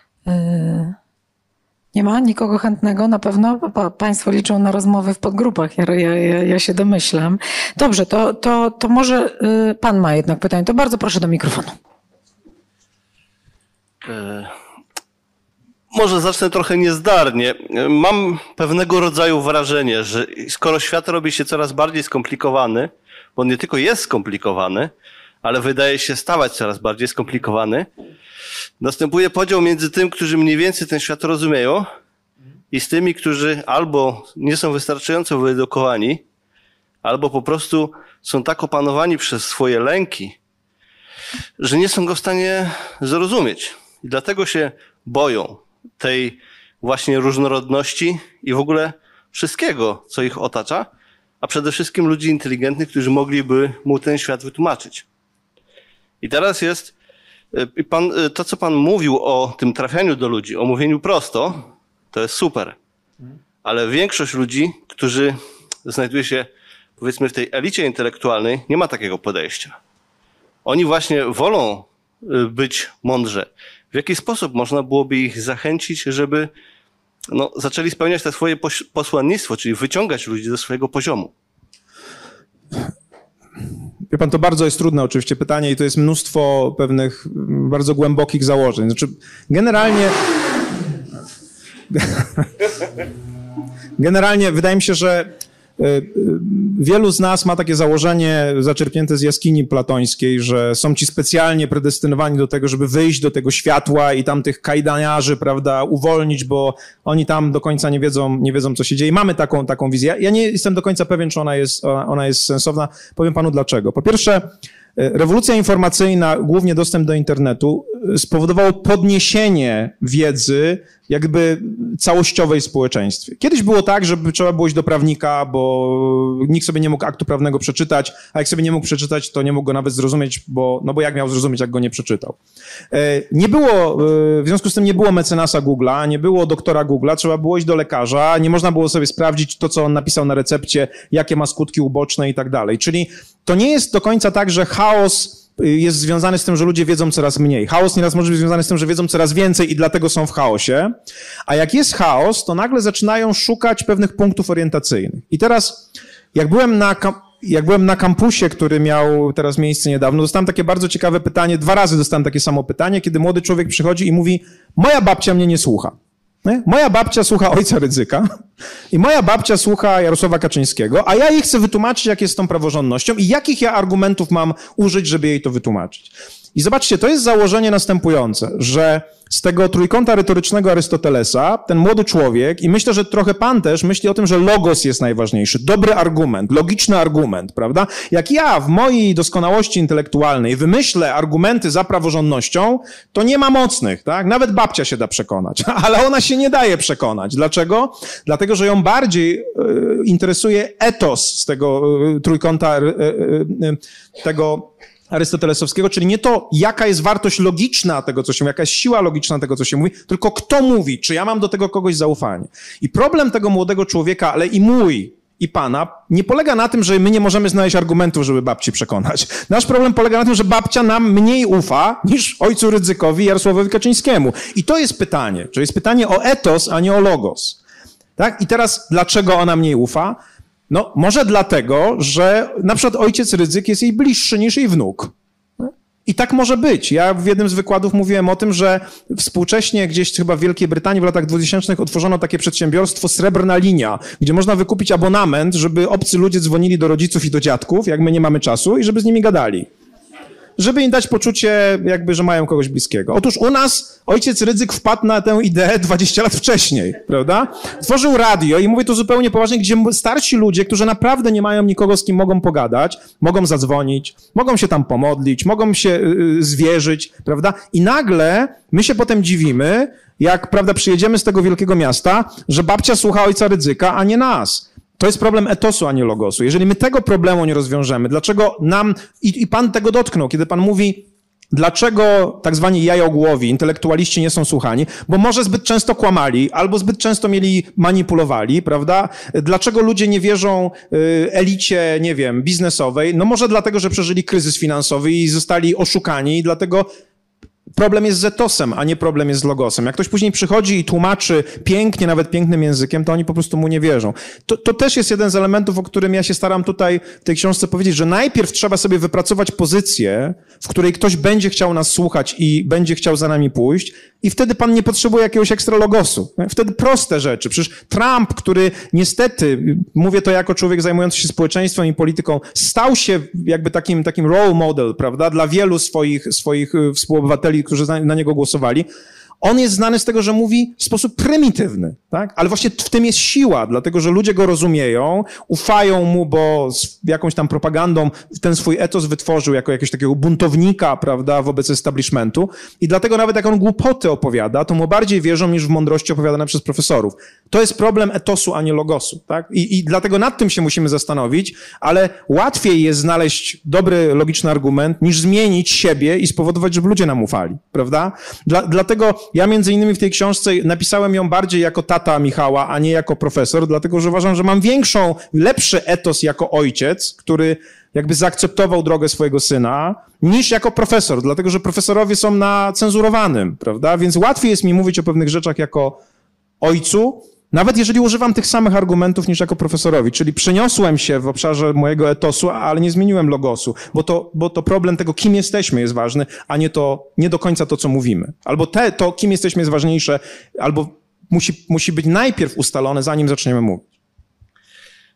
Nie ma nikogo chętnego na pewno? Państwo liczą na rozmowy w podgrupach. Ja się domyślam. Dobrze, to może Pan ma jednak pytanie. To bardzo proszę do mikrofonu. Może zacznę trochę niezdarnie. Mam pewnego rodzaju wrażenie, że skoro świat robi się coraz bardziej skomplikowany, bo on nie tylko jest skomplikowany, ale wydaje się stawać coraz bardziej skomplikowany, następuje podział między tym, którzy mniej więcej ten świat rozumieją i z tymi, którzy albo nie są wystarczająco wyedukowani, albo po prostu są tak opanowani przez swoje lęki, że nie są go w stanie zrozumieć. I dlatego się boją tej właśnie różnorodności i w ogóle wszystkiego, co ich otacza, a przede wszystkim ludzi inteligentnych, którzy mogliby mu ten świat wytłumaczyć. I teraz jest to, co pan mówił o tym trafianiu do ludzi, o mówieniu prosto, to jest super. Ale większość ludzi, którzy znajduje się, powiedzmy, w tej elicie intelektualnej, nie ma takiego podejścia. Oni właśnie wolą być mądrzy. W jaki sposób można byłoby ich zachęcić, żeby zaczęli spełniać to swoje posłannictwo, czyli wyciągać ludzi do swojego poziomu? Wie pan, to bardzo jest trudne oczywiście pytanie i to jest mnóstwo pewnych bardzo głębokich założeń. Znaczy, generalnie wydaje mi się, że Wielu z nas ma takie założenie zaczerpnięte z jaskini platońskiej, że są ci specjalnie predestynowani do tego, żeby wyjść do tego światła i tam tych kajdaniarzy, prawda, uwolnić, bo oni tam do końca nie wiedzą co się dzieje. Mamy taką wizję. Ja nie jestem do końca pewien, czy ona jest sensowna. Powiem panu dlaczego. Po pierwsze, rewolucja informacyjna, głównie dostęp do internetu, spowodowało podniesienie wiedzy jakby całościowej w społeczeństwie. Kiedyś było tak, że trzeba było iść do prawnika, bo nikt sobie nie mógł aktu prawnego przeczytać, a jak sobie nie mógł przeczytać, to nie mógł go nawet zrozumieć, bo jak miał zrozumieć, jak go nie przeczytał. Nie było, w związku z tym nie było mecenasa Google'a, nie było doktora Google'a, trzeba było iść do lekarza, nie można było sobie sprawdzić to, co on napisał na recepcie, jakie ma skutki uboczne i tak dalej. Czyli to nie jest do końca tak, że chaos jest związany z tym, że ludzie wiedzą coraz mniej. Chaos nieraz może być związany z tym, że wiedzą coraz więcej i dlatego są w chaosie. A jak jest chaos, to nagle zaczynają szukać pewnych punktów orientacyjnych. I teraz, jak byłem na kampusie, który miał teraz miejsce niedawno, dostałem takie bardzo ciekawe pytanie, 2 razy dostałem takie samo pytanie, kiedy młody człowiek przychodzi i mówi, moja babcia mnie nie słucha. Nie? Moja babcia słucha ojca Rydzyka i moja babcia słucha Jarosława Kaczyńskiego, a ja jej chcę wytłumaczyć, jak jest z tą praworządnością i jakich ja argumentów mam użyć, żeby jej to wytłumaczyć. I zobaczcie, to jest założenie następujące, że z tego trójkąta retorycznego Arystotelesa ten młody człowiek, i myślę, że trochę pan też myśli o tym, że logos jest najważniejszy, dobry argument, logiczny argument, prawda? Jak ja w mojej doskonałości intelektualnej wymyślę argumenty za praworządnością, to nie ma mocnych, tak? Nawet babcia się da przekonać, ale ona się nie daje przekonać. Dlaczego? Dlatego, że ją bardziej interesuje etos z tego trójkąta tego arystotelesowskiego, czyli nie to, jaka jest wartość logiczna tego, co się mówi, jaka jest siła logiczna tego, co się mówi, tylko kto mówi, czy ja mam do tego kogoś zaufanie. I problem tego młodego człowieka, ale i mój, i pana, nie polega na tym, że my nie możemy znaleźć argumentów, żeby babci przekonać. Nasz problem polega na tym, że babcia nam mniej ufa niż ojcu Rydzykowi i Jarosławowi Kaczyńskiemu. I to jest pytanie, czyli jest pytanie o etos, a nie o logos. Tak? I teraz, dlaczego ona mniej ufa? No, może dlatego, że na przykład ojciec Rydzyk jest jej bliższy niż jej wnuk. I tak może być. Ja w jednym z wykładów mówiłem o tym, że współcześnie gdzieś chyba w Wielkiej Brytanii w latach 2000 otworzono takie przedsiębiorstwo Srebrna Linia, gdzie można wykupić abonament, żeby obcy ludzie dzwonili do rodziców i do dziadków, jak my nie mamy czasu, i żeby z nimi gadali. Żeby im dać poczucie, jakby, że mają kogoś bliskiego. Otóż u nas ojciec Rydzyk wpadł na tę ideę 20 lat wcześniej, prawda? Tworzył radio i mówię to zupełnie poważnie, gdzie starsi ludzie, którzy naprawdę nie mają nikogo, z kim mogą pogadać, mogą zadzwonić, mogą się tam pomodlić, mogą się zwierzyć, prawda? I nagle my się potem dziwimy, jak, prawda, przyjedziemy z tego wielkiego miasta, że babcia słucha ojca Rydzyka, a nie nas. To jest problem etosu, a nie logosu. Jeżeli my tego problemu nie rozwiążemy, dlaczego nam... I pan tego dotknął, kiedy pan mówi, dlaczego tak zwani jajogłowi, intelektualiści nie są słuchani, bo może zbyt często kłamali, albo zbyt często manipulowali, prawda? Dlaczego ludzie nie wierzą elicie, nie wiem, biznesowej? No może dlatego, że przeżyli kryzys finansowy i zostali oszukani i dlatego... Problem jest z etosem, a nie problem jest z logosem. Jak ktoś później przychodzi i tłumaczy pięknie, nawet pięknym językiem, to oni po prostu mu nie wierzą. To też jest jeden z elementów, o którym ja się staram tutaj w tej książce powiedzieć, że najpierw trzeba sobie wypracować pozycję, w której ktoś będzie chciał nas słuchać i będzie chciał za nami pójść i wtedy pan nie potrzebuje jakiegoś ekstra logosu. Wtedy proste rzeczy. Przecież Trump, który niestety, mówię to jako człowiek zajmujący się społeczeństwem i polityką, stał się jakby takim role model, prawda, dla wielu swoich współobywateli, którzy na niego głosowali. On jest znany z tego, że mówi w sposób prymitywny, tak? Ale właśnie w tym jest siła, dlatego że ludzie go rozumieją, ufają mu, bo z jakąś tam propagandą ten swój etos wytworzył jako jakiegoś takiego buntownika, prawda, wobec establishmentu i dlatego nawet jak on głupoty opowiada, to mu bardziej wierzą niż w mądrości opowiadane przez profesorów. To jest problem etosu, a nie logosu, tak? I dlatego nad tym się musimy zastanowić, ale łatwiej jest znaleźć dobry, logiczny argument, niż zmienić siebie i spowodować, żeby ludzie nam ufali, prawda? Dlatego ja między innymi w tej książce napisałem ją bardziej jako tata Michała, a nie jako profesor, dlatego że uważam, że mam lepszy etos jako ojciec, który jakby zaakceptował drogę swojego syna, niż jako profesor, dlatego że profesorowie są na cenzurowanym, prawda? Więc łatwiej jest mi mówić o pewnych rzeczach jako ojcu, nawet jeżeli używam tych samych argumentów niż jako profesorowi, czyli przeniosłem się w obszarze mojego etosu, ale nie zmieniłem logosu, bo to problem tego, kim jesteśmy jest ważny, a nie do końca to, co mówimy. Albo to, kim jesteśmy jest ważniejsze, albo musi być najpierw ustalone, zanim zaczniemy mówić.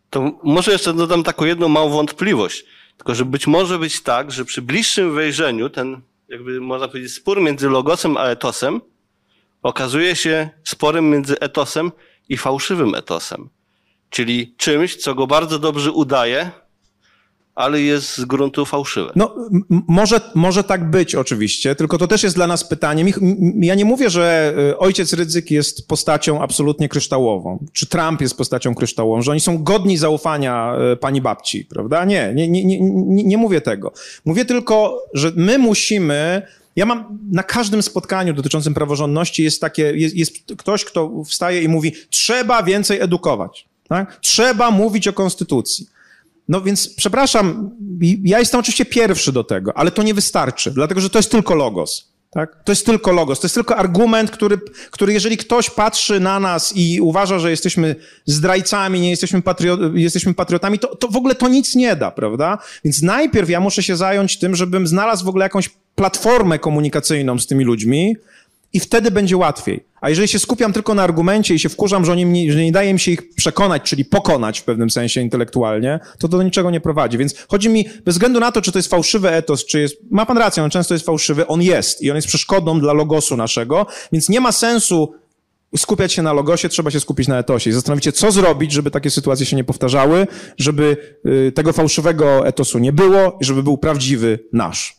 To może jeszcze dodam taką jedną małą wątpliwość. Tylko, że może być tak, że przy bliższym wejrzeniu ten, jakby można powiedzieć, spór między logosem a etosem okazuje się sporem między etosem i fałszywym etosem. Czyli czymś, co go bardzo dobrze udaje, ale jest z gruntu fałszywe. No, może tak być oczywiście, tylko to też jest dla nas pytanie. Ja nie mówię, że ojciec Rydzyk jest postacią absolutnie kryształową, czy Trump jest postacią kryształową, że oni są godni zaufania pani babci, prawda? Nie mówię tego. Mówię tylko, że my musimy... Ja mam na każdym spotkaniu dotyczącym praworządności jest ktoś, kto wstaje i mówi, trzeba więcej edukować, tak? Trzeba mówić o konstytucji. No więc przepraszam, ja jestem oczywiście pierwszy do tego, ale to nie wystarczy, dlatego że to jest tylko logos. Tak? To jest tylko logos, to jest tylko argument, który jeżeli ktoś patrzy na nas i uważa, że jesteśmy zdrajcami, nie jesteśmy patriotami, to w ogóle to nic nie da, prawda? Więc najpierw ja muszę się zająć tym, żebym znalazł w ogóle jakąś platformę komunikacyjną z tymi ludźmi i wtedy będzie łatwiej. A jeżeli się skupiam tylko na argumencie i się wkurzam, że nie daje mi się ich przekonać, czyli pokonać w pewnym sensie intelektualnie, to do niczego nie prowadzi. Więc chodzi mi, bez względu na to, czy to jest fałszywy etos, czy jest... Ma pan rację, on często jest fałszywy, on jest i on jest przeszkodą dla logosu naszego, więc nie ma sensu skupiać się na logosie, trzeba się skupić na etosie i zastanowić się, co zrobić, żeby takie sytuacje się nie powtarzały, żeby tego fałszywego etosu nie było i żeby był prawdziwy nasz.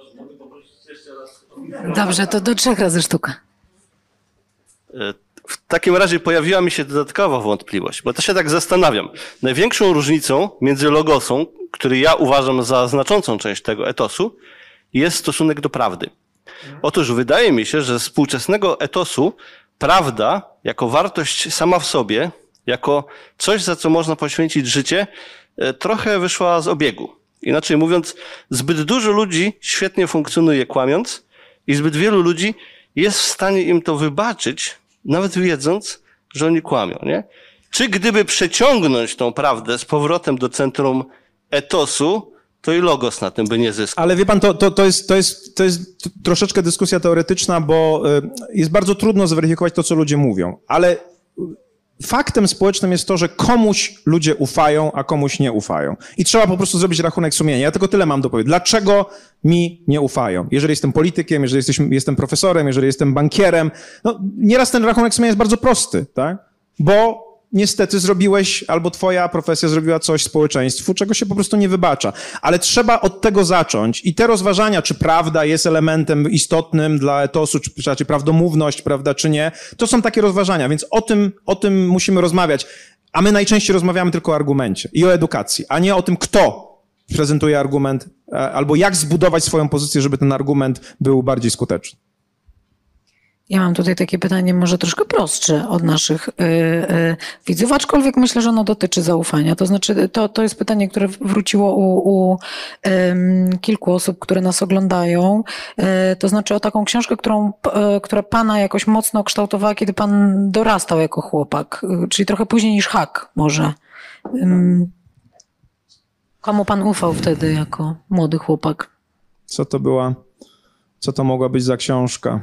Dobrze, to do 3 razy sztuka. W takim razie pojawiła mi się dodatkowa wątpliwość, bo to się tak zastanawiam. Największą różnicą między logosą, który ja uważam za znaczącą część tego etosu, jest stosunek do prawdy. Otóż wydaje mi się, że z współczesnego etosu prawda jako wartość sama w sobie, jako coś, za co można poświęcić życie, trochę wyszła z obiegu. Inaczej mówiąc, zbyt dużo ludzi świetnie funkcjonuje kłamiąc i zbyt wielu ludzi jest w stanie im to wybaczyć, nawet wiedząc, że oni kłamią, nie? Czy gdyby przeciągnąć tą prawdę z powrotem do centrum etosu, to i logos na tym by nie zyskał. Ale wie pan, to jest troszeczkę dyskusja teoretyczna, bo jest bardzo trudno zweryfikować to, co ludzie mówią. Ale faktem społecznym jest to, że komuś ludzie ufają, a komuś nie ufają. I trzeba po prostu zrobić rachunek sumienia. Ja tylko tyle mam do powiedzenia. Dlaczego mi nie ufają? Jeżeli jestem politykiem, jeżeli jestem profesorem, jeżeli jestem bankierem, no nieraz ten rachunek sumienia jest bardzo prosty, tak? Bo niestety zrobiłeś, albo twoja profesja zrobiła coś społeczeństwu, czego się po prostu nie wybacza. Ale trzeba od tego zacząć i te rozważania, czy prawda jest elementem istotnym dla etosu, czy prawdomówność, prawda, czy nie, to są takie rozważania, więc o tym musimy rozmawiać. A my najczęściej rozmawiamy tylko o argumencie i o edukacji, a nie o tym, kto prezentuje argument, albo jak zbudować swoją pozycję, żeby ten argument był bardziej skuteczny. Ja mam tutaj takie pytanie może troszkę prostsze od naszych widzów, aczkolwiek myślę, że ono dotyczy zaufania. To znaczy, to jest pytanie, które wróciło u kilku osób, które nas oglądają. To znaczy o taką książkę, która pana jakoś mocno kształtowała, kiedy pan dorastał jako chłopak, czyli trochę później niż Hak może. Komu pan ufał wtedy jako młody chłopak? Co to mogła być za książka?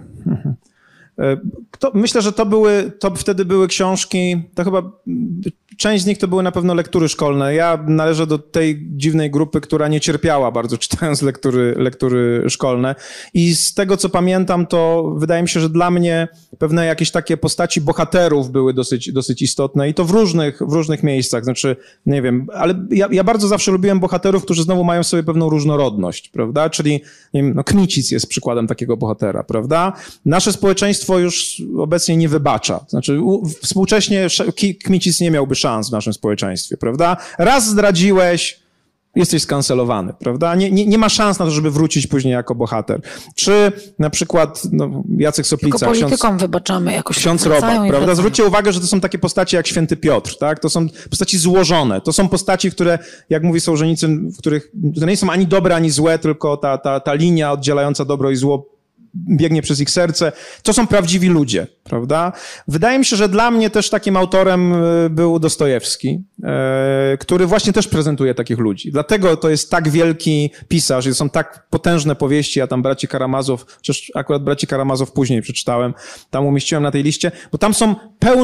Myślę, że to wtedy były książki, to chyba część z nich to były na pewno lektury szkolne. Ja należę do tej dziwnej grupy, która nie cierpiała bardzo czytając lektury szkolne. I z tego, co pamiętam, to wydaje mi się, że dla mnie pewne jakieś takie postaci bohaterów były dosyć istotne i to w różnych miejscach. Znaczy, nie wiem, ale ja bardzo zawsze lubiłem bohaterów, którzy znowu mają w sobie pewną różnorodność, prawda? Czyli, nie wiem, Kmicic jest przykładem takiego bohatera, prawda? Nasze społeczeństwo już obecnie nie wybacza. Znaczy, współcześnie Kmicic nie miałby szans w naszym społeczeństwie, prawda? Raz zdradziłeś, jesteś skancelowany, prawda? Nie ma szans na to, żeby wrócić później jako bohater. Czy na przykład Jacek Soplica, tylko politykom wybaczamy jakoś. Ksiądz Robak, prawda? Zwróćcie uwagę, że to są takie postacie jak Święty Piotr, tak? To są postaci złożone. To są postaci, które, jak mówi Sołżenicyn, które nie są ani dobre, ani złe, tylko ta linia oddzielająca dobro i zło biegnie przez ich serce. To są prawdziwi ludzie, prawda? Wydaje mi się, że dla mnie też takim autorem był Dostojewski, który właśnie też prezentuje takich ludzi. Dlatego to jest tak wielki pisarz, są tak potężne powieści, ja tam Braci Karamazow, chociaż akurat Braci Karamazow później przeczytałem, tam umieściłem na tej liście, bo tam są pełno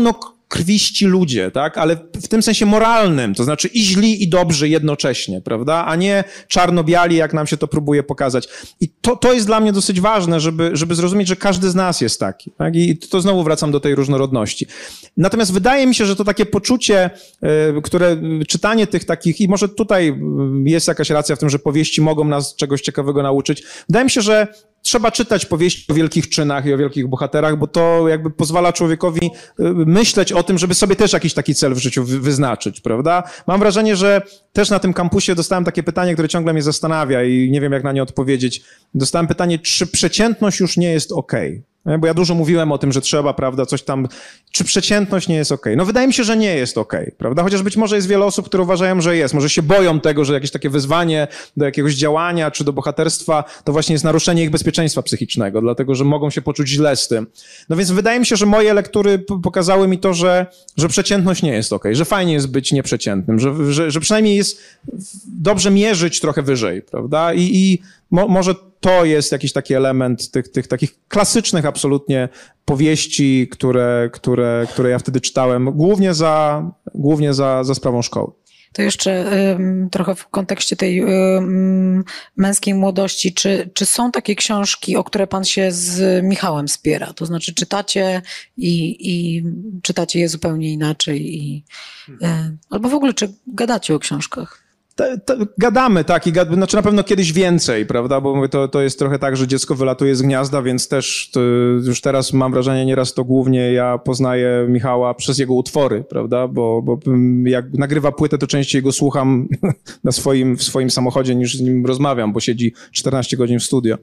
krwiści ludzie, tak? Ale w tym sensie moralnym, to znaczy i źli, i dobrzy jednocześnie, prawda? A nie czarno-biali, jak nam się to próbuje pokazać. I to jest dla mnie dosyć ważne, żeby zrozumieć, że każdy z nas jest taki, tak? I to znowu wracam do tej różnorodności. Natomiast wydaje mi się, że to takie poczucie, które czytanie tych takich, i może tutaj jest jakaś racja w tym, że powieści mogą nas czegoś ciekawego nauczyć. Wydaje mi się, że trzeba czytać powieści o wielkich czynach i o wielkich bohaterach, bo to jakby pozwala człowiekowi myśleć o tym, żeby sobie też jakiś taki cel w życiu wyznaczyć, prawda? Mam wrażenie, że też na tym kampusie dostałem takie pytanie, które ciągle mnie zastanawia i nie wiem, jak na nie odpowiedzieć. Dostałem pytanie, czy przeciętność już nie jest okej? Bo ja dużo mówiłem o tym, że trzeba, prawda, coś tam, czy przeciętność nie jest okej? No wydaje mi się, że nie jest okej, prawda? Chociaż być może jest wiele osób, które uważają, że jest. Może się boją tego, że jakieś takie wyzwanie do jakiegoś działania czy do bohaterstwa to właśnie jest naruszenie ich bezpieczeństwa psychicznego, dlatego że mogą się poczuć źle z tym. No więc wydaje mi się, że moje lektury pokazały mi to, że przeciętność nie jest okej, że fajnie jest być nieprzeciętnym, że przynajmniej jest dobrze mierzyć trochę wyżej, prawda? I może to jest jakiś taki element tych takich klasycznych absolutnie powieści, które ja wtedy czytałem, głównie za sprawą szkoły. To jeszcze trochę w kontekście tej męskiej młodości. Czy są takie książki, o które pan się z Michałem spiera? To znaczy czytacie i czytacie je zupełnie inaczej albo w ogóle czy gadacie o książkach? Gadamy, tak, znaczy na pewno kiedyś więcej, prawda, bo to jest trochę tak, że dziecko wylatuje z gniazda, więc też już teraz mam wrażenie, nieraz to głównie ja poznaję Michała przez jego utwory, prawda, bo jak nagrywa płytę, to częściej go słucham w swoim samochodzie niż z nim rozmawiam, bo siedzi 14 godzin w studio.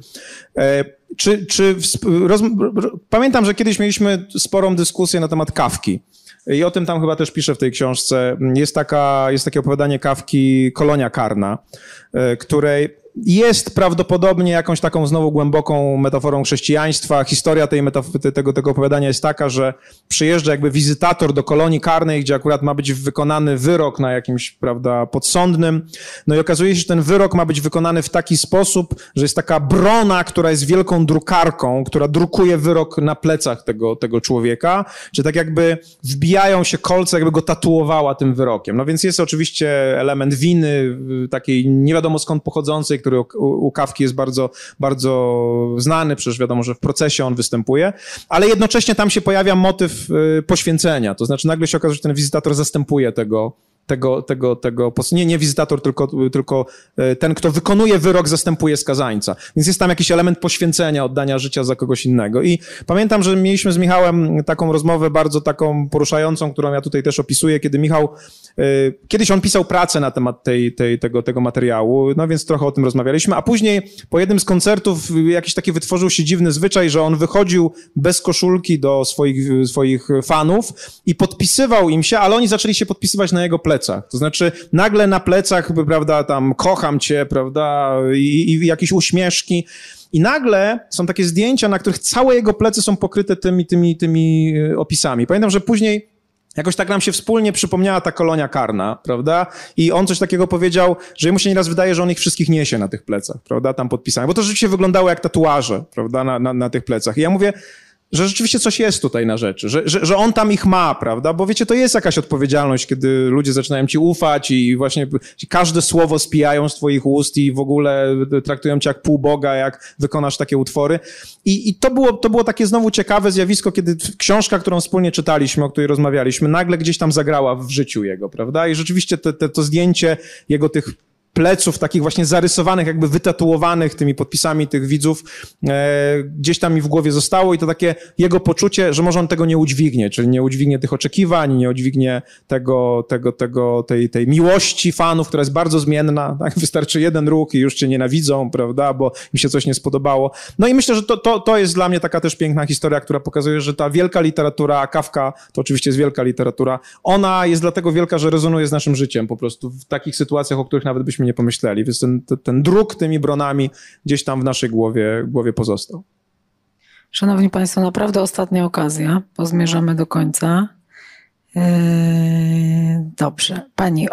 Pamiętam, że kiedyś mieliśmy sporą dyskusję na temat Kafki. I o tym tam chyba też piszę w tej książce. Jest takie opowiadanie Kafki Kolonia Karna, której jest prawdopodobnie jakąś taką znowu głęboką metaforą chrześcijaństwa. Historia tego opowiadania jest taka, że przyjeżdża jakby wizytator do kolonii karnej, gdzie akurat ma być wykonany wyrok na jakimś, prawda, podsądnym. No i okazuje się, że ten wyrok ma być wykonany w taki sposób, że jest taka brona, która jest wielką drukarką, która drukuje wyrok na plecach tego człowieka, że tak jakby wbijają się kolce, jakby go tatuowała tym wyrokiem. No więc jest oczywiście element winy, takiej nie wiadomo skąd pochodzącej, który u Kafki jest bardzo, bardzo znany, przecież wiadomo, że w procesie on występuje, ale jednocześnie tam się pojawia motyw poświęcenia, to znaczy nagle się okazuje, że ten wizytator zastępuje nie wizytator, tylko ten, kto wykonuje wyrok, zastępuje skazańca. Więc jest tam jakiś element poświęcenia, oddania życia za kogoś innego. I pamiętam, że mieliśmy z Michałem taką rozmowę bardzo taką poruszającą, którą ja tutaj też opisuję, kiedy Michał, kiedyś on pisał pracę na temat tego materiału, no więc trochę o tym rozmawialiśmy, a później po jednym z koncertów jakiś taki wytworzył się dziwny zwyczaj, że on wychodził bez koszulki do swoich fanów i podpisywał im się, ale oni zaczęli się podpisywać na jego plecach. To znaczy nagle na plecach, prawda, tam kocham cię, prawda, i jakieś uśmieszki. I nagle są takie zdjęcia, na których całe jego plecy są pokryte tymi opisami. Pamiętam, że później jakoś tak nam się wspólnie przypomniała ta kolonia karna, prawda? I on coś takiego powiedział, że jemu się nieraz wydaje, że on ich wszystkich niesie na tych plecach, prawda? Tam podpisane. Bo to rzeczywiście wyglądało jak tatuaże, prawda? Na tych plecach. I ja mówię, że rzeczywiście coś jest tutaj na rzeczy, że on tam ich ma, prawda? Bo wiecie, to jest jakaś odpowiedzialność, kiedy ludzie zaczynają ci ufać i właśnie każde słowo spijają z twoich ust i w ogóle traktują cię jak półboga, jak wykonasz takie utwory. I to było takie znowu ciekawe zjawisko, kiedy książka, którą wspólnie czytaliśmy, o której rozmawialiśmy, nagle gdzieś tam zagrała w życiu jego, prawda? I rzeczywiście to zdjęcie jego tych pleców takich właśnie zarysowanych, jakby wytatuowanych tymi podpisami tych widzów, gdzieś tam mi w głowie zostało i to takie jego poczucie, że może on tego nie udźwignie, czyli nie udźwignie tych oczekiwań, nie udźwignie tej miłości fanów, która jest bardzo zmienna, tak? Wystarczy jeden ruch i już cię nienawidzą, prawda, bo im się coś nie spodobało. No i myślę, że to jest dla mnie taka też piękna historia, która pokazuje, że ta wielka literatura, Kafka to oczywiście jest wielka literatura, ona jest dlatego wielka, że rezonuje z naszym życiem po prostu w takich sytuacjach, o których nawet byśmy nie pomyśleli, więc ten druk tymi bronami gdzieś tam w naszej głowie pozostał. Szanowni Państwo, naprawdę ostatnia okazja, bo zmierzamy do końca. Dobrze. Pani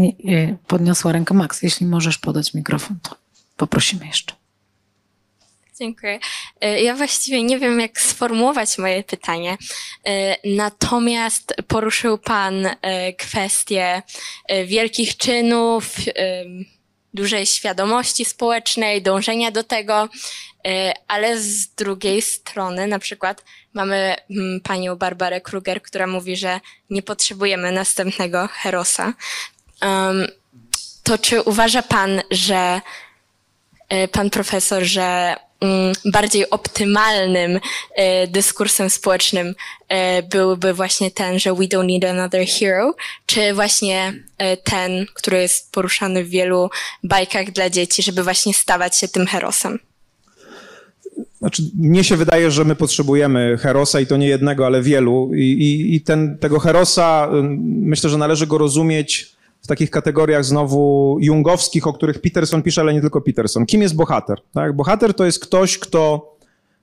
podniosła rękę. Max, jeśli możesz podać mikrofon, to poprosimy jeszcze. Dziękuję. Ja właściwie nie wiem, jak sformułować moje pytanie, natomiast poruszył Pan kwestię wielkich czynów, dużej świadomości społecznej, dążenia do tego, ale z drugiej strony na przykład mamy panią Barbarę Kruger, która mówi, że nie potrzebujemy następnego Herosa. To czy uważa Pan, że Pan profesor, że bardziej optymalnym dyskursem społecznym byłby właśnie ten, że we don't need another hero, czy właśnie ten, który jest poruszany w wielu bajkach dla dzieci, żeby właśnie stawać się tym herosem? Znaczy, mnie się wydaje, że my potrzebujemy herosa i to nie jednego, ale wielu. Tego herosa, myślę, że należy go rozumieć w takich kategoriach znowu jungowskich, o których Peterson pisze, ale nie tylko Peterson. Kim jest bohater? Tak? Bohater to jest ktoś, kto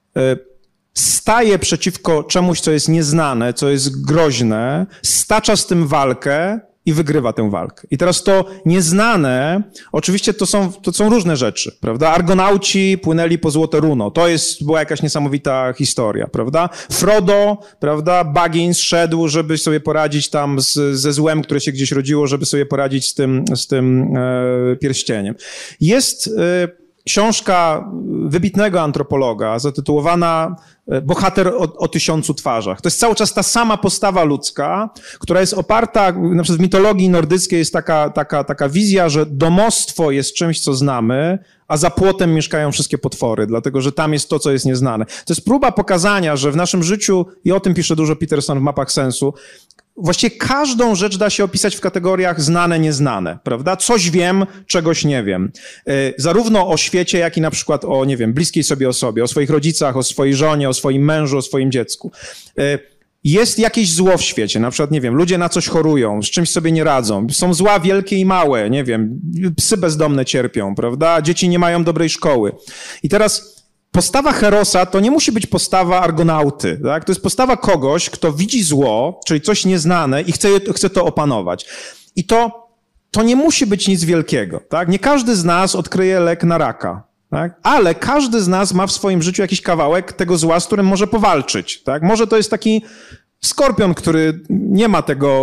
staje przeciwko czemuś, co jest nieznane, co jest groźne, stacza z tym walkę i wygrywa tę walkę. I teraz to nieznane, oczywiście to są różne rzeczy, prawda? Argonauci płynęli po złote runo. Była jakaś niesamowita historia, prawda? Frodo, prawda? Baggins szedł, żeby sobie poradzić tam ze złem, które się gdzieś rodziło, żeby sobie poradzić z tym pierścieniem. Jest książka wybitnego antropologa zatytułowana Bohater o 1000 twarzach. To jest cały czas ta sama postawa ludzka, która jest oparta, na przykład w mitologii nordyckiej jest taka wizja, że domostwo jest czymś, co znamy, a za płotem mieszkają wszystkie potwory, dlatego że tam jest to, co jest nieznane. To jest próba pokazania, że w naszym życiu, i o tym pisze dużo Peterson w Mapach Sensu, właściwie każdą rzecz da się opisać w kategoriach znane, nieznane, prawda? Coś wiem, czegoś nie wiem. Zarówno o świecie, jak i na przykład o, nie wiem, bliskiej sobie osobie, o swoich rodzicach, o swojej żonie, o swoim mężu, o swoim dziecku. Jest jakieś zło w świecie, na przykład, nie wiem, ludzie na coś chorują, z czymś sobie nie radzą, są zła wielkie i małe, nie wiem, psy bezdomne cierpią, prawda? Dzieci nie mają dobrej szkoły. I teraz postawa herosa to nie musi być postawa argonauty, tak? To jest postawa kogoś, kto widzi zło, czyli coś nieznane i chce to opanować. I to nie musi być nic wielkiego, tak? Nie każdy z nas odkryje lek na raka, tak? Ale każdy z nas ma w swoim życiu jakiś kawałek tego zła, z którym może powalczyć, tak? Może to jest taki skorpion, który nie ma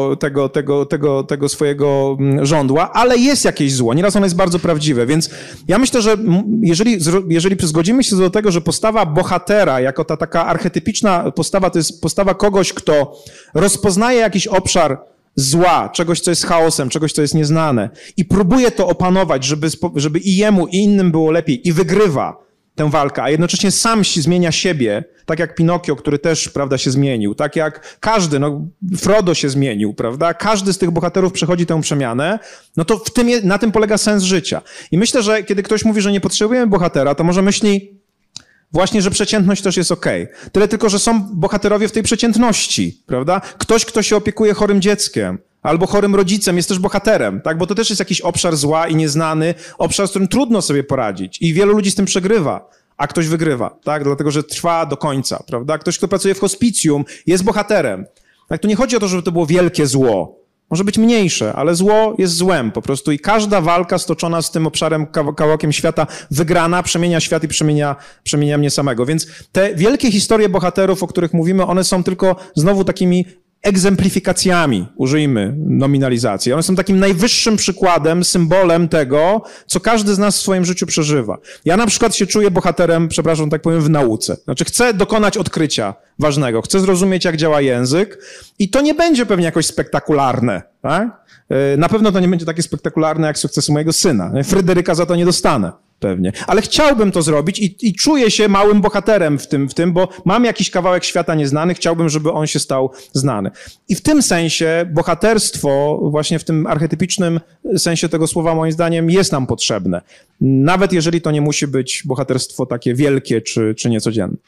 tego swojego żądła, ale jest jakieś zło. Nieraz ono jest bardzo prawdziwe, więc ja myślę, że jeżeli zgodzimy się do tego, że postawa bohatera, jako ta taka archetypiczna postawa, to jest postawa kogoś, kto rozpoznaje jakiś obszar zła, czegoś, co jest chaosem, czegoś, co jest nieznane i próbuje to opanować, żeby i jemu, i innym było lepiej i wygrywa tę walkę, a jednocześnie sam zmienia siebie, tak jak Pinokio, który też, prawda, się zmienił, tak jak każdy, Frodo się zmienił, prawda, każdy z tych bohaterów przechodzi tę przemianę, no to na tym polega sens życia. I myślę, że kiedy ktoś mówi, że nie potrzebujemy bohatera, to może myśli właśnie, że przeciętność też jest okej. Tyle tylko, że są bohaterowie w tej przeciętności, prawda? Ktoś, kto się opiekuje chorym dzieckiem, albo chorym rodzicem jest też bohaterem, tak? Bo to też jest jakiś obszar zła i nieznany, obszar, z którym trudno sobie poradzić. I wielu ludzi z tym przegrywa, a ktoś wygrywa, tak? Dlatego, że trwa do końca, prawda? Ktoś, kto pracuje w hospicjum, jest bohaterem. Tak? Tu nie chodzi o to, żeby to było wielkie zło. Może być mniejsze, ale zło jest złem po prostu i każda walka stoczona z tym obszarem, kawałkiem świata wygrana przemienia świat i przemienia mnie samego. Więc te wielkie historie bohaterów, o których mówimy, one są tylko znowu takimi egzemplifikacjami, użyjmy nominalizacji. One są takim najwyższym przykładem, symbolem tego, co każdy z nas w swoim życiu przeżywa. Ja na przykład się czuję bohaterem, przepraszam, tak powiem, w nauce. Znaczy chcę dokonać odkrycia ważnego, chcę zrozumieć, jak działa język i to nie będzie pewnie jakoś spektakularne, tak? Na pewno to nie będzie takie spektakularne jak sukcesy mojego syna. Fryderyka za to nie dostanę. Pewnie. Ale chciałbym to zrobić i czuję się małym bohaterem w tym, bo mam jakiś kawałek świata nieznany, chciałbym, żeby on się stał znany. I w tym sensie bohaterstwo, właśnie w tym archetypicznym sensie tego słowa, moim zdaniem, jest nam potrzebne. Nawet jeżeli to nie musi być bohaterstwo takie wielkie czy niecodzienne.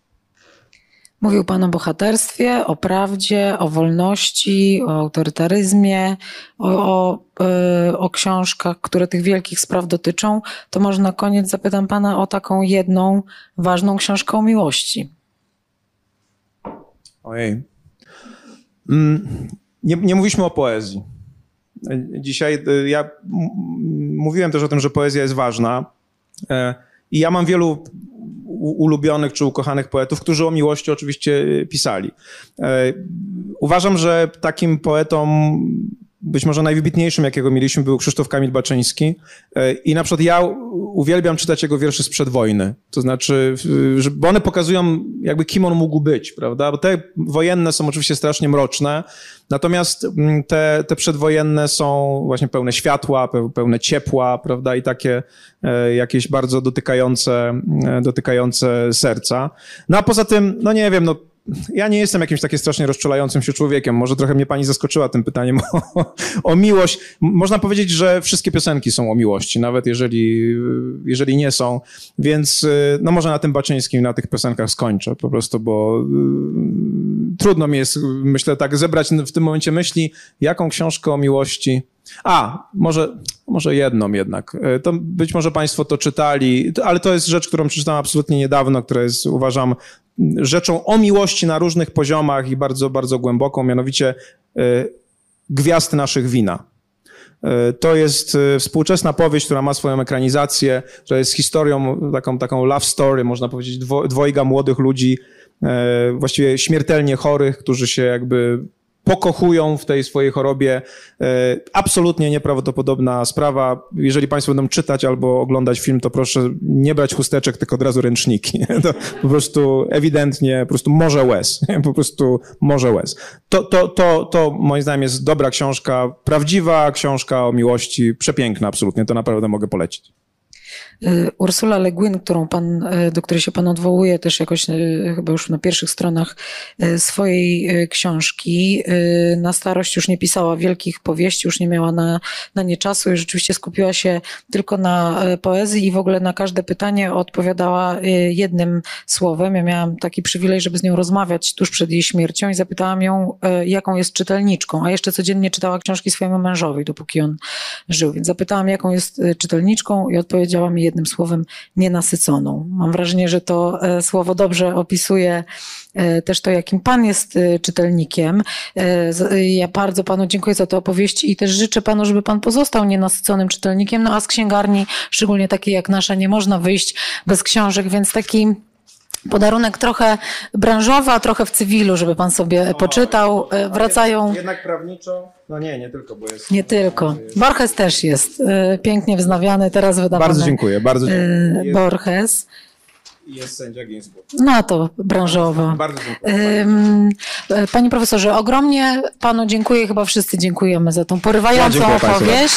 Mówił Pan o bohaterstwie, o prawdzie, o wolności, o autorytaryzmie, o książkach, które tych wielkich spraw dotyczą. To może na koniec zapytam Pana o taką jedną ważną książkę o miłości. Ojej. Nie mówiliśmy o poezji. Dzisiaj ja mówiłem też o tym, że poezja jest ważna i ja mam wielu ulubionych czy ukochanych poetów, którzy o miłości oczywiście pisali. Uważam, że takim poetą być może najwybitniejszym, jakiego mieliśmy, był Krzysztof Kamil Baczyński. I na przykład ja uwielbiam czytać jego wiersze sprzed wojny. To znaczy, bo one pokazują jakby kim on mógł być, prawda? Bo te wojenne są oczywiście strasznie mroczne, natomiast te przedwojenne są właśnie pełne światła, pełne ciepła, prawda? I takie jakieś bardzo dotykające serca. No a poza tym, no nie wiem, no ja nie jestem jakimś takim strasznie rozczulającym się człowiekiem. Może trochę mnie pani zaskoczyła tym pytaniem o miłość. Można powiedzieć, że wszystkie piosenki są o miłości, nawet jeżeli nie są. Więc no może na tym Baczyńskim, na tych piosenkach skończę po prostu, bo trudno mi jest, myślę, tak zebrać w tym momencie myśli, jaką książkę o miłości. Może jedną jednak. To być może państwo to czytali, ale to jest rzecz, którą przeczytałem absolutnie niedawno, która jest, uważam, rzeczą o miłości na różnych poziomach i bardzo, bardzo głęboką, mianowicie Gwiazd naszych wina. To jest współczesna powieść, która ma swoją ekranizację, która jest historią, taką love story, można powiedzieć, dwojga młodych ludzi, właściwie śmiertelnie chorych, którzy się jakby pokochują w tej swojej chorobie. Absolutnie nieprawdopodobna sprawa. Jeżeli państwo będą czytać albo oglądać film, to proszę nie brać chusteczek, tylko od razu ręczniki. To po prostu ewidentnie, po prostu morze łez. Po prostu morze łez. To moim zdaniem jest dobra książka, prawdziwa książka o miłości, przepiękna absolutnie. To naprawdę mogę polecić. Ursula Le Guin, do której się pan odwołuje też jakoś chyba już na pierwszych stronach swojej książki, na starość już nie pisała wielkich powieści, już nie miała na nie czasu i rzeczywiście skupiła się tylko na poezji i w ogóle na każde pytanie odpowiadała jednym słowem. Ja miałam taki przywilej, żeby z nią rozmawiać tuż przed jej śmiercią i zapytałam ją, jaką jest czytelniczką, a jeszcze codziennie czytała książki swojemu mężowi, dopóki on żył. Więc zapytałam, jaką jest czytelniczką i odpowiedziała mi jednym słowem: nienasyconą. Mam wrażenie, że to słowo dobrze opisuje też to, jakim pan jest czytelnikiem. Ja bardzo panu dziękuję za tę opowieść i też życzę panu, żeby pan pozostał nienasyconym czytelnikiem, no a z księgarni, szczególnie takiej jak nasza, nie można wyjść bez książek, więc taki podarunek trochę branżowy, a trochę w cywilu, żeby pan sobie poczytał. Wracają... Jednak prawniczo? No nie tylko, bo jest... Nie tylko. Borges też jest pięknie wznawiany, teraz wydawany. Bardzo dziękuję. Borges. Jest sędzia Ginsburg. No to branżowo. Bardzo dziękuję. Panie profesorze, ogromnie panu dziękuję, chyba wszyscy dziękujemy za tą porywającą opowieść.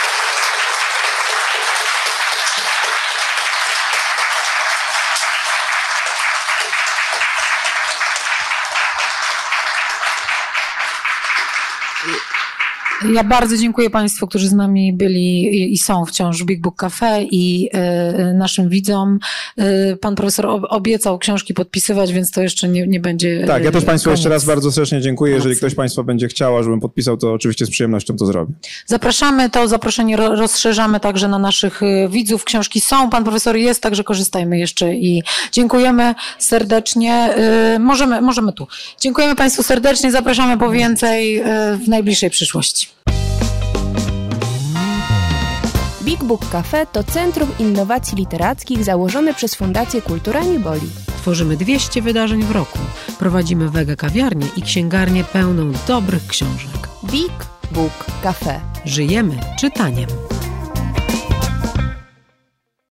Ja bardzo dziękuję państwu, którzy z nami byli i są wciąż w Big Book Cafe i naszym widzom. Pan profesor obiecał książki podpisywać, więc to jeszcze nie będzie... Tak, ja też państwu jeszcze raz bardzo serdecznie dziękuję. Jeżeli ktoś państwa będzie chciała, żebym podpisał, to oczywiście z przyjemnością to zrobię. Zapraszamy, to zaproszenie rozszerzamy także na naszych widzów. Książki są, pan profesor jest, także korzystajmy jeszcze i dziękujemy serdecznie. Możemy tu. Dziękujemy państwu serdecznie, zapraszamy po więcej w najbliższej przyszłości. Big Book Cafe to Centrum Innowacji Literackich założone przez Fundację Kultura Nie Boli. Tworzymy 200 wydarzeń w roku. Prowadzimy wege kawiarnię i księgarnię pełną dobrych książek. Big Book Cafe. Żyjemy czytaniem.